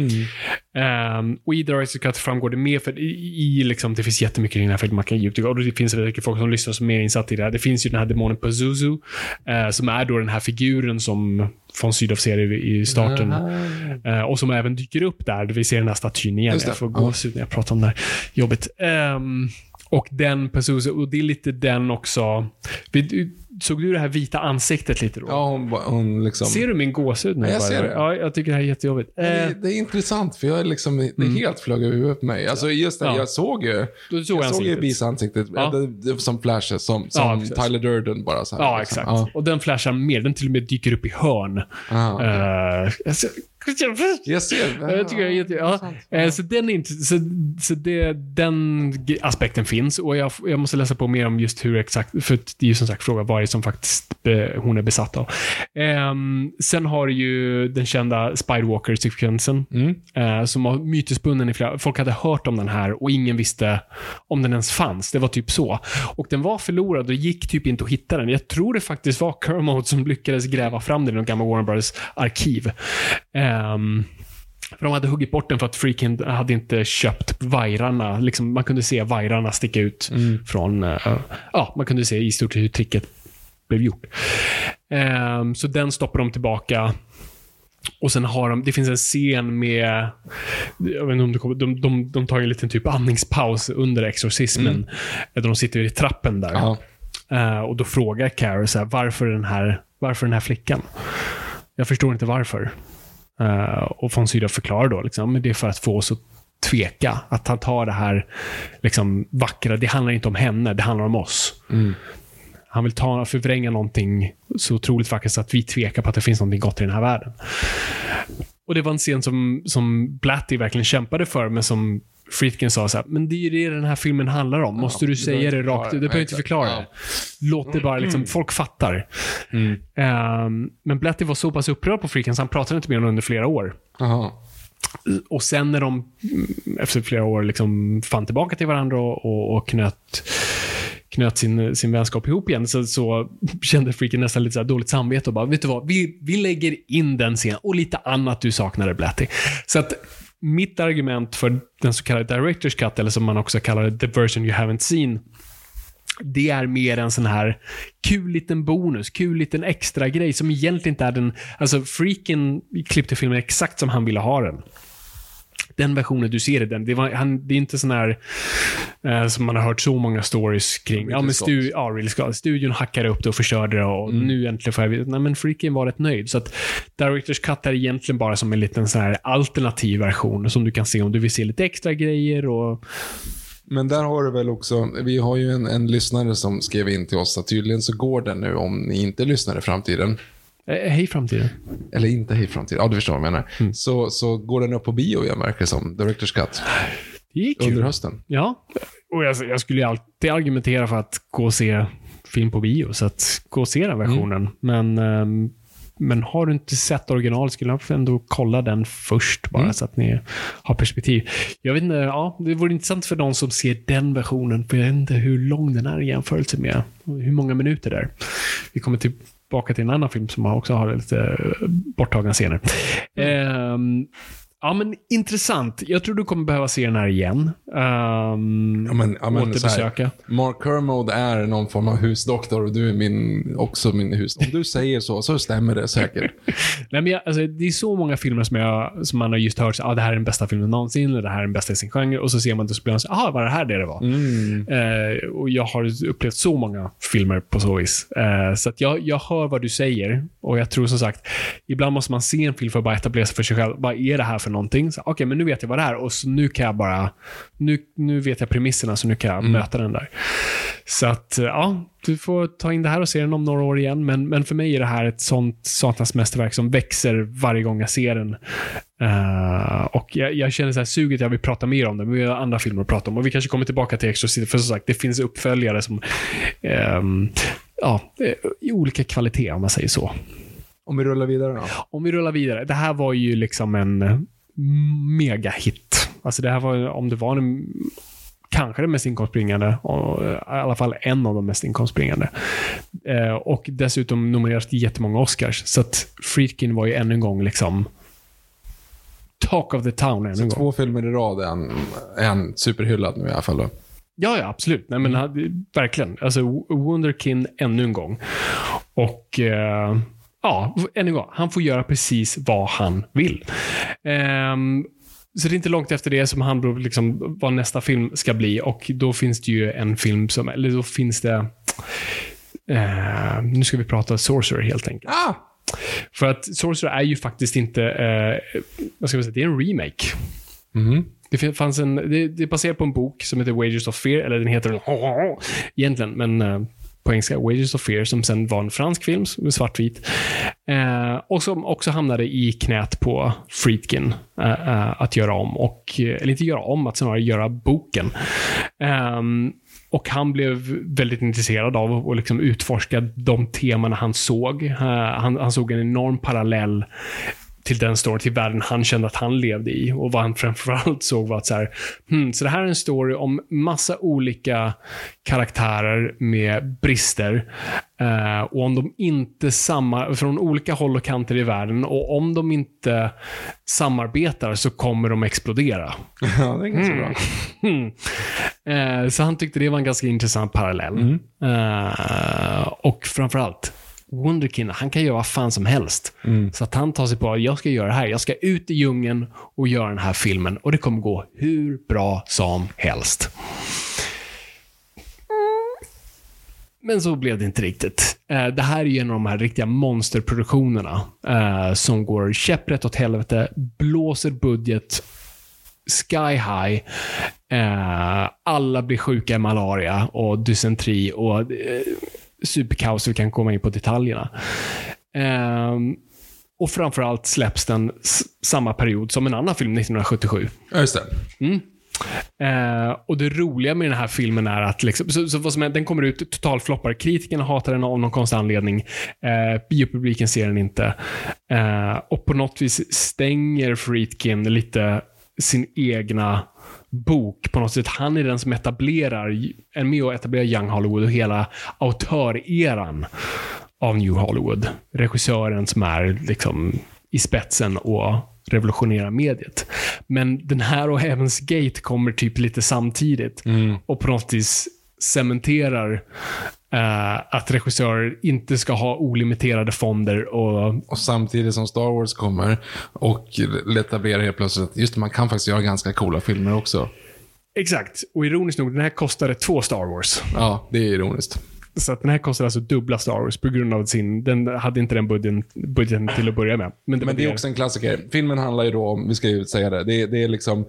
Och i director's cut framgår det mer, för i liksom, det finns jättemycket i den här filmen man kan djupdyka, och det finns väldigt folk som lyssnar som är mer insatt i det här. Det finns ju den här demonen Pazuzu, som är då den här figuren som från Sydow ser i starten, och som även dyker upp där. Vi ser den här statyn igen. Jag får gåshud när jag pratar om det här jobbet. Och den Pazuzu, och det är lite den också. Såg du det här vita ansiktet lite då? Ja, hon liksom... Ser du min gåshud nu? Ja, jag ser det. Ja, jag tycker det här är jättejobbigt. Det är intressant, för jag är liksom, det är helt flög över huvudet på mig. Alltså just det, jag såg ju visa ansiktet. Det som flashes, som Tyler Durden bara så här. Ja, liksom. exakt. Och den flashar mer, den till och med dyker upp i hörn. Jag ser. Jag tycker så den är inte så den aspekten finns, och jag måste läsa på mer om just hur exakt, för det är ju som sagt fråga vad är som faktiskt hon är besatt av. Sen har ju den kända Spiderwalker-sekvensen som har mytesbunden i flera. Folk hade hört om den här och ingen visste om den ens fanns. Det var typ så. Och den var förlorad och gick typ inte att hitta den. Jag tror det faktiskt var Kermode som lyckades gräva fram den i de gamla Warner Brothers arkiv. För de hade huggit bort den för att Freakin' hade inte köpt vajrarna. Liksom, man kunde se vajrarna sticka ut från... man kunde se i stort hur tricket blev gjort. Så den stoppar de tillbaka. Och sen har det finns en scen med... Jag vet inte om de tar en liten typ andningspaus under exorcismen. Där de sitter i trappen där. Och då frågar Carrie så här, varför den här flickan? Jag förstår inte varför. Och von Sydow förklarar då liksom, men det är för att få oss att tveka, att han tar det här liksom vackra, det handlar inte om henne, det handlar om oss. Han vill förvränga någonting så otroligt vackert så att vi tvekar på att det finns någonting gott i den här världen. Och det var en scen som Blatty verkligen kämpade för, men som Friedkin sa så här, men det är ju det den här filmen handlar om. Måste du säga det rakt? Du behöver inte förklara det. Låt det bara, liksom, folk fattar. Men Blatty var så pass upprörd på Friedkin så han pratade inte med honom under flera år. Och sen när de efter flera år liksom fann tillbaka till varandra och knöt sin vänskap ihop igen, så kände Freakin' nästan lite så här dåligt samvete och bara, vet du vad, vi lägger in den scenen och lite annat du saknade, Blatty. Så att mitt argument för den så kallade director's cut, eller som man också kallar det, the version you haven't seen, det är mer en sån här kul liten bonus, kul liten extra grej som egentligen inte är den, alltså Freakin' klippte filmen exakt som han ville ha den. den versionen du ser i den. Det är inte sån här som man har hört så många stories kring. Ridley Scott. Studion hackade upp det och förstörde det och nu äntligen får jag... Nej, men Friedkin var rätt nöjd. Så att Director's Cut är egentligen bara som en liten sån här alternativ version som du kan se om du vill se lite extra grejer och... Men där har du väl också, vi har ju en lyssnare som skrev in till oss att tydligen så går den nu om ni inte lyssnar i framtiden. Hej framtiden. Eller inte hej framtiden, ja du förstår vad jag menar. Så går den upp på bio, jag märker som Director's Cut. Det gick ju. Under hösten. Ja, och jag skulle ju alltid argumentera för att gå och se film på bio, så att gå och se den versionen. Men har du inte sett original skulle jag ändå kolla den först bara så att ni har perspektiv. Jag vet inte, det vore intressant för de som ser den versionen, för jag vet inte hur lång den är i jämförelse med hur många minuter där. Vi kommer tillbaka till en annan film som också har lite borttagna scener. Ja, men intressant. Jag tror du kommer behöva se den här igen. Återbesöka. Mark Kermode är någon form av husdoktor och du är också min hus. Om du säger så stämmer det säkert. Nej, men det är så många filmer som man har just hört. Det här är den bästa filmen någonsin. Det här är den bästa i sin genre. Och så ser man det och så var det här det var? Och jag har upplevt så många filmer på så vis. Så att jag hör vad du säger. Och jag tror som sagt, ibland måste man se en film för att bara etablera sig för sig själv. Vad är det här för någonting? Okej, men nu vet jag vad det är. Och så nu kan jag bara... Nu vet jag premisserna, så nu kan jag möta den där. Så att, du får ta in det här och se den om några år igen. Men för mig är det här ett sånt satans mästerverk som växer varje gång jag ser den. Och jag känner så här suget, jag vill prata mer om det. Men vi har andra filmer att prata om. Och vi kanske kommer tillbaka till Exorcist. För som sagt, det finns uppföljare som... i olika kvalitet, om man säger så. Om vi rullar vidare då? Om vi rullar vidare. Det här var ju liksom en mega hit. Alltså det här var, om det var kanske det mest inkomstbringande, och i alla fall en av de mest inkomstbringande. Och dessutom nomineras till jättemånga Oscars. Så att Friedkin var ju ännu en gång liksom talk of the town ännu en gång. 2 filmer i rad är en superhyllad nu i alla fall då. Ja, absolut. Nej, men verkligen. Alltså Wunderkind ännu en gång. Och ännu en gång. Han får göra precis vad han vill. Så det är inte långt efter det som han liksom vad nästa film ska bli. Och då finns det ju en film som... Eller då finns det... nu ska vi prata Sorcerer helt enkelt. För att Sorcerer är ju faktiskt inte... vad ska vi säga? Det är en remake. Det fanns det är baserat på en bok som heter Wages of Fear. Eller den heter egentligen, men... på engelska, Wages of Fear, som sen var en fransk film med svartvit, och som också hamnade i knät på Friedkin att göra om, eller inte göra om, att snarare göra boken. Och han blev väldigt intresserad av att liksom utforska de temana han såg. Han såg en enorm parallell till den story, till världen han kände att han levde i. Och vad han framförallt såg var att så det här är en story om massa olika karaktärer med brister. Och om de inte från olika håll och kanter i världen, och om de inte samarbetar så kommer de explodera. Ja, det är ganska bra. Så han tyckte det var en ganska intressant parallell. Och framförallt Wunderkind, han kan göra vad fan som helst. Så att han tar sig på, jag ska göra det här. Jag ska ut i djungeln och göra den här filmen. Och det kommer gå hur bra som helst. Men så blev det inte riktigt. Det här är ju en av de här riktiga monsterproduktionerna som går käpprätt åt helvete, blåser budget sky high. Alla blir sjuka i malaria och dysenteri och superkaos. Vi kan komma in på detaljerna. Och framförallt släpps den samma period som en annan film 1977. Just det. Och det roliga med den här filmen är att liksom, så vad som är, den kommer ut totalfloppar. Kritikerna hatar den av någon konstig anledning. Biopubliken ser den inte. Och på något vis stänger Friedkin lite sin egna bok på något sätt. Han är den som är med och etablerar Young Hollywood och hela autöreran av New Hollywood. Regissören som är liksom i spetsen och revolutionerar mediet. Men den här och Heaven's Gate kommer typ lite samtidigt och på något vis cementerar att regissörer inte ska ha olimiterade fonder och samtidigt som Star Wars kommer och etablerar helt plötsligt att just det, man kan faktiskt göra ganska coola filmer också. Exakt, och ironiskt nog, den här kostade 2 Star Wars. Ja, det är ironiskt. Så att den här kostade alltså dubbla Star Wars på grund av den hade inte den budgeten till att börja med. Men det är också en klassiker. Filmen handlar ju då om, vi ska ju säga det är liksom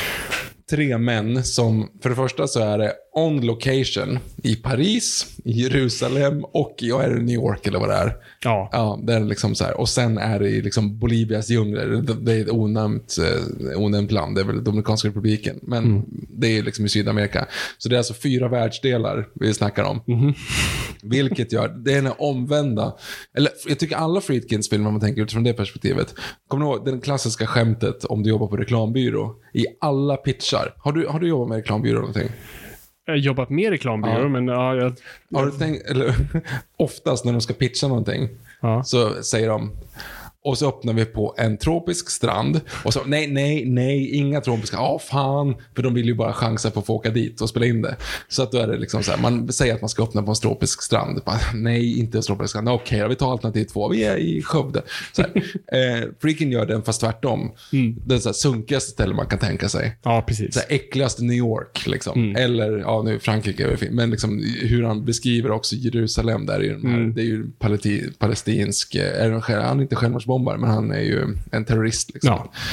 3 män som, för det första så är det on location i Paris, i Jerusalem och jag är i New York eller vad det är. Ja, det är liksom så här. Och sen är det i liksom Bolivias djungler. Det är ett onämnt land, det är väl Dominikanska republiken. Men det är liksom i Sydamerika. Så det är alltså 4 världsdelar vi snackar om. Vilket gör, det är den omvända. Eller jag tycker alla Friedkins filmer, om man tänker utifrån det perspektivet. Kommer du ihåg den klassiska skämtet om du jobbar på reklambyrå? I alla pitchar. Har du jobbat med reklambyrå eller någonting? Jag har jobbat med reklambyrå, men ja, har du tänkt, eller, oftast när de ska pitcha någonting så säger de, och så öppnar vi på en tropisk strand och så, nej, inga tropiska, fan, för de vill ju bara chansa på att få åka dit och spela in det. Så att då är det liksom så här, man säger att man ska öppna på en tropisk strand, bara, nej, inte en tropisk strand, okej, vi tar alternativ 2, vi är i Skövde. Så här, Freakin gör den fast tvärtom. Det är så här sunkigaste ställe man kan tänka sig. Ja, precis. Så här, äckligaste New York liksom. Eller, nu Frankrike är det, men liksom hur han beskriver också Jerusalem, där är ju det är ju palestinsk, han är inte självmordsbombare, men han är ju en terrorist liksom.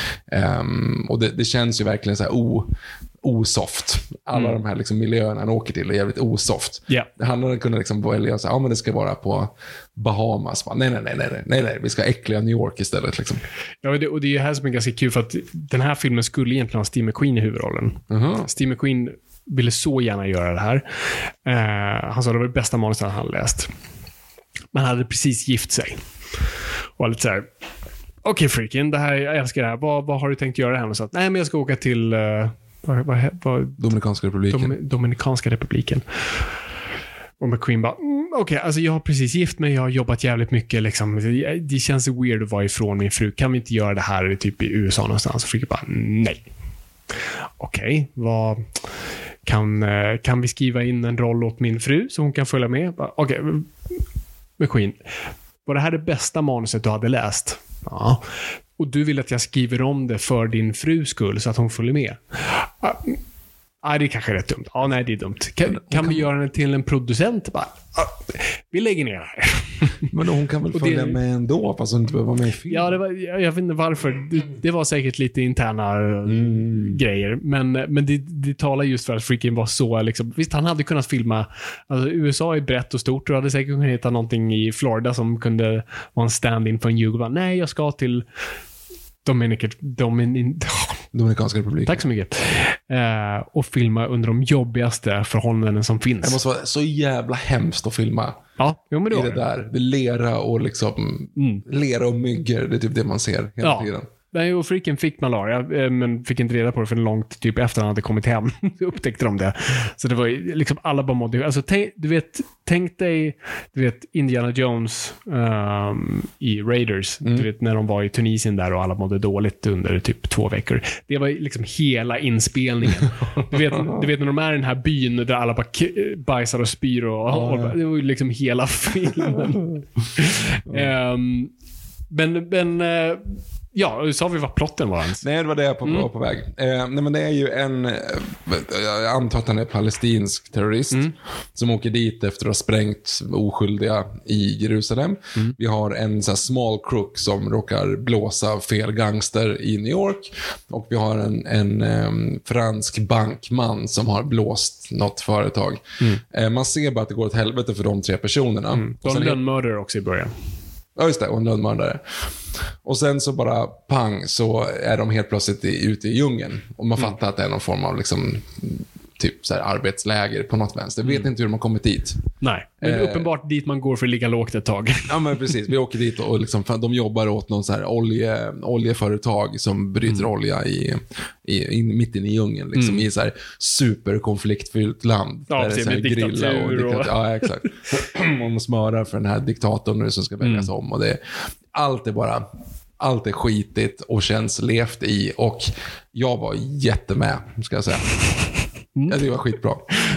Och det känns ju verkligen så här osoft. Alla de här liksom miljöerna han åker till är jävligt osoft. Han hade kunnat liksom välja så här, men det ska vara på Bahamas. Nej, vi ska äckliga New York istället liksom. Ja, och det är ju här som är ganska kul, för att den här filmen skulle egentligen ha Steve McQueen i huvudrollen. Steve McQueen ville så gärna göra det här. Han sa det var det bästa manuset han läst. Men han hade precis gift sig. Och lite så här, okej, Freakin, det här, jag älskar det här. Vad har du tänkt göra här? Och så att, nej, men jag ska åka till Dominikanska republiken. Och McQueen bara, okej, alltså jag har precis gift mig, jag har jobbat jävligt mycket liksom. Det känns weird att vara ifrån min fru. Kan vi inte göra det här typ i USA någonstans? Och Freakin bara, nej. Okej, vad kan vi skriva in en roll åt min fru så hon kan följa med? Okej, McQueen, var det här det bästa manuset du hade läst? Ja. Och du vill att jag skriver om det för din frus skull så att hon följer med? Det är kanske rätt dumt. Nej, det är dumt. Kan vi göra den till en producent? Bara, vi lägger ner det här. Men hon kan väl följa med ändå, fast hon inte behöver vara med i film. Ja, jag vet inte varför. Det var säkert lite interna grejer. Men det talar just för att Freakin var så liksom, visst, han hade kunnat filma, alltså USA är brett och stort, och hade säkert kunnat hitta någonting i Florida som kunde vara en stand-in för en Jugoslav. Nej, jag ska till Dominikanska republiken. Tack så mycket. Och filma under de jobbigaste förhållanden som finns. Det måste vara så jävla hemskt att filma. Ja, men i det där. Det lera och liksom lera och myggor, det är typ det man ser hela tiden. Nej, och Freakin fick malaria, men fick inte reda på det för långt typ efter han hade kommit hem. Upptäckte de det. Så det var liksom alla bara mådde. Alltså tänk dig, du vet Indiana Jones i Raiders, du vet när de var i Tunisien där och alla mådde dåligt under typ 2 veckor. Det var liksom hela inspelningen. Du vet när de är i den här byn där alla bara bajsar och spyr och det var liksom hela filmen. Men ja, sa vi vad plotten var ens? Nej, det var det jag var på väg. Nej, men det är ju jag antar att han är palestinsk terrorist som åker dit efter att ha sprängt oskyldiga i Jerusalem. Vi har en så här small crook som råkar blåsa fel gangster i New York. Och vi har en fransk bankman som har blåst något företag. Man ser bara att det går åt helvete för de 3 personerna. De lönnmördare också i början. Ja, just det, och en lönnmördare. Och sen så bara pang, så är de helt plötsligt ute i djungeln. Och man fattar att det är någon form av liksom typ så här arbetsläger på något vänster. Jag vet inte hur de har kommit dit. Nej, men uppenbart dit man går för att ligga lågt ett tag. Ja, men precis. Vi åker dit och liksom, de jobbar åt någon så här oljeföretag som bryter olja mitt inne i djungeln. Liksom, i så här superkonfliktfyllt land. Ja, precis, med diktatur och... Ja, exakt. Och de smörar för den här diktatorn nu som ska väljas om. Och allt är skitigt och känns levt i. Och jag var jättemed, ska jag säga. Ja, det var skitbra.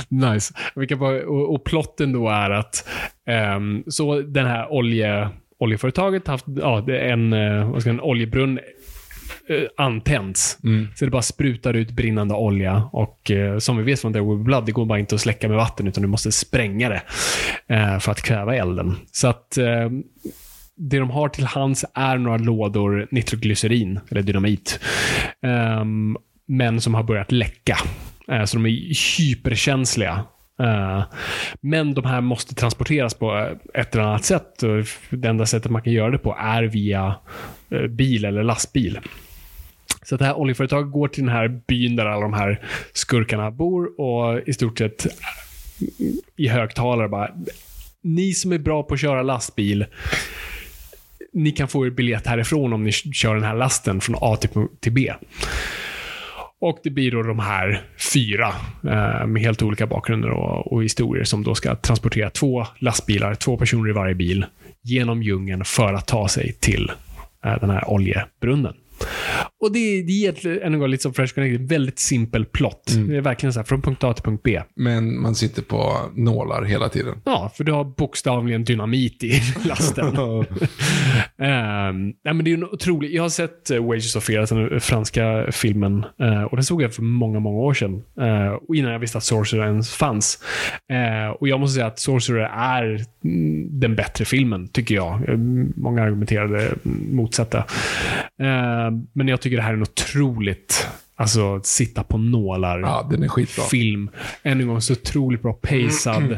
Nice. Och plotten då är att så den här oljeföretaget haft en oljebrunn antänds. Så det bara sprutar ut brinnande olja och som vi vet från There Will Be Blood, det går bara inte att släcka med vatten utan du måste spränga det för att kväva elden. Så att det de har till hands är några lådor nitroglycerin eller dynamit men som har börjat läcka. Så de är hyperkänsliga. Men de här måste transporteras på ett eller annat sätt. Det enda sättet man kan göra det på är via bil eller lastbil. Så det här oljeföretaget går till den här byn där alla de här skurkarna bor och i stort sett i högtalare bara: ni som är bra på att köra lastbil, ni kan få er biljett härifrån om ni kör den här lasten från A till B. Och det blir då de här 4 med helt olika bakgrunder och historier som då ska transportera 2 lastbilar, 2 personer i varje bil genom djungeln för att ta sig till den här oljebrunnen. Och det ger en gång lite som Fresh Connected, väldigt simpel plott. Det är verkligen så här, från punkt A till punkt B. Men man sitter på nålar hela tiden. Ja, för du har bokstavligen dynamit i lasten. Nej, men det är ju otroligt. Jag har sett Wages of Fear, den franska filmen, och den såg jag för många, många år sedan. Och innan jag visste att Sorcerer ens fanns. Och jag måste säga att Sorcerer är den bättre filmen, tycker jag. Många argumenterade motsatta. Men jag tycker det här är en otroligt, alltså sitta på nålar. Ja, den är skitbra. Film. Än en gång så otroligt bra pacad.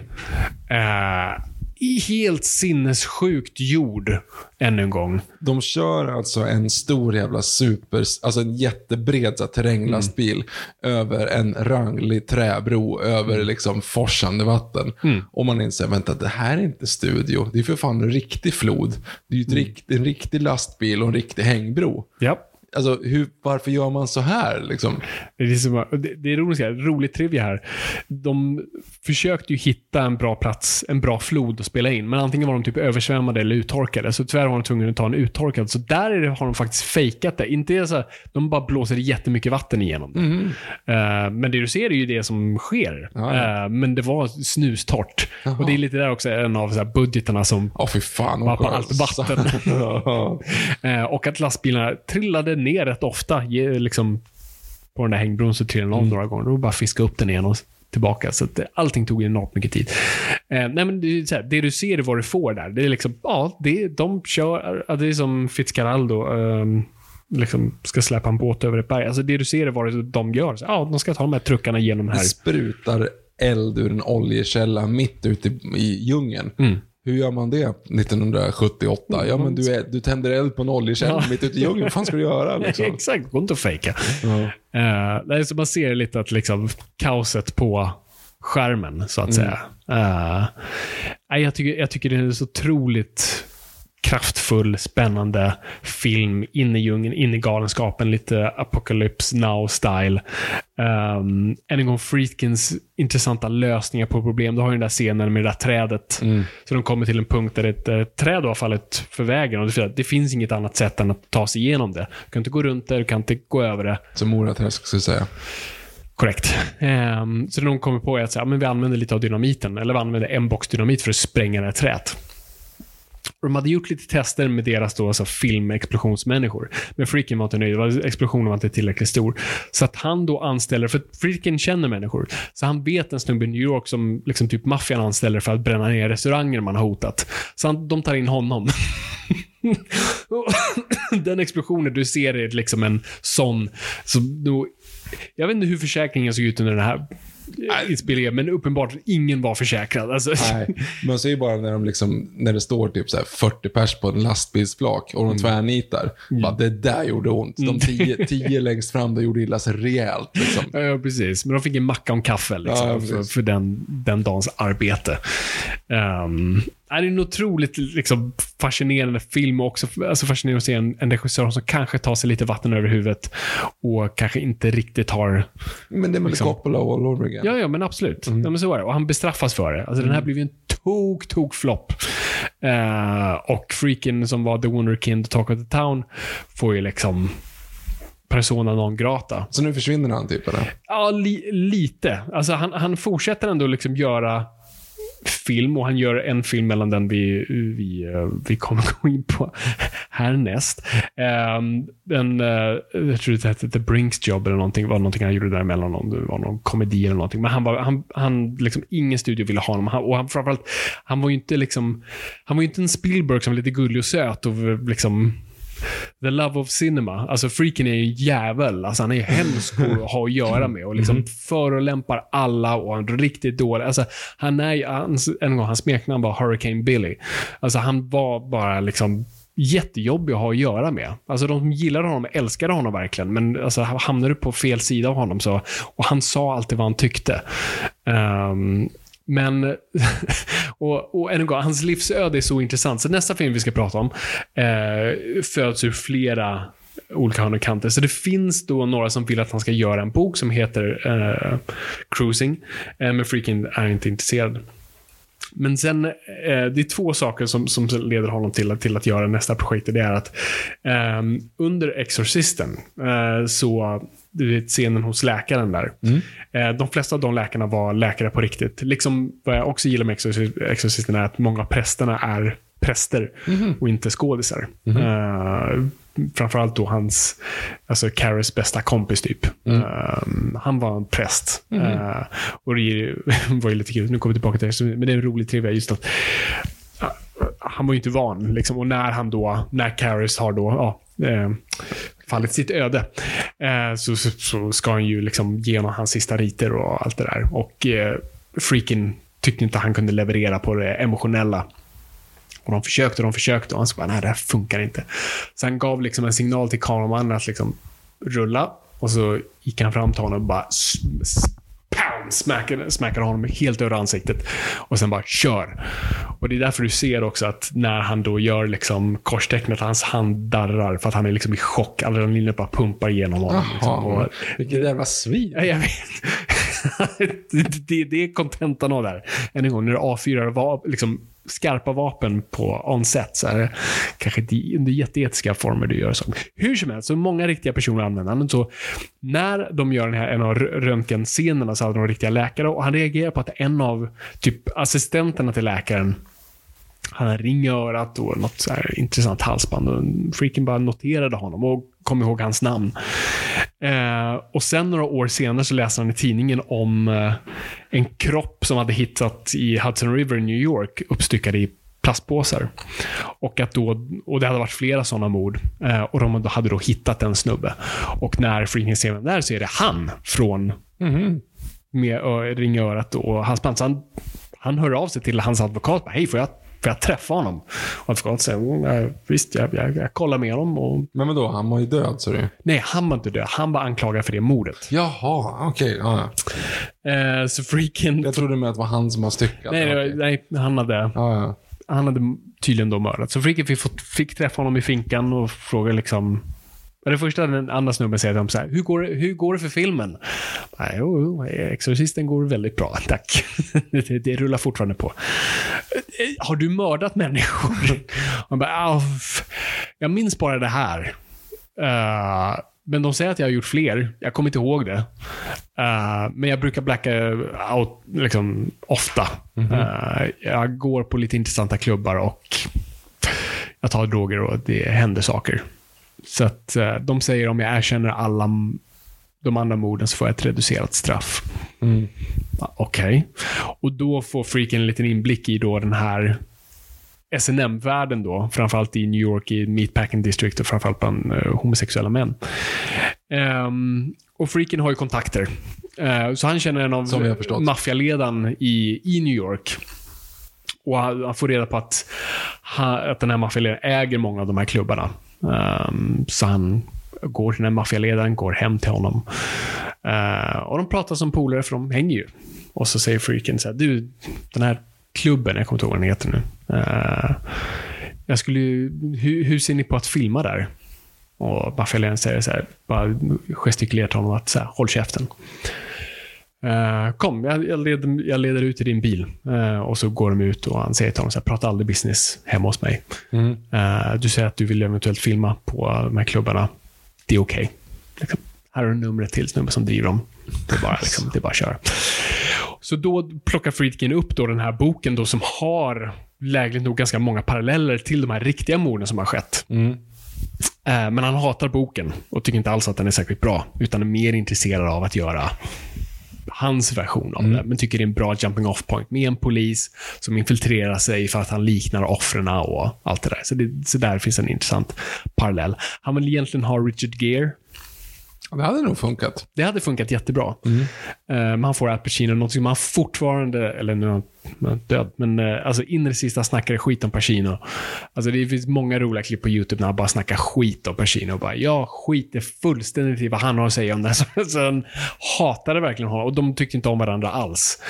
Helt sinnessjukt gjord än en gång. De kör alltså en stor jävla alltså en jättebred terränglastbil över en ranglig träbro över liksom forsande vatten. Och man inser, vänta, det här är inte studio. Det är för fan en riktig flod. Det är ju en riktig lastbil och en riktig hängbro. Ja. Alltså, varför gör man så här liksom? Det är roligt trivia här. De försökte ju hitta en bra plats, en bra flod att spela in, men antingen var de typ översvämmade eller uttorkade, så tyvärr var de tvungna att ta en uttorkad. Så där har de faktiskt fejkat det. Inte så här, de bara blåser jättemycket vatten igenom det. Men det du ser är ju det som sker. Men det var snustort. Och det är lite där också en av så här budgeterna som fy fan, var på allt vatten. Och att lastbilarna trillade ner rätt ofta, liksom på den där hängbron så trillade någon några gånger och bara fiska upp den igen och tillbaka, så att allting tog enormt mycket tid. Nej, men det är så här, det du ser är vad du får där. Det är liksom, de kör, det är som Fitzcarraldo liksom ska släppa en båt över ett berg. Alltså det du ser är vad de gör. Så, de ska ta de här truckarna genom här. Det sprutar eld ur en oljekälla mitt ute i djungeln. Hur gör man det 1978? Ja, men du tänder eld på en oljekälla mitt ute i djungeln. Vad fan ska du göra? Liksom? Exakt, går inte att fejka. Det är så man ser lite att liksom kaoset på skärmen, så att säga. Jag tycker det är så otroligt kraftfull, spännande film in i djungeln, in i galenskapen, lite Apocalypse Now-style. Än en gång Friedkins intressanta lösningar på problem. Du har ju den där scenen med det där trädet. Så de kommer till en punkt där ett träd har fallit för vägen, och det finns inget annat sätt än att ta sig igenom det. Du kan inte gå runt det, du kan inte gå över det. Som Moraträsk skulle säga. Korrekt. Så de kommer på att säga, men vi använder lite av dynamiten, eller vi använder en box dynamit för att spränga det här trädet. Och de hade gjort lite tester med deras då, alltså filmexplosionsmänniskor. Men Friedkin var inte nöjd. Explosionen var inte tillräckligt stor. Så att han då anställer, för Friedkin känner människor. Så han vet en snubbe i New York som liksom typ maffian anställer för att bränna ner restauranger man har hotat. Så de tar in honom. Den explosionen du ser är liksom en sån. Så då, jag vet inte hur försäkringen såg ut under den här inspelningen, men uppenbart ingen var försäkrad. Alltså. Nej, man ser ju bara när det står typ så här 40 pers på en lastbilsflak och de tvärnitar. Bara, det där gjorde ont. De 10 längst fram, det gjorde illa sig rejält. Liksom. Ja, precis. Men de fick en macka om kaffe liksom, för den dagens arbete. Det är en otroligt liksom, fascinerande film, och också alltså, fascinerande att se en regissör som kanske tar sig lite vatten över huvudet och kanske inte riktigt har... Men det är väl liksom, Coppola och all over again. Ja, men absolut. Ja, men så är det. Och han bestraffas för det. Alltså, den här blev ju en tok-flopp. Och Freakin' som var The Wunderkind och Talk of the Town får ju liksom persona non grata. Så nu försvinner han typ, eller? Ja, lite. Alltså han fortsätter ändå liksom göra film, och han gör en film mellan den vi kommer gå in på härnäst. Jag tror det hette The Brinks Job eller någonting, var någonting han gjorde däremellan, det var någon komedi eller någonting, men han liksom, ingen studio ville ha honom, framförallt, han var ju inte en Spielberg som var lite gullig och söt och liksom the love of cinema. Alltså Freakin är en jävel. Alltså han är hemsk att ha att göra med och liksom förolämpar alla och han är riktigt dålig. Alltså hans smeknamn var Hurricane Billy. Alltså han var bara liksom jättejobbig att ha att göra med. Alltså de som gillade honom älskade honom verkligen, men alltså hamnade du på fel sida av honom så, och han sa alltid vad han tyckte. Men och en gång, hans livsöde är så intressant. Så nästa film vi ska prata om föds ur flera olika hörn och kanter. Så det finns då några som vill att han ska göra en bok som heter Cruising, men Freakin är inte intresserad. Men sen det är två saker som leder honom till att göra nästa projekt. Det är att under Exorcisten så du vet scenen hos läkaren där. De flesta av de läkarna var läkare på riktigt. Liksom vad jag också gillar med Exorcisten är att många av prästerna är präster och inte skådisar. Framförallt då alltså Carries bästa kompis typ. Han var en präst. Och det var ju lite kul. Nu kommer vi tillbaka till det, men det är en rolig trivia just att han var ju inte van liksom, och när Carries har då fallit sitt öde så ska han ju liksom ge honom hans sista riter och allt det där, och Freakin tyckte inte han kunde leverera på det emotionella. Och de försökte och han sa bara, nej, det här funkar inte. Så han gav liksom en signal till kameramannen att liksom rulla, och så gick han fram till honom och bara smäckade honom helt över ansiktet och sen bara kör. Och det är därför du ser också att när han då gör liksom korstecknet, hans hand darrar för att han är liksom i chock. Adrenalinet bara pumpar igenom honom. Liksom. Och vilket jävla svin. Ja, jag vet. det är kontentan av där. En gång när du A4 liksom skarpa vapen på on-set, så är det kanske under jätteetiska former du gör så. Hur som helst, så många riktiga personer använder den. Så när de gör en av röntgenscenerna så hade de riktiga läkare, och han reagerar på att en av typ assistenterna till läkaren, han har ring i örat och något så här intressant halsband, och Freakin bara noterade honom och kom ihåg hans namn. Och sen några år senare så läser han i tidningen om en kropp som hade hittat i Hudson River i New York, uppstyckad i plastpåsar. Och det hade varit flera sådana mord, och de hade då hittat en snubbe. Och när Freakin ser vem där, så är det han från med ring i örat och halsband. Så han hör av sig till hans advokat, hej, får jag träffa honom? Och advokaten säger, visst, jag kollar med honom. Men då, han var ju död, så det. Nej, han var inte död. Han var anklagad för det mordet. Jaha, okej. Ja. Så Freakin... Jag trodde med att det var han som har styckat. Nej, han hade... Ja. Han hade tydligen då mördat. Så Freakin fick träffa honom i finkan och fråga liksom... Det första den andra snubben säger till honom så här, hur går det för filmen? Jo, Exorcisten går väldigt bra, tack. det rullar fortfarande på. Har du mördat människor? Man bara, jag minns bara det här. Men de säger att jag har gjort fler. Jag kommer inte ihåg det. Men jag brukar blacka out liksom ofta. Jag går på lite intressanta klubbar och jag tar droger och det händer saker. Så att de säger, om jag erkänner alla de andra morden så får jag ett reducerat straff. Okej. Och då får Freakin en liten inblick i då den här SNM-världen då, framförallt i New York, i Meatpacking District, och framförallt bland homosexuella män. Och Freakin har ju kontakter. Så han känner en av maffialedaren i New York. Och han får reda på att den här maffialedaren äger många av de här klubbarna. Så han går till den maffialedaren, går hem till honom. Och de pratar som polare, för de hänger ju. Och så säger Freakin så här, du, den här klubben, jag kommer inte ihåg vad den heter nu. Hur ser ni på att filma där? Och maffialedaren säger så här, bara gestikulerar till honom att så här, håll käften. Kom, jag leder ut i din bil. Och så går de ut och han säger till honom så här, prata aldrig business hemma hos mig. Du säger att du vill eventuellt filma på de här klubbarna. Det är okej. liksom, här är numret till snubben som driver dem. Det är bara, liksom, det är bara att köra. Så då plockar Friedkin upp då den här boken då, som har lägligt nog ganska många paralleller till de här riktiga morden som har skett. Men han hatar boken och tycker inte alls att den är särskilt bra, utan är mer intresserad av att göra hans version av det, men tycker det är en bra jumping off point med en polis som infiltrerar sig för att han liknar offren och allt det där. Så där finns en intressant parallell. Han vill egentligen ha Richard Gere. Det hade nog funkat. Det hade funkat jättebra. Man får Al Pacino, något som man fortfarande, eller nu är han död, men alltså in i det sista snackar skit om Pacino. Alltså det finns många roliga klipp på YouTube när han bara snackar skit om Pacino och bara, jag skiter fullständigt i vad han har att säga om det. Så han hatade verkligen honom, och de tyckte inte om varandra alls.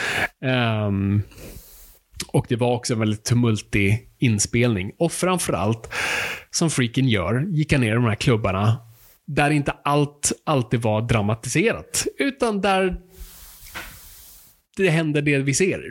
Och det var också en väldigt tumultig inspelning. Och framförallt, som Friedkin gör, gick han ner i de här klubbarna där inte allt alltid var dramatiserat, utan där det händer det vi ser.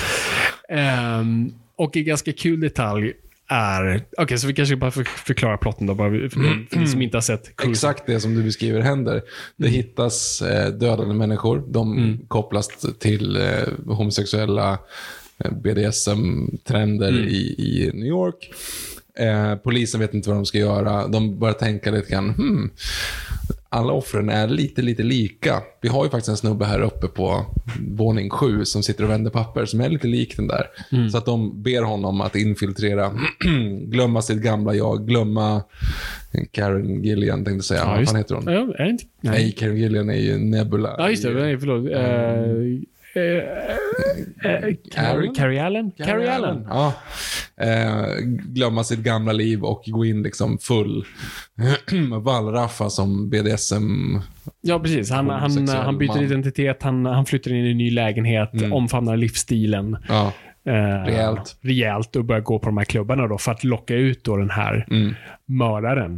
Och en ganska kul detalj är... Okej, så vi kanske bara förklara plotten då, bara för de som inte har sett Cruise. Exakt det som du beskriver händer. Det hittas dödade människor. De kopplas till homosexuella BDSM-trender i New York. Polisen vet inte vad de ska göra. De börjar tänka lite grann, alla offren är lite lika. Vi har ju faktiskt en snubbe här uppe på våning 7 som sitter och vänder papper som är lite lik den där. Så att de ber honom att infiltrera, glömma sitt gamla jag, glömma Karen Gillian, tänkte säga. Vad fan heter hon? Nej, Karen Gillian är ju Nebula. Ja, just det. Förlåt. Carrie Allen. Ja. Glömma sitt gamla liv och gå in liksom full Wallraffa som BDSM. Ja, precis. Han byter identitet, han flyttar in i en ny lägenhet, omfamnar livsstilen. Ja. Rejält och börjar gå på de här klubbarna då för att locka ut då den här mördaren.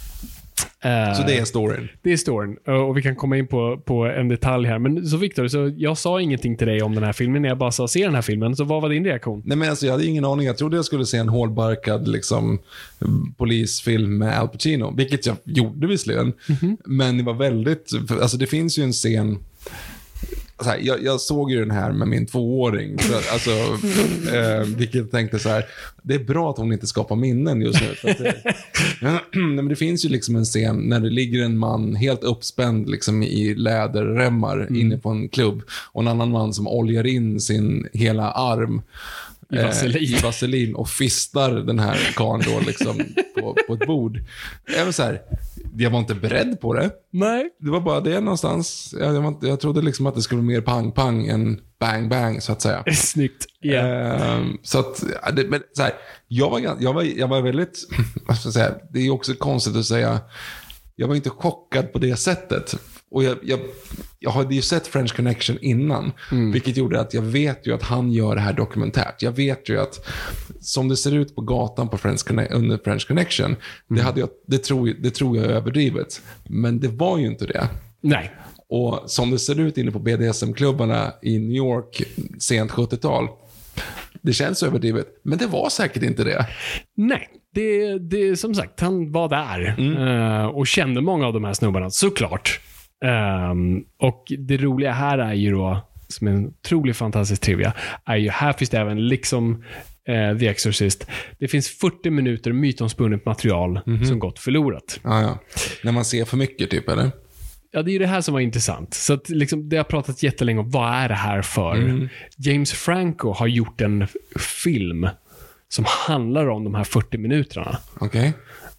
Så det är storyn. Det är storyn. Och vi kan komma in på en detalj här. Men så Victor, så jag sa ingenting till dig om den här filmen när jag bara sa se den här filmen. Så vad var din reaktion? Nej, men alltså, jag hade ingen aning. Jag trodde jag skulle se en hårdbarkad liksom, polisfilm med Al Pacino. Vilket jag gjorde visserligen. Men det var väldigt... Alltså det finns ju en scen... Så här, jag såg ju den här med min 2-åring. Alltså, vilket jag tänkte så här, det är bra att hon inte skapar minnen just nu. För att men det finns ju liksom en scen när det ligger en man helt uppspänd liksom i läderremmar inne på en klubb. Och en annan man som oljar in sin hela arm i vaselin och fistar den här karln då liksom på ett bord. Även så här, jag var inte beredd på det. Nej. Det var bara det någonstans. Jag trodde liksom att det skulle vara mer pang-pang än bang-bang, så att säga. Snyggt. Yeah. Så att, men så här, jag var väldigt, vad ska jag säga, det är också konstigt att säga, jag var inte chockad på det sättet. Och jag hade ju sett French Connection innan, vilket gjorde att jag vet ju att han gör det här dokumentärt. Jag vet ju att som det ser ut på gatan på under French Connection, det tror jag är överdrivet. Men det var ju inte det. Nej. Och som det ser ut inne på BDSM-klubbarna i New York sent 70-tal, det känns överdrivet, men det var säkert inte det. Nej, det som sagt, han var där och kände många av de här snubbarna, såklart. Och det roliga här är ju då, som en otroligt fantastisk trivia, är ju här finns det även liksom The Exorcist. Det finns 40 minuter mytomspunnet material som gått förlorat. Ja. När man ser för mycket typ, eller? Ja, det är ju det här som var intressant. Så att liksom, det har pratat jättelänge om vad är det här för. James Franco har gjort en film som handlar om de här 40 minuterna. Okej.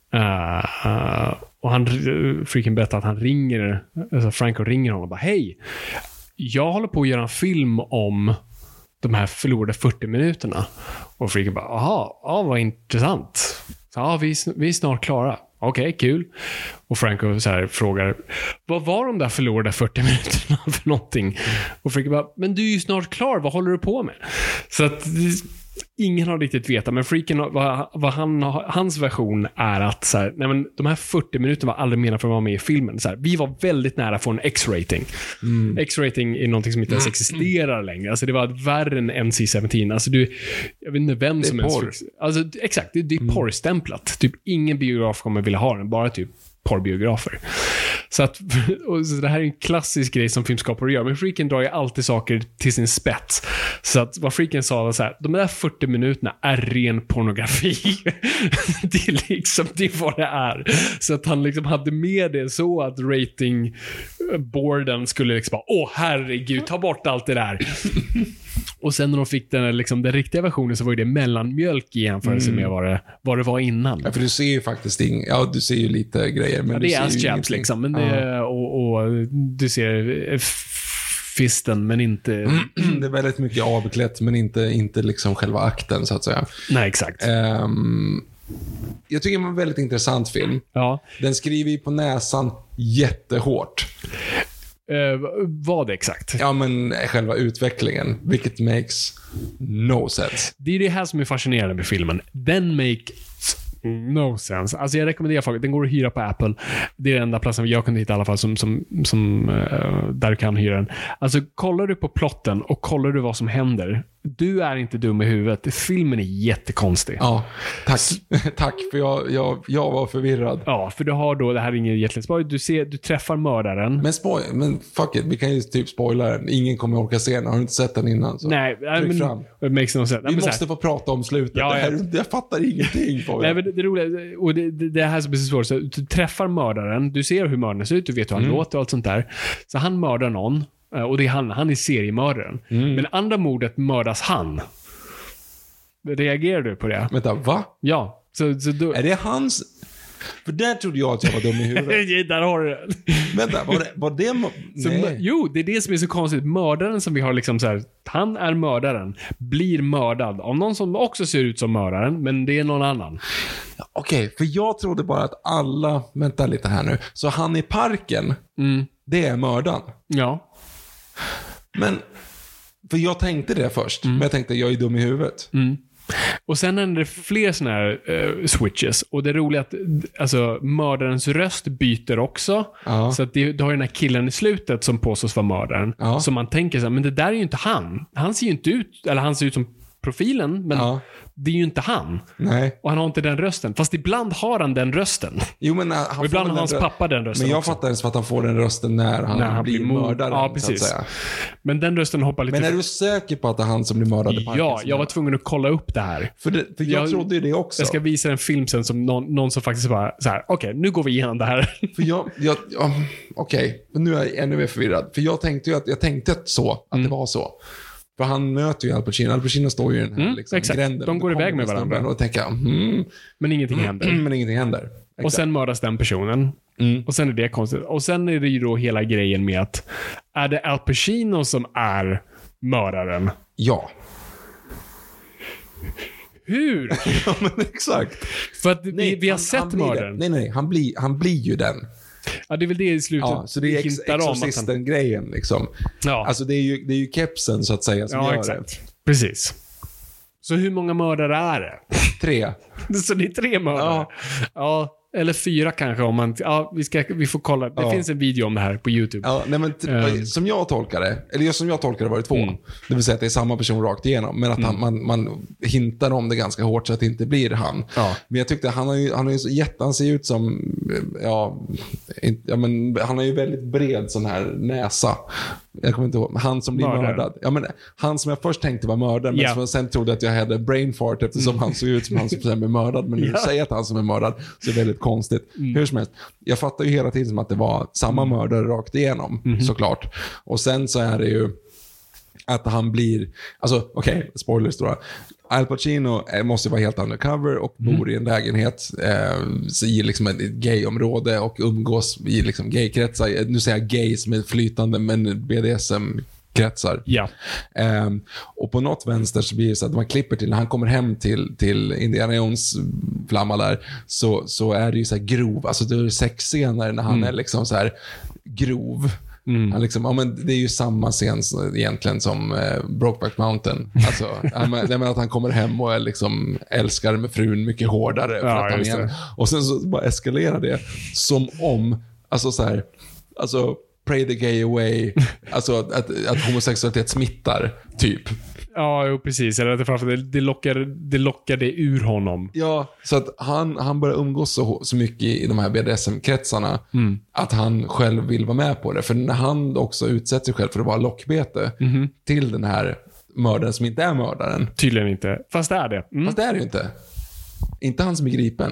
Och han freaking berättar att han ringer, alltså Franco ringer honom och bara, hej, jag håller på att göra en film om de här förlorade 40 minuterna. Och freaking bara, ja, vad intressant. Så, ja, vi är snart klara. Okej, kul. Och Franco så här frågar, vad var de där förlorade 40 minuterna för någonting? Och freaking bara, men du är ju snart klar, vad håller du på med? Så att ingen har riktigt vetat, men freaken, hans version är att så här, nej, men de här 40 minuterna var aldrig menade för att vara med i filmen. Så här, vi var väldigt nära att få en X-rating. X-rating är någonting som inte ens existerar längre. Alltså det var värre än NC-17. Alltså jag vet inte vem som helst. Alltså exakt, det är porrstämplat. Typ ingen biograf kommer vilja ha den, bara typ porrbiografer. Så det här är en klassisk grej som filmskapare gör, men Friedkin drar ju alltid saker till sin spets. Så att vad Friedkin sa var så här: de där 40 minuterna är ren pornografi. Det är liksom, det är vad det är. Så att han liksom hade med det så att ratingboarden skulle liksom bara, herregud, ta bort allt det där. Och sen när de fick den riktiga versionen, så var det mellanmjölk i jämförelse med vad det var innan. Ja, för du ser ju faktiskt du ser ju lite grejer, men det är ass-chaps liksom, men och du ser fisten, men inte det är väldigt mycket avklätt, men inte liksom själva akten, så att säga. Nej, exakt. Jag tycker det var en väldigt intressant film. Ja. Den skriver ju på näsan jättehårt. Vad exakt? Ja, men själva utvecklingen, vilket makes no sense. Det är det här som är fascinerande med filmen. Den makes no sense. Alltså jag rekommenderar folk, den går att hyra på Apple. Det är den enda platsen jag kunde hitta i alla fall som där du kan hyra den. Alltså kollar du på plotten och kollar du vad som händer, du är inte dum i huvudet. Filmen är jättekonstig. Ja, tack för jag var förvirrad. Ja, för du har då, det här är ingen jättelig spoil, du träffar mördaren. Men fuck it, vi kan ju typ spoila den. Ingen kommer orka se den. Har du inte sett den innan? Så nej, men fram. It makes no sense. Vi måste få prata om slutet. Ja, jag fattar ingenting på det. Nej, men det roliga, och det här som är så svårt, så du träffar mördaren, du ser hur mördaren ser ut, du vet hur han låter och allt sånt där. Så han mördar någon, och det är han är seriemördaren. Men andra mordet mördas han. Reagerar du på det? Vänta, va? Ja. Så då... Är det hans... För där trodde jag att jag var dum i huvudet. Där har du det. Vänta, var det... Nej. Jo, det är det som är så konstigt. Mördaren som vi har liksom så här, han är mördaren, blir mördad av någon som också ser ut som mördaren, men det är någon annan. Okej, för jag trodde bara att alla... Vänta lite här nu. Så han i parken, det är mördaren. Ja. Men... För jag tänkte det först. Men jag tänkte, jag är dum i huvudet. Och sen är det fler såna här switches. Och det är roligt att alltså, mördarens röst byter också. Ja. Så att du har den här killen i slutet som påstås vara mördaren. Ja. Så man tänker så här, men det där är ju inte han. Han ser ju inte ut, eller han ser ut som profilen, men det är ju inte han. Nej. Och han har inte den rösten. Fast ibland har han den rösten. Jo, men och ibland har hans pappa den rösten. Men jag också. fattar ens för att han får den rösten när han blir mördaren. Ja, precis. Så att säga. Men den rösten hoppar lite... Men är du säker på att det är han som blir mördad i parken? Ja, jag var tvungen att kolla upp det här. För jag trodde ju det också. Jag ska visa en film sen som någon som faktiskt bara så här: okej, nu går vi igenom det här. För okej, nu är jag ännu mer förvirrad. För jag tänkte att det var så. För han möter ju Al Pacino. Al Pacino står ju i den här liksom, gränden. De går iväg med varandra. Och tänker men ingenting händer. Exakt. Och sen mördas den personen. Och sen är det konstigt. Och sen är det ju då hela grejen med att är det Al Pacino som är mördaren? Ja. Hur? Ja, men exakt. För att vi har sett mördaren. Nej, han blir ju den. Ja, det är väl det i slutet. Ja, så det är exorcisten-grejen liksom. Ja. Alltså det är ju kepsen så att säga som gör exakt. Det. Precis. Så hur många mördare är det? 3. Så det är 3 mördare? Ja. Eller 4 kanske om man... Ja, vi får kolla. Det finns en video om det här på YouTube. Ja, nej, men som jag tolkar det var det 2. Det vill säga att det är samma person rakt igenom. Men att man hintar om det ganska hårt så att det inte blir han. Ja. Men jag tyckte han ser ut som... men han har ju väldigt bred sån här näsa. Jag kommer inte ihåg. Han som blir mördad. Ja, men han som jag först tänkte var mördad, men som jag sen trodde att jag hade brain fart eftersom han såg ut som han som är mördad. Men nu säger att han som är mördad så är det väldigt konstigt. Hur som helst. Jag fattar ju hela tiden som att det var samma mördare rakt igenom, såklart. Och sen så är det ju att han blir... Alltså, okej, spoilers då. Al Pacino måste vara helt undercover och bor i en lägenhet i liksom ett gayområde och umgås i liksom gaykretsar. Nu säger jag gay som är flytande, men BDSM-kretsar. Ja. Och på något vänster så blir det så att man klipper till när han kommer hem till Indiana Jones flamma där, så är det ju så här grov. Alltså det är sexscener när han är liksom så här grov. Han liksom, men det är ju samma scen egentligen som Brokeback Mountain. Alltså, att han kommer hem och är liksom älskar med frun mycket hårdare för att han igen. Och sen så bara eskalerar det som om pray the gay away, alltså att homosexualitet smittar typ. Ja, jo, precis. Eller att det lockar det ur honom. Ja, så att han börjar umgås så mycket i de här BDSM-kretsarna att han själv vill vara med på det. För när han också utsätter sig själv för att vara lockbete till den här mördaren som inte är mördaren. Tydligen inte. Fast det är det. Fast det är det ju inte. Inte han som är gripen.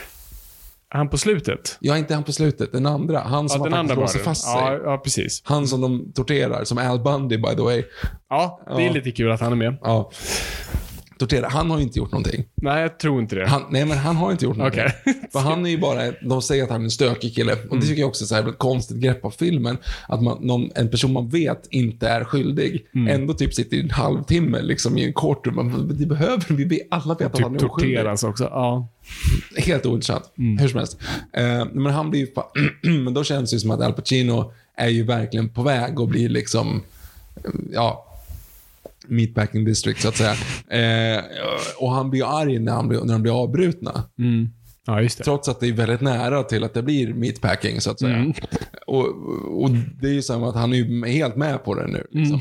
Han på slutet? Ja, inte han på slutet. Den andra. Han som har faktiskt låser fast sig. Ja, precis. Han som de torterar. Som Al Bundy, by the way. Ja, det är lite kul att han är med. Ja. Torterar. Han har ju inte gjort någonting. Nej, jag tror inte det. Nej, men han har inte gjort någonting. För han är ju bara... De säger att han är en stökig kille. Och det tycker jag också är så här ett konstigt grepp av filmen. Att en person man vet inte är skyldig. Ändå typ sitter i en halvtimme liksom i en courtroom. Det behöver vi alla vet att han är oskyldig. Torteras också, ja. Helt ointressant. Hur som helst. Men han blir ju... men då känns det som att Al Pacino är ju verkligen på väg och blir liksom... Ja... Meatpacking District så att säga. Och han blir arg när de blir avbrutna. Ja, just det. Trots att det är väldigt nära till att det blir meatpacking så att säga. Och det är ju som att han är ju helt med på det nu liksom.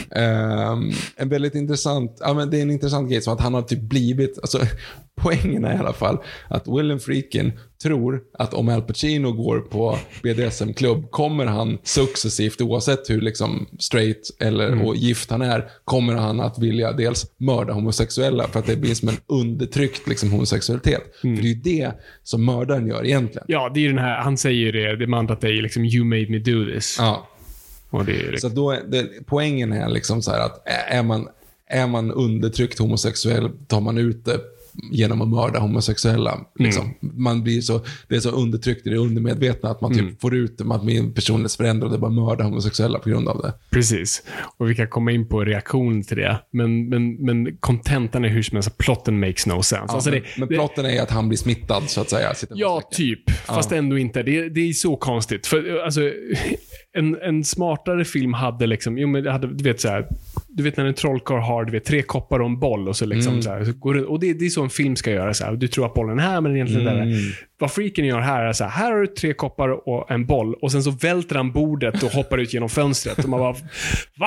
En väldigt intressant, ja men det är en intressant grej som att han har typ blivit, alltså poängen är i alla fall att William Friedkin tror att om Al Pacino går på BDSM-klubb kommer han successivt, oavsett hur liksom straight eller och gift han är, kommer han att vilja dels mörda homosexuella för att det blir som en undertryckt liksom homosexualitet. För det är ju det som mördaren gör egentligen. Ja, det är den här, han säger det man att det är liksom you made me do this. Ja. Och det är så då poängen är liksom så här att är man undertryckt homosexuell tar man ut det genom att mörda homosexuella liksom. Man blir så, det är så undertryckt i det undermedvetna att man typ får ut att min person är förändrad och bara mörda homosexuella på grund av det. Precis. Och vi kan komma in på reaktion till det. Men contentan är hur som helst, plotten makes no sense. Ja, alltså men plotten är att han blir smittad så att säga. Ja, typ. Fast ändå inte. Det är så konstigt. För alltså en smartare film hade liksom, men det hade, du vet när en trollkarl har 3 koppar och en boll och så liksom så här, så går det, och det är så en film ska göra så här. Du tror att bollen är här men egentligen där. Vad freaken gör här är så här har du 3 koppar och en boll och sen så välter han bordet och hoppar ut genom fönstret och man bara va?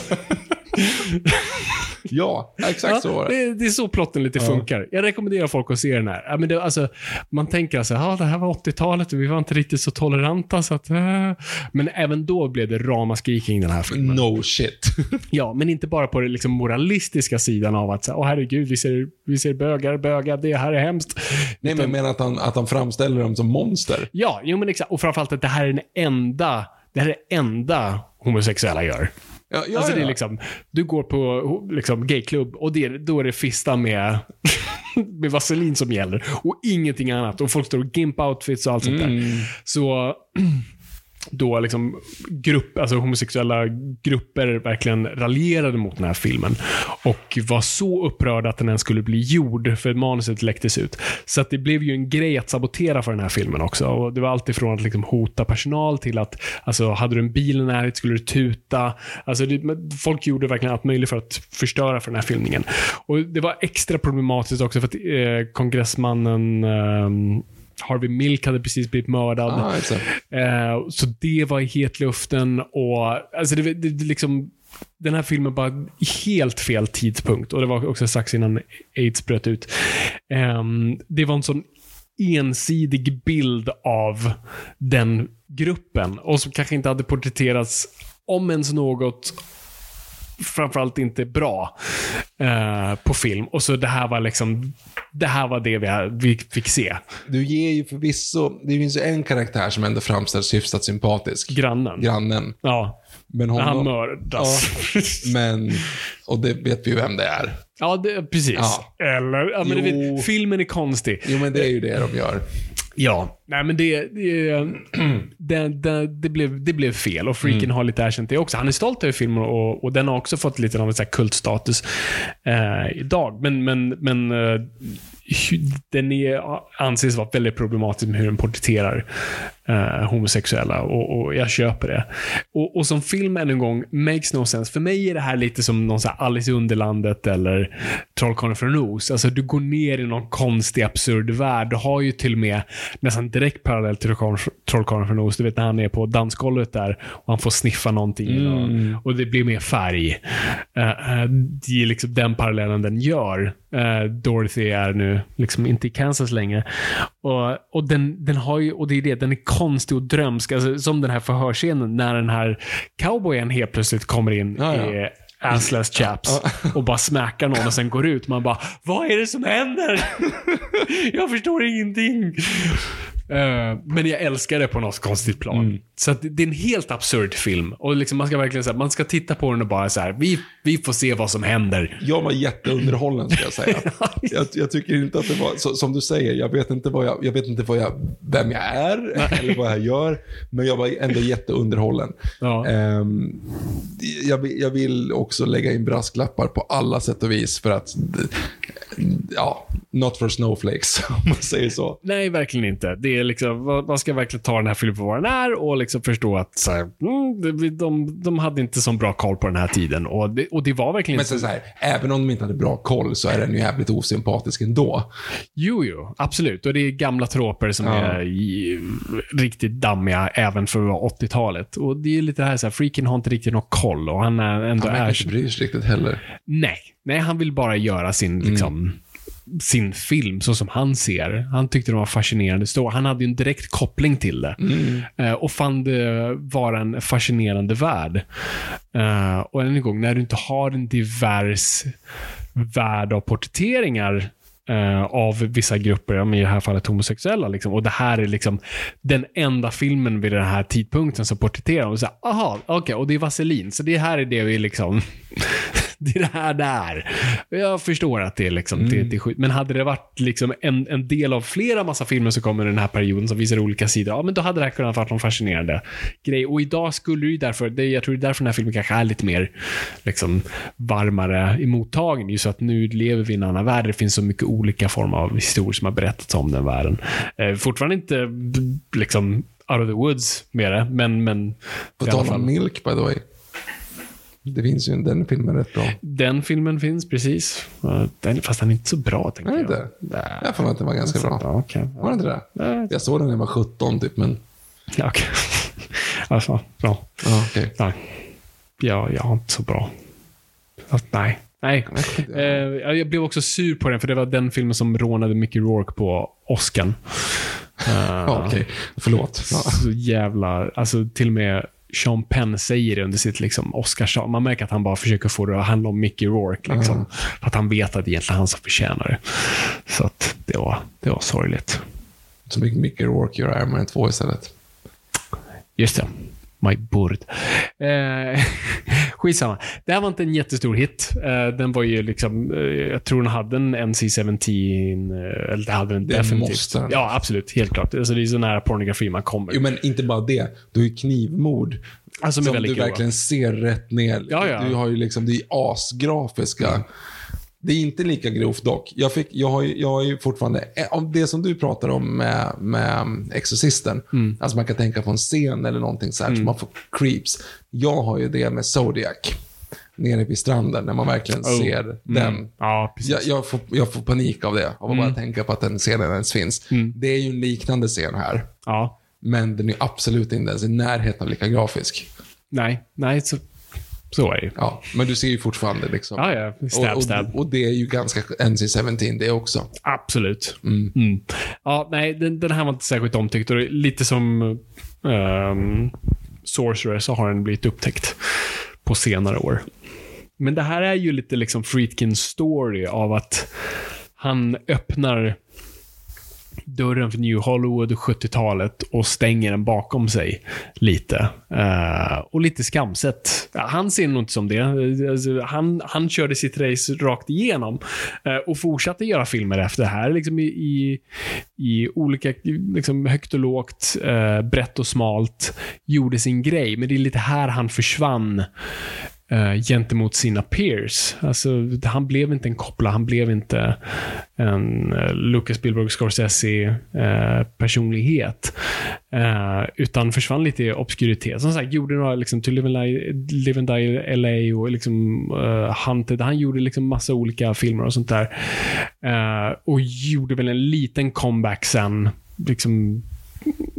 Ja, exakt så var det. Det är så plotten lite funkar. Jag rekommenderar folk att se den här. Ja, men det, alltså, man tänker alltså, det här var 80-talet och vi var inte riktigt så toleranta så att, men även då blev det ramaskri kring den här filmen. No shit. Ja, men inte bara på det liksom moralistiska sidan av att herregud, vi ser bögar, det här är hemskt. Nej, men jag menar att han framställer dem som monster. Ja, jo men exakt. Och framförallt att det här är det enda homosexuella gör. Ja, alltså det är liksom, du går på liksom gayklubb och då är det fista med vaselin som gäller och ingenting annat och folk står och gimp outfits och allt sånt där. Så då liksom homosexuella grupper verkligen raljerade mot den här filmen och var så upprörda att den ens skulle bli gjord för manuset läcktes ut. Så att det blev ju en grej att sabotera för den här filmen också. Och det var allt ifrån att liksom hota personal till att alltså, hade du en bil i närhet skulle du tuta. Alltså folk gjorde verkligen allt möjligt för att förstöra för den här filmningen. Och det var extra problematiskt också för att kongressmannen Harvey Milk hade precis blivit mördad. Så det var i hetluften och alltså det liksom den här filmen bara helt fel tidpunkt och det var också strax innan AIDS bröt ut. Det var en sån ensidig bild av den gruppen och som kanske inte hade porträtterats om ens något, framförallt inte bra på film. Och så det här var det vi fick se. Du ger ju förvisso, det finns ju en karaktär som ändå framställs hyfsat sympatisk. Grannen. Ja. Men han mördas. Ja, men, och det vet vi ju vem det är. Ja, precis. Ja. Eller, ja, men filmen är konstig. Jo, men det är ju det de gör. Ja, nej men det blev fel och Freakin har lite erkänt det också. Han är stolt över filmen och den har också fått lite av en sån här kultstatus idag. Men den anses vara väldigt problematisk med hur den porträtterar homosexuella och jag köper det. Och som film än en gång makes no sense. För mig är det här lite som någon sån här Alice i Underlandet eller Trollkarlen från Oz. Alltså du går ner i någon konstig absurd värld. Du har ju till och med nästan direkt parallell till Trollkarlen från Oz. Du vet när han är på dansgolvet där och han får sniffa någonting och det blir mer färg. Det är liksom den parallellen den gör. Dorothy är nu liksom inte i Kansas längre. Och den har ju, och det är det, den är konstig och drömsk. Alltså, som den här förhörsscenen när den här cowboyen helt plötsligt kommer in i assless chaps och bara smäckar någon och sen går ut. Man bara, vad är det som händer? Jag förstår ingenting. Men jag älskar det på något konstigt plan. Så att det är en helt absurd film. Och liksom man ska verkligen säga, man ska titta på den och bara så här, vi får se vad som händer. Jag var jätteunderhållen, ska jag säga. jag tycker inte att det var som du säger, jag vet inte vem jag är eller vad jag gör, men jag var ändå jätteunderhållen. Jag vill också lägga in brasklappar på alla sätt och vis för att not for snowflakes, om man säger så. Nej, verkligen inte. Det är liksom, man ska verkligen ta den här filmen för vad den är och liksom förstå att så här, de hade inte så bra koll på den här tiden. Och det var verkligen... Men så här, även om de inte hade bra koll så är den ju jävligt osympatisk ändå. Jo, absolut. Och det är gamla troper som är riktigt dammiga även för 80-talet. Och det är lite det här så här, Freakin har inte riktigt någon koll och han är ändå... Han kanske bryr sig riktigt heller. Nej, han vill bara göra sin liksom... sin film så som han ser. Han tyckte det var fascinerande stor. Han hade ju en direkt koppling till det. Och fann det vara en fascinerande värld. Och än en gång, när du inte har en divers värld av porträtteringar av vissa grupper, i det här fallet homosexuella liksom. Och det här är liksom den enda filmen vid den här tidpunkten som porträtterar och så här, aha, okej, och det är Vaselin, så det här är det vi liksom det är det här där. Jag förstår att det är liksom det är skit. Men hade det varit liksom en del av flera massa filmer som kommer i den här perioden som visar olika sidor, men då hade det här kunnat vara någon fascinerande grej. Och idag skulle ju därför, jag tror det är därför den här filmen kanske är lite mer liksom varmare i mottagning, just så att nu lever vi i en annan värld. Det finns så mycket olika former av historier som har berättats om den världen. Fortfarande inte liksom out of the woods med det, men på tal om Milk, by the way. Det finns ju den filmen rätt bra. Den filmen finns, precis. Fast den är inte så bra, tänker jag. Inte? Jag får att den var ganska bra. Okay. Var det inte det? Jag såg den när jag var 17 typ, men... Ja, okej. Alltså, bra. Ja, okej. Nej. Jag har inte så bra. Fast, nej. Jag blev också sur på den, för det var den filmen som rånade Mickey Rourke på Oscar. Okej. Förlåt. Så jävla... Alltså, till och med... Sean Penn säger det under sitt liksom Oscar. Man märker att han bara försöker få det att handla om Mickey Rourke liksom, för att han vet att det egentligen är han som förtjänar det. Så att det var sorgligt. Så Mickey Rourke gör Iron Man 2 istället. Just det. My board. Skitsamma. Det här var inte en jättestor hit. Den var ju liksom, jag tror den hade en NC-17, eller det hade den definitivt. Måste. Ja, absolut. Helt klart. Alltså, det är så nära pornografi man kommer. Jo, men inte bara det. Du har ju knivmord. Alltså, som du verkligen ser rätt ner. Ja. Du har ju liksom, det är asgrafiska. Det är inte lika grovt dock. Jag har ju fortfarande, om det som du pratar om med Exorcisten, alltså man kan tänka på en scen eller någonting så här, så man får creeps. Jag har ju det med Zodiac nere vid stranden, när man verkligen ser den. Ja, precis. Jag får panik av det, av att bara tänka på att den scenen ens finns. Det är ju en liknande scen här. Ja. Men den är absolut inte ens i närheten av lika grafisk. Nej, så är det. Ja, men du ser ju fortfarande liksom. Ja, stab. Och det är ju ganska NC-17 det också. Absolut. Ja, nej, den här var inte särskilt omtyckt. Och lite som Sorcerer så har den blivit upptäckt på senare år. Men det här är ju lite liksom Friedkins story av att han öppnar dörren för New Hollywood 70-talet och stänger den bakom sig lite. Och lite skamset. Han ser nog inte som det. Alltså, han körde sitt race rakt igenom och fortsatte göra filmer efter det här. Liksom i olika liksom högt och lågt, brett och smalt. Gjorde sin grej. Men det är lite här han försvann gentemot sina peers. Alltså, han blev inte en koppla, han blev inte en Lucas Spielberg Scorsese personlighet, utan försvann lite i obskuritet. Som sagt, gjorde några liksom To Live and Die i LA och liksom Hunted. Han gjorde liksom massa olika filmer och sånt där, och gjorde väl en liten comeback sen liksom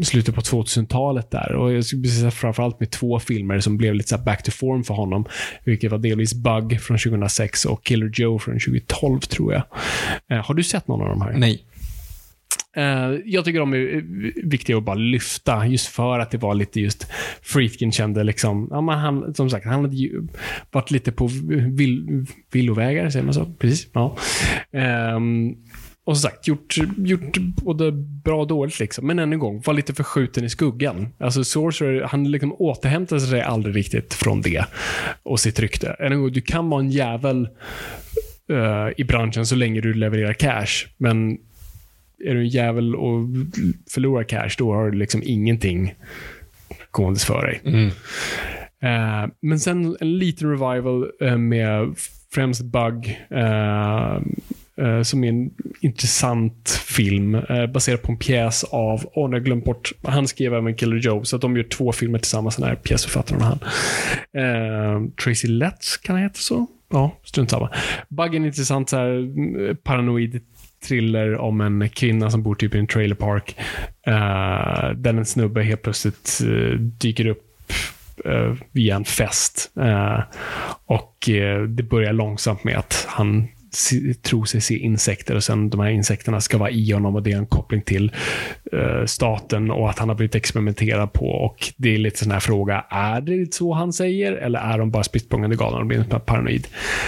slutet på 2000-talet där. Och jag skulle säga framförallt med 2 filmer som blev lite så här back to form för honom. Vilket var delvis Bug från 2006 och Killer Joe från 2012 tror jag. Har du sett någon av de här? Nej. Jag tycker de är viktiga att bara lyfta just för att det var lite just Friedkin kände liksom, ja, men han, som sagt, han hade ju varit lite på villovägar, säger man så? Precis, ja. Och som sagt, gjort både bra och dåligt liksom. Men än en gång, var lite förskjuten i skuggan. Alltså Sorcerer, han liksom återhämtade sig aldrig riktigt från det och sitt rykte. Än en gång, du kan vara en jävel i branschen så länge du levererar cash. Men är du en jävel och förlorar cash, då har du liksom ingenting gåendes för dig. Men sen en liten revival med främst Bug, som är en intressant film baserad på en pjäs av, jag har glömt bort, han skrev även Killer Joe, så att de gör 2 filmer tillsammans, den här pjäsförfattaren och han. Tracy Letts, kan han heta så? Ja, strunt samma. Bug är en intressant så här, paranoid thriller om en kvinna som bor typ i en trailerpark, där en snubbe helt plötsligt dyker upp via en fest, och det börjar långsamt med att han tror sig se insekter, och sen de här insekterna ska vara i honom, och det är en koppling till staten och att han har blivit experimenterad på, och det är lite sån här fråga, är det så han säger, eller är de bara sprittsprångande galna och blir en paranoid?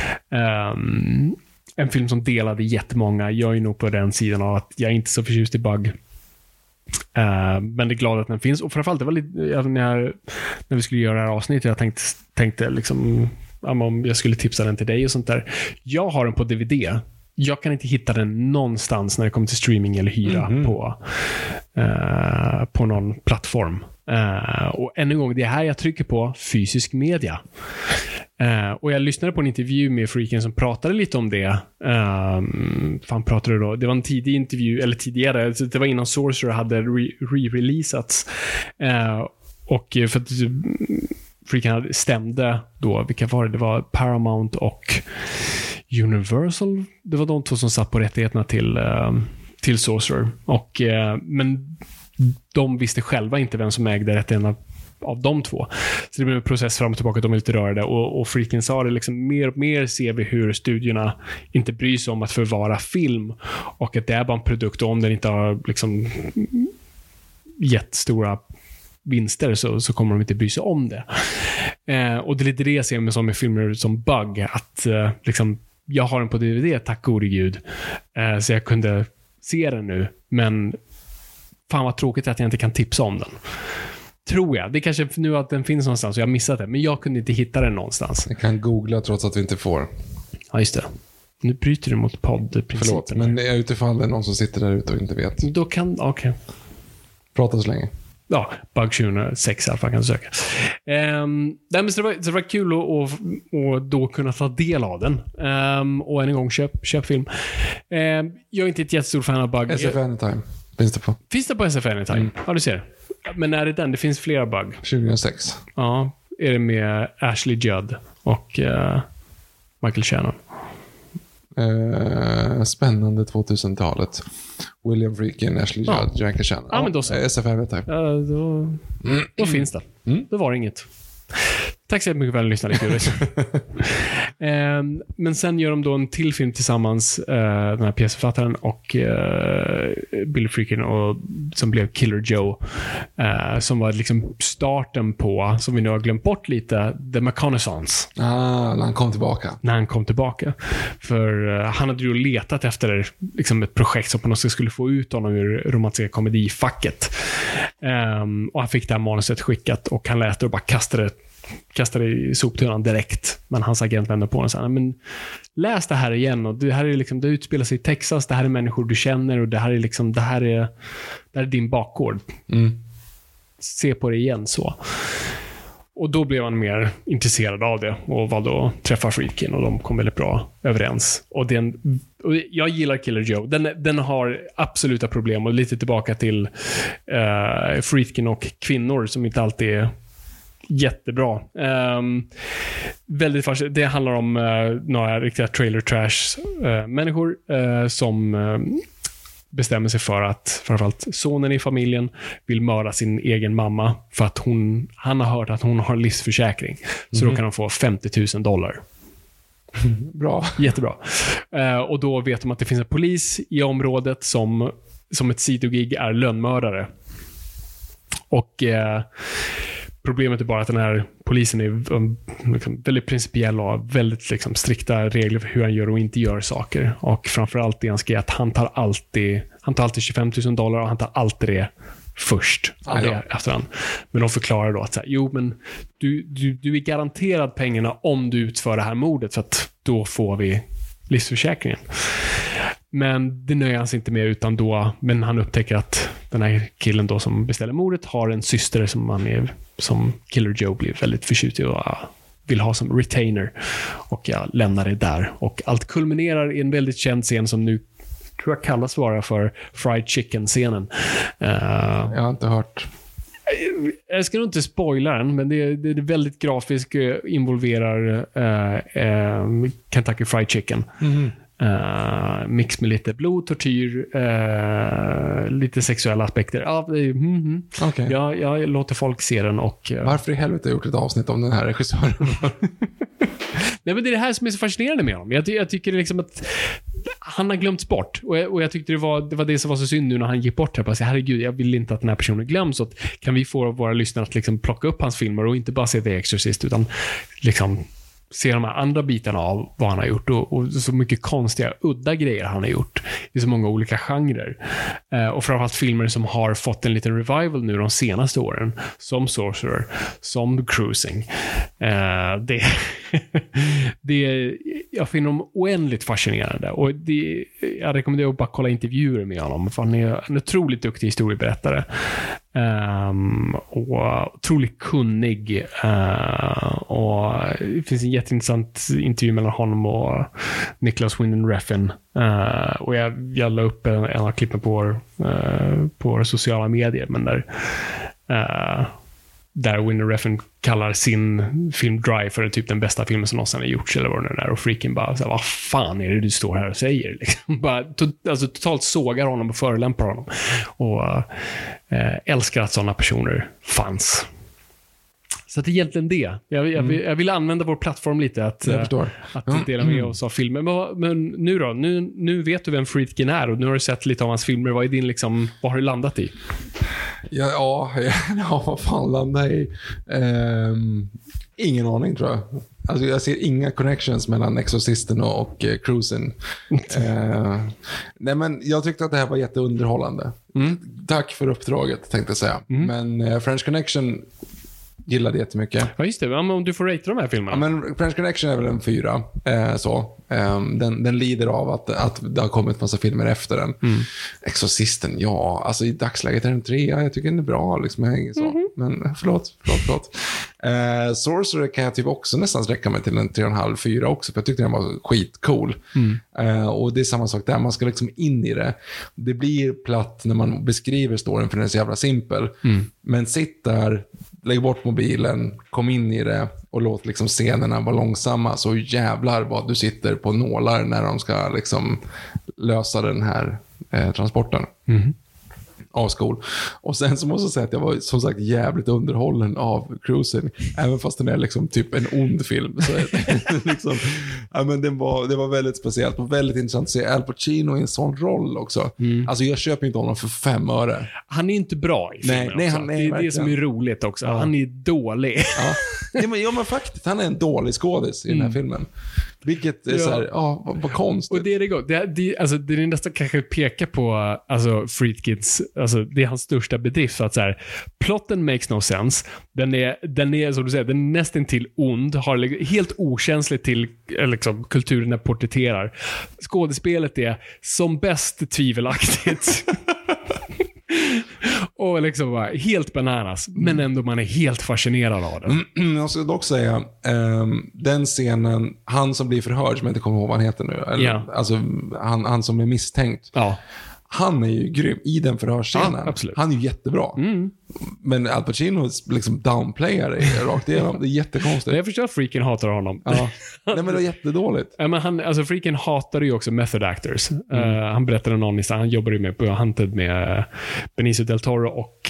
En film som delade jättemånga. Jag är nog på den sidan av att jag är inte så förtjust i Bug. Men det är glad att den finns. Och framförallt, det var lite, när vi skulle göra det här avsnittet, jag tänkte liksom, om jag skulle tipsa den till dig och sånt där. Jag har den på DVD. Jag kan inte hitta den någonstans när det kommer till streaming eller hyra på någon plattform. Och än en gång, det är här jag trycker på fysisk media. Och jag lyssnade på en intervju med Friedkin som pratade lite om det. Han pratade då, det var en tidig intervju, eller tidigare, det var innan Sorcerer hade re-releasats. Och för att Friedkin stämde då, vilka var det? Det var Paramount och Universal. Det var de 2 som satt på rättigheterna till Sorcerer. Och men de visste själva inte vem som ägde rättigheterna av de 2. Så det blev en process fram och tillbaka, de är lite rörde, och Friedkin sa det liksom, mer och mer ser vi hur studierna inte bryr sig om att förvara film, och att det är bara en produkt, och om den inte har liksom jättestora vinster så kommer de inte bry sig om det. Och det är lite det jag ser med filmer som Bug, att liksom, jag har den på DVD, tack gode gud, så jag kunde se den nu, men fan vad tråkigt att jag inte kan tipsa om den. Tror jag. Det är kanske nu att den finns någonstans och jag har missat det, men jag kunde inte hitta den någonstans. Jag kan googla trots att vi inte får. Ja, just det. Nu bryter du mot poddprincipen. Förlåt, men utifall det är någon som sitter där ute och inte vet. Då kan, okej. Prata så länge. Ja, Bug 2006 i alla fall kan du söka. Det var kul att då kunna ta del av den. Och än en gång, köp film. Jag är inte ett jättestor fan av Bug. SF Anytime. Finns det på SF Anytime? Ja, du ser. Men är det den? Det finns flera Bug. 2006. Ja, är det med Ashley Judd och Michael Shannon. Spännande 2000-talet. William Friedkin, Ashley Judd, Michael Shannon. Ja, men då så. SF Anytime. Då finns det. Då var det inget. Tack så mycket för att ni lyssnade. Men sen gör de då en till film tillsammans, den här pjäsförfattaren och Billy Friedkin, och som blev Killer Joe, som var liksom starten på, som vi nu har glömt bort lite, The Reconnaissance. När han kom tillbaka. För han hade ju letat efter liksom ett projekt som på något sätt skulle få ut honom ur romantiska komedifacket. Och han fick det här manuset skickat, och han läste och bara kastade i soptunnan direkt. Men hans agent vände på honom och sa, men läs det här igen, och det här är liksom, det utspelar sig i Texas, det här är människor du känner, och det här är liksom, det här är din bakgård. Se på det igen så. Och då blev han mer intresserad av det och valde att träffa Friedkin, och de kom väldigt bra överens. Och jag gillar Killer Joe. Den har absoluta problem, och lite tillbaka till Friedkin och kvinnor som inte alltid är jättebra. Väldigt fascinerande. Det handlar om några riktiga trailer trash människor som bestämmer sig för att framförallt sonen i familjen vill mörda sin egen mamma för att han har hört att hon har en livsförsäkring. Så då kan de få $50,000. Bra. Jättebra. Och då vet de att det finns en polis i området som ett sidogig är lönnmördare. Och problemet är bara att den här polisen är liksom väldigt principiell och har väldigt liksom strikta regler för hur han gör och inte gör saker. Och framförallt det han ska är att han tar alltid $25,000 och han tar alltid det först. Efterhand. Men de förklarar då att så här, jo, men du är garanterad pengarna om du utför det här mordet, för att då får vi livsförsäkringen. Men det nöjer han sig inte med, utan men han upptäcker att den här killen då som beställer mordet har en syster som Killer Joe blir väldigt förtjust i och vill ha som retainer. Och jag lämnar det där. Och allt kulminerar i en väldigt känd scen som nu tror jag kallas vara för Fried Chicken-scenen. Jag har inte hört. Jag ska nog inte spoila den, men det är väldigt grafiskt, involverar Kentucky Fried Chicken. Mix med lite blod, tortyr, lite sexuella aspekter. Ja, Okay. Jag låter folk se den. Och varför i helvete har jag gjort ett avsnitt om den här regissören? Nej, men det är det här som är så fascinerande med honom. Jag tycker liksom att han har glömts bort. Och jag tyckte det var det som var så synd nu när han gick bort här. Bara säga, herregud, jag vill inte att den här personen glöms. Så att kan vi få våra lyssnare att liksom plocka upp hans filmer och inte bara se The Exorcist, utan liksom se de här andra bitarna av vad han har gjort och så mycket konstiga, udda grejer han har gjort i så många olika genrer. Och framförallt filmer som har fått en liten revival nu de senaste åren, som Sorcerer, som Cruising. Jag finner dem oändligt fascinerande, och jag rekommenderar att bara kolla intervjuer med honom, för han är en otroligt duktig historieberättare. Och otroligt kunnig, och det finns en jätteintressant intervju mellan honom och Nicholas Winding Refn, och jag la upp en av klippen på våra sociala medier, men där Winding Refn kallar sin film Drive för typ den bästa filmen som någonsin har gjorts, eller vad det är, och freaking bara så här, vad fan är det du står här och säger liksom? Bara totalt sågar honom och förolämpar honom, och älskar att sådana personer fanns. Så det är egentligen det. Jag vill använda vår plattform lite att dela med oss av filmer. Men nu då? Nu vet du vem Friedkin är, och nu har du sett lite av hans filmer. Vad är din liksom, vad har du landat i? Ja, vad fan landar i? Ingen aning, tror jag. Alltså, jag ser inga connections mellan Exorcisten och Cruising. Nej, men jag tyckte att det här var jätteunderhållande. Tack för uppdraget, tänkte jag säga. Men French Connection gillade jättemycket. Ja, just det. Men om du får rate de här filmerna. Ja, men French Connection är väl en 4. Den lider av att det har kommit massa filmer efter den. Exorcisten, ja. Alltså i dagsläget är den 3. Jag tycker den är bra. Liksom, så. Men förlåt. Sorcerer kan jag typ också nästan sträcka mig till en 3,5-4 också. För jag tyckte den var skitcool. Och det är samma sak där. Man ska liksom in i det. Det blir platt när man beskriver storyn, för den är så jävla simpel. Men sitt där, lägg bort mobilen, kom in i det och låt liksom scenerna vara långsamma, så jävlar vad du sitter på nålar när de ska liksom lösa den här transporten. Ascool. Och sen så måste jag säga att jag var som sagt jävligt underhållen av Cruising, även fast den är liksom typ en ond film. Så liksom, ja, men det var väldigt speciellt och väldigt intressant att se Al Pacino i en sån roll också. Alltså jag köper inte honom för 5 öre. Han är inte bra i filmen. Nej, han är det är det som är roligt också. Han är dålig. Ja, men faktiskt, han är en dålig skådis i den här filmen. Vilket är så här, vad konstigt. Och det är det gott. Det är nästan kanske pekar på alltså Friedkins, alltså det är hans största bedrift, så att så här, plotten makes no sense. Den är som du säger, den är nästan till ond, har helt okänsligt till liksom kulturen den porträtterar. Skådespelet är som bäst tvivelaktigt. Och liksom bara helt bananas, men ändå man är helt fascinerad av den. Jag ska dock säga den scenen, han som blir förhörd, som jag inte kommer ihåg vad han heter nu, eller, alltså han som är misstänkt. Han är ju grym i den förhörsscenen. Ja, absolut. Han är ju jättebra. Men Al Pacino liksom downplayar det rakt igenom. Det är jättekonstigt. Men jag förstår att freaken hatar honom. Ja. Nej, men det är jättedåligt. Ja, men freaken hatar ju också method actors. Han berättade någon innan, han jobbade ju med på Hunted med Benicio del Toro och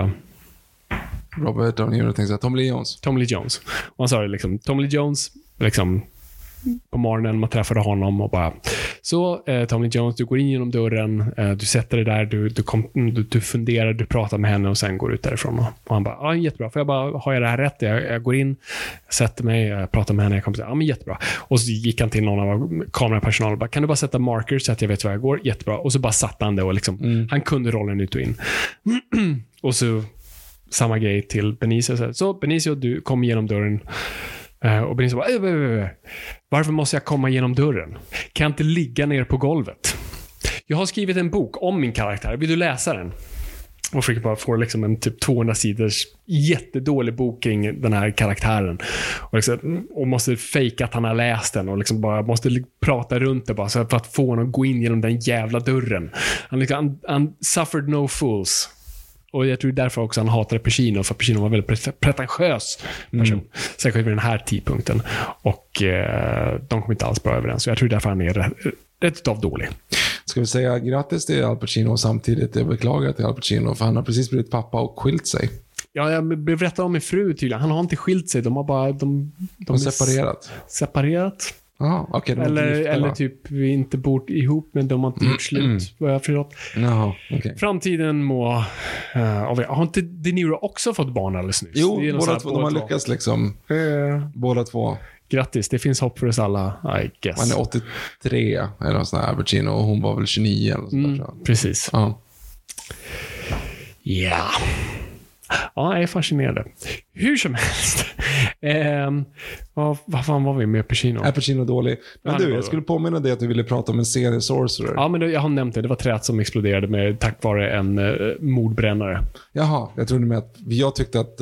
Robert Downey Jr. tänkte Tommy Lee Jones. Och han sa det liksom, Tommy Lee Jones liksom på morgonen man träffade honom och bara så Tommy Lee Jones, du går in genom dörren, du sätter dig där, du funderar, du pratar med henne och sen går ut därifrån. Och han bara, ja jättebra, för jag bara, har jag det här rätt? Jag går in, sätter mig, jag pratar med henne, jag kommer säga, ja men jättebra. Och så gick han till någon av kamerapersonalen och bara, kan du bara sätta markers så att jag vet var jag går? Jättebra. Och så bara satt han det och liksom, han kunde rollen ut och in. Och så samma grej till Benicio. Så Benicio, du kom igenom dörren. Och Benicio bara, varför måste jag komma igenom dörren? Kan jag inte ligga ner på golvet? Jag har skrivit en bok om min karaktär. Vill du läsa den? Och fick bara få liksom en typ 200 sidors jättedålig bok kring den här karaktären. Och måste fejka att han har läst den. Och liksom bara måste prata runt det bara så för att få honom att gå in genom den jävla dörren. Han suffered no fools. Och jag tror därför också han hatade Pacino, för Pacino var väldigt pretentiös person. Särskilt vid den här tidpunkten. Och de kom inte alls bra överens. Så jag tror därför han är rätt utav dålig. Ska vi säga grattis till Al Pacino och samtidigt jag beklagar till Al Pacino, för han har precis blivit pappa och skilt sig. Ja, jag blev rättad om min fru tydligen. Han har inte skilt sig, de har bara de separerat. Ah, okay, eller typ vi inte bor ihop, men de har inte gjort slut, vad jag förstått. Okay. Framtiden må har inte De Niro också fått barn alldeles nyss? Jo, båda två, de har lyckats liksom. Båda två. Grattis, det finns hopp för oss alla, I guess. Han är 83 eller någon sån här Albertino, och hon var väl 29 eller sånt där. Precis. Ja. Ja, jag är fascinerad. Hur som helst. Vad fan var vi med Pacino? Är Pacino dålig? Men du, jag skulle påminna dig att du ville prata om en serie Sorcerer. Ja, men jag har nämnt det. Det var träet som exploderade med tack vare en mordbrännare. Jaha, jag trodde med att jag tyckte att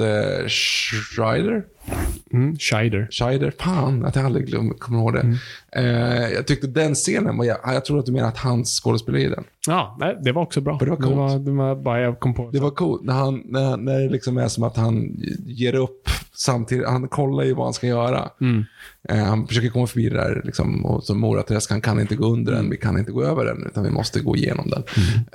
Scheider. Fan, att jag aldrig kommer ihåg det. Jag tyckte den scenen var jag tror att du menar att hans skådespelare i den. Ja, nej, det var också bra. För det var coolt. Det var bara jag kom på. Det var coolt när det liksom är som att han ger upp samtidigt. Han kollar ju vad han ska göra. Han försöker komma förbi det där liksom, och som Moraträsk, han kan inte gå under den, vi kan inte gå över den, utan vi måste gå igenom den.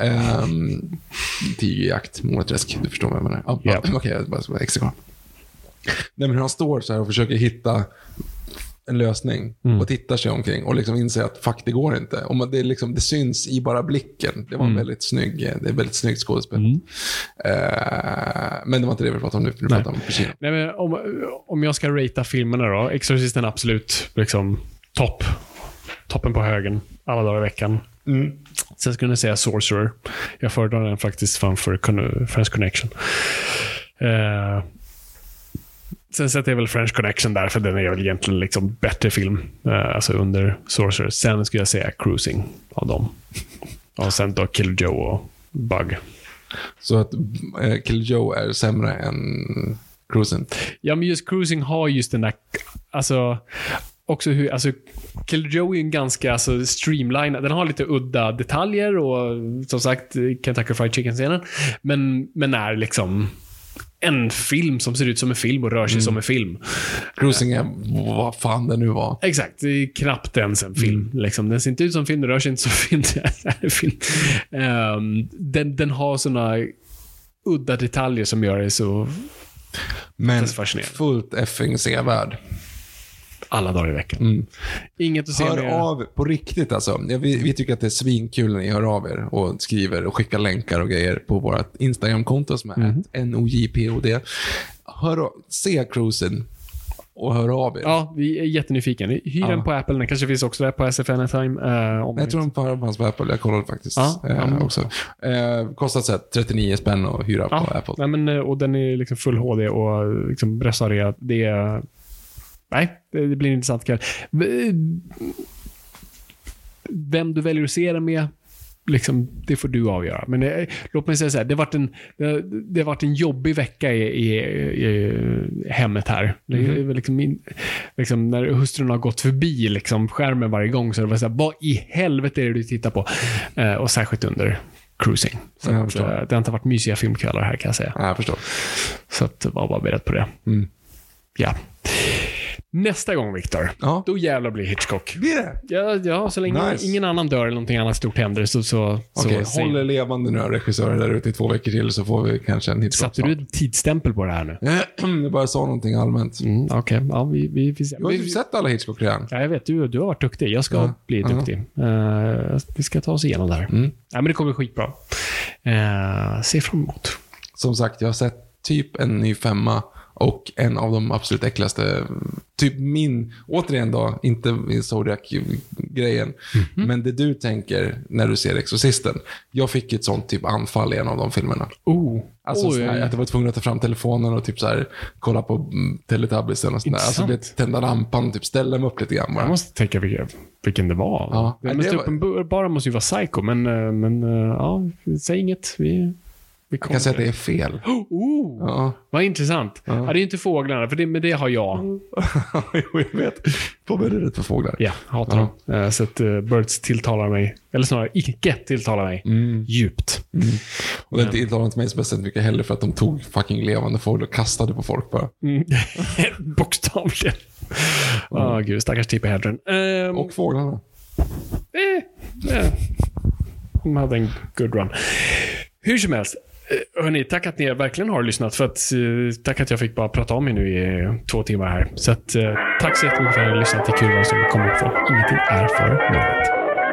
Tigerjakt, Moraträsk, du förstår vad jag menar. Okej, jag bara ska extra kvar. Nej, men hur han står så här och försöker hitta en lösning och tittar sig omkring och liksom inser att fuck, det går inte. Och det, liksom, det syns i bara blicken. Det var väldigt snyggt skådespel. Men det var inte det vi pratade om nu, för nu pratar om Pacino. Nej, men om jag ska ratea filmerna då, Exorcisten absolut liksom toppen på högen alla dagar i veckan. Sen skulle jag säga Sorcerer. Jag föredrar den faktiskt framför French Connection. Sen sätter jag väl French Connection där, för den är väl egentligen liksom bättre film, alltså under Sorcerer. Sen skulle jag säga Cruising av dem. Och sen då Kill Joe och Bug. Så att Kill Joe är sämre än Cruising? Ja, men just Cruising har just den där, alltså också hur, alltså Kill Joe är ju en ganska streamline. Den har lite udda detaljer och som sagt Kentucky Fried Chicken-scenen, men är liksom en film som ser ut som en film och rör sig som en film. Cruising är vad fan det nu var. Exakt, det är knappt ens en film. Liksom. Den ser inte ut som film, den rör sig inte som film. Den har såna udda detaljer som gör det så fascinerande. Fullt effing sevärd. Alla dagar i veckan. Inget att se hör av på riktigt alltså. Vi tycker att det är svinkul när ni hör av er och skriver och skickar länkar och grejer på vårt Instagram-konto som är NOJPOD. Se Cruisen och hör av er. Ja, vi är jättenyfiken. Hyr den på Apple. Den kanske finns också där på SF Anytime. Jag tror den fanns på Apple. Jag kollade faktiskt också. Kostar så 39 spänn att hyra på Apple. Nej, men, och den är liksom full HD och liksom restaurerad. Det är... Nej, det blir intressant kväll. Vem du väljer att se den med, liksom, det får du avgöra. Men låt mig säga så här, det har varit en jobbig vecka i hemmet här. Liksom, när hustrun har gått förbi liksom, skärmen varje gång, så det var så här, vad i helvete är det du tittar på? Och särskilt under cruising. Så det har inte varit mysiga filmkvällar här, kan jag säga. Jag förstår. Så att var bara beredd på det. Ja. Nästa gång, Victor, då jävlar blir Hitchcock. Blir det? Ja, så länge ingen annan dör eller någonting annat stort händer så håller levande nu regissören där ute i 2 veckor till, så får vi kanske en Hitchcock. Satte du ett tidsstämpel på det här nu? Jag bara sa någonting allmänt. Okej. Ja, vi du har ju sett alla Hitchcock redan. Ja, jag vet. Du har varit duktig. Jag ska bli duktig. Vi ska ta oss igenom det här. Ja, men det kommer skitbra. Se fram emot. Som sagt, jag har sett typ en ny 5 och en av de absolut äckligaste, typ återigen då, inte Zodiac-grejen, men det du tänker när du ser Exorcisten. Jag fick ett sånt typ anfall i en av de filmerna. Alltså att jag var tvungen att ta fram telefonen och typ så här kolla på Teletubbiesen och sådär. Alltså det tända lampan och typ ställa mig upp lite grann bara. Jag måste tänka vilken det var. Ja, bara måste ju vara Psycho, men säg inget. Jag kan säga att det är fel. Vad intressant. Det är ju inte fåglarna, för det har jag. Jo, jag vet. Vad är det rätt för fåglar? Ja, hatar dem. Så att Birds tilltalar mig, eller snarare icke tilltalar mig djupt. Och det tilltalar inte mig speciellt mycket heller, för att de tog fucking levande fåglar och kastade på folk bara. Bokstavligen. Gud, stackars Tippi Hedren. Och fåglarna. De hade en good run. Hur som helst, hörni, tack att ni verkligen har lyssnat, för att tack att jag fick bara prata om mig nu i 2 timmar här. Så att, tack så jättemycket för att ni har lyssnat till Kul som kommer på. Ingenting är för nördigt.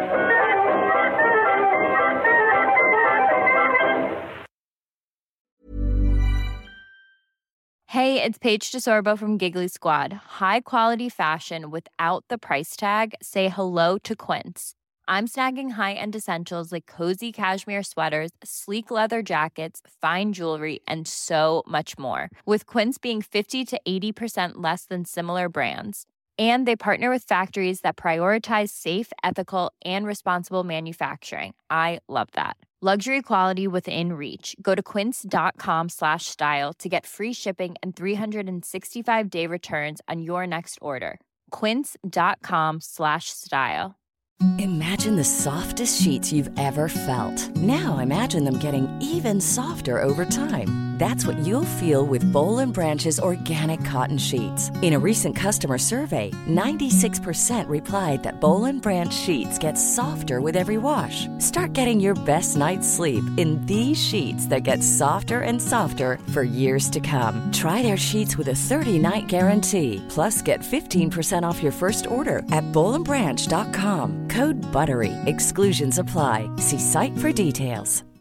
Hey, it's Paige DeSorbo from Giggly Squad. High quality fashion without the price tag. Say hello to Quince. I'm snagging high-end essentials like cozy cashmere sweaters, sleek leather jackets, fine jewelry, and so much more. With Quince being 50 to 80% less than similar brands. And they partner with factories that prioritize safe, ethical, and responsible manufacturing. I love that. Luxury quality within reach. Go to quince.com/style to get free shipping and 365-day returns on your next order. Quince.com/style. Imagine the softest sheets you've ever felt. Now imagine them getting even softer over time. That's what you'll feel with Boll & Branch's organic cotton sheets. In a recent customer survey, 96% replied that Boll & Branch sheets get softer with every wash. Start getting your best night's sleep in these sheets that get softer and softer for years to come. Try their sheets with a 30-night guarantee. Plus, get 15% off your first order at bollandbranch.com. Code BUTTERY. Exclusions apply. See site for details.